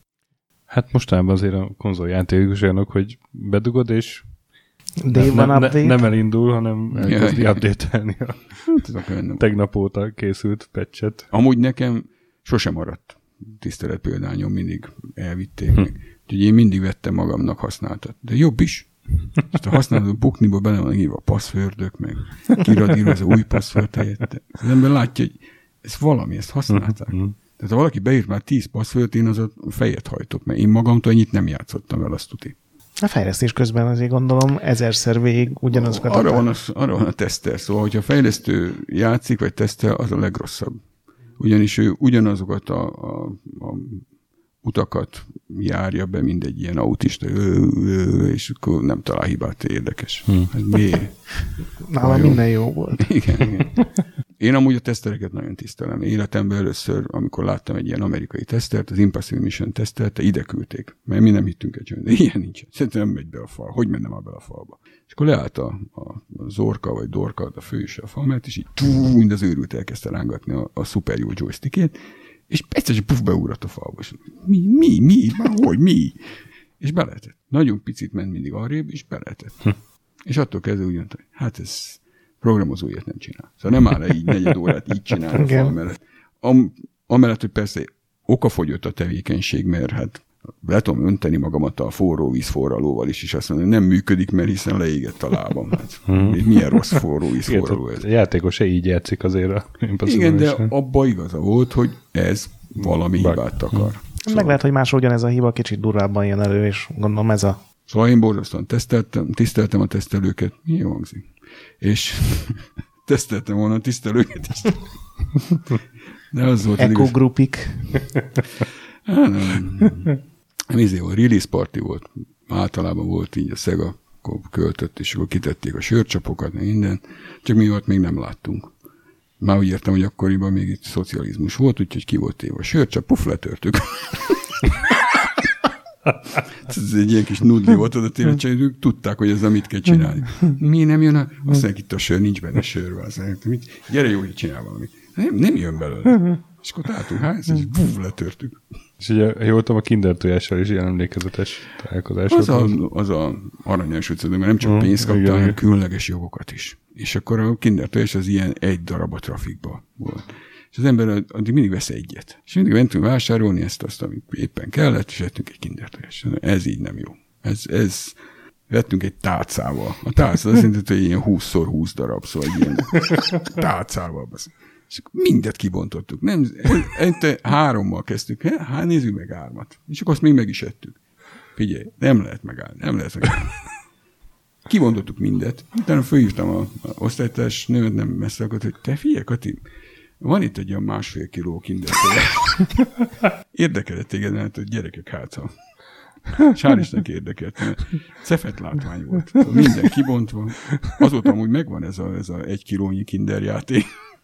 Hát mostában azért a konzoljátékos olyanok, hogy bedugod, és nem, nem, ne, nem elindul, hanem elkezdi ja, update-elni a hát, tegnap óta készült patchet. Amúgy nekem sosem maradt tisztelet példányom, mindig elvitték hm. meg. Úgyhogy én mindig vettem magamnak használtat. De jobb is. Ezt a használható bukniba bele van írva a passzfördök, meg kiradírva az új passzförd helyette. Az ember látja, hogy ez valami, ezt használták. Hm. Tehát ha valaki beírt már tíz passzföldet, én az a fejet hajtok, mert én magamtól ennyit nem játszottam vele, azt tuti. A fejlesztés közben azért gondolom ezerszer végig ugyanazokat arra van, a, arra van a teszter, szóval hogyha a fejlesztő játszik, vagy tesztel, az a legrosszabb. Ugyanis ő ugyanazokat a, a, a utakat járja be, mint egy ilyen autista, és akkor nem talál hibát, érdekes. Hmm. Ez miért? Nálam minden jó volt. Igen, igen. Én amúgy a tesztereket nagyon tisztelem. Életemben először, amikor láttam egy ilyen amerikai tesztert, az Impossible Mission tesztert, ide küldték. Mert mi nem hittünk egy olyan, de ilyen nincs. Szerintem nem megy be a fal. Hogy mennem már be a falba? És akkor leállt a, a, Zorka vagy Dorka, a fős a fal mellett, és így tú, mind az őrült elkezdte rángatni a, a szuper jó joystickét, és egyszer csak puf, beugrott a falba. És mi, mi, mi, már hogy, mi? És be lehetett. Nagyon picit ment mindig arrébb, és be lehetett. Hm. És attól kezdve úgy mondta, hogy hát ez programozó ilyet nem csinál. Szóval nem áll le így negyed órát így csinálni a fal mellett. Am, amellett, hogy persze okafogyott a tevékenység, mert hát le tudom önteni magamat a forró víz forralóval is, és azt mondom, hogy nem működik, mert hiszen leégett a lábam. Hát, hmm. Milyen rossz forró víz forraló ez. A játékos se így játszik azért a Igen, de abba igaza volt, hogy ez valami Bug. hibát akar. Hmm. Szóval. Meg lehet, hogy más ugyanez a hiba kicsit durvábban jön elő, és gondolom ez a... Szóval én borzasztóan teszteltem, tiszteltem a tesztelőket. Mi jó hangzik? És teszteltem volna a tisztelőket is. De az volt... Eco-grupik. Hát nem. Nem izé volt, release party volt. Általában volt így a Sega, akkor költött, és akkor kitették a sörcsapokat, minden. Csak mi volt még nem láttunk. Már úgy értem, hogy akkoriban még itt szocializmus volt, úgyhogy ki volt téve a sörcsap, puf, letörtük. Ez egy ilyen kis nudli volt oda téve, csak ők tudták, hogy ezzel mit kell csinálni. Mi nem jön? A... Azt mondják, itt a sör, nincs benne sörve. Azt mondják, mit? Gyere jó, hogy csinál valamit. Nem, nem jön belőle. És akkor álltunk ház, és buf, letörtük. És ugye, jól tudom, a Kinder tojással is ilyen emlékezetes találkozás. Az a, az a aranyos utca, mert nem csak uh, pénzt kaptál, hanem különleges jogokat is. És akkor a Kinder tojás az ilyen egy darab a trafikba volt. És az ember addig mindig vesz egyet. És mindig mentünk vásárolni ezt, azt, amit éppen kellett, és vettünk egy Kinder tojást. Ez így nem jó. Ez, ez vettünk egy tálcával. A tálca azt jelenti, hogy ilyen húszszor húsz darab, szóval egy ilyen tálcával. És mindet kibontottuk. Nem, hárommal kezdtük. Hát nézzük meg hármat. És akkor azt még meg is ettük. Figyelj, nem lehet megállni. Nem lehet megállni. Kibontottuk mindet. Utána fölhívtam a, a osztálytárs nőt, nem messze akart, hogy te figyelj, Kati, van itt egy olyan másfél kiló Kinder tojás. Érdekelett téged, mert a gyerekek hátra. És hál' Istennek érdekelt, mert cefet látvány volt. Minden kibontva. Azóta amúgy megvan ez a, ez a egy kilónyi Kinder játék.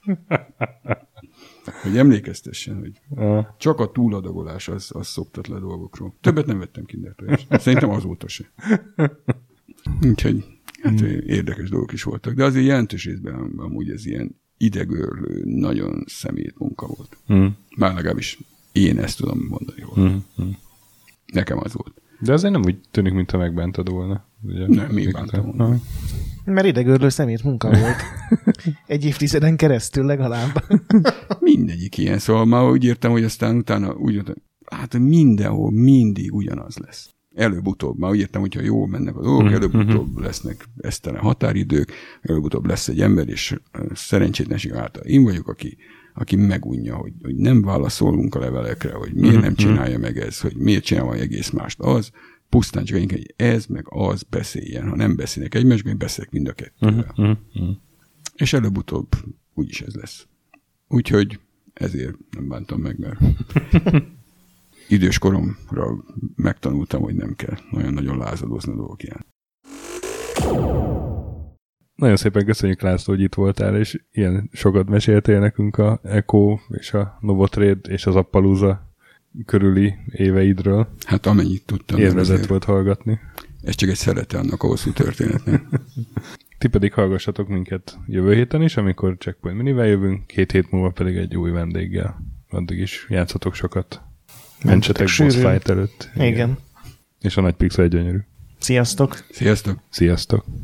Hogy emlékeztessen, hogy csak a túladagolás az, az szoktat le dolgokról. Többet nem vettem Kinder tojást. Szerintem azóta se. Úgyhogy hát érdekes dolgok is voltak. De azért jelentős részben amúgy ez ilyen idegörlő, nagyon szemét munka volt. Mm. Már legalábbis én ezt tudom mondani róla. Mm. Nekem az volt. De azért nem úgy tűnik, mintha megbántad volna. Ugye? Nem, még bántam volna. Mert idegörlő szemét munka volt. Egy évtizeden keresztül legalább. Mindegyik ilyen. Szóval már úgy értem, hogy aztán utána úgy jöttem, hát mindenhol mindig ugyanaz lesz. Előbb-utóbb. Már úgy értem, hogyha jól mennek a dolgok, mm-hmm. előbb-utóbb lesznek esztelen határidők, előbb-utóbb lesz egy ember, és szerencsétlenség által én vagyok, aki, aki megunja, hogy, hogy nem válaszolunk a levelekre, hogy miért mm-hmm. nem csinálja meg ez, hogy miért csinál valami egész mást az, pusztán csak inkább, hogy ez meg az beszéljen. Ha nem beszélnek egymásban, én beszélek mind a kettővel. Mm-hmm. És előbb-utóbb úgyis ez lesz. Úgyhogy ezért nem bántam meg, mert idős koromra megtanultam, hogy nem kell nagyon-nagyon lázadozni a dolgok ilyen. Nagyon szépen köszönjük, László, hogy itt voltál, és ilyen sokat meséltél nekünk a Echo és a Novotrade és az Appalooza körüli éveidről. Hát amennyit tudtam. Élvezett volt hallgatni. Ez csak egy szelete annak a hosszú történetnek. Ti pedig hallgassatok minket jövő héten is, amikor Checkpoint Minivel jövünk, két hét múlva pedig egy új vendéggel. Addig is játszatok sokat. Mentsetek boss fight előtt. Igen. Igen. És a nagy pixel gyönyörű. Sziasztok! Sziasztok! Sziasztok!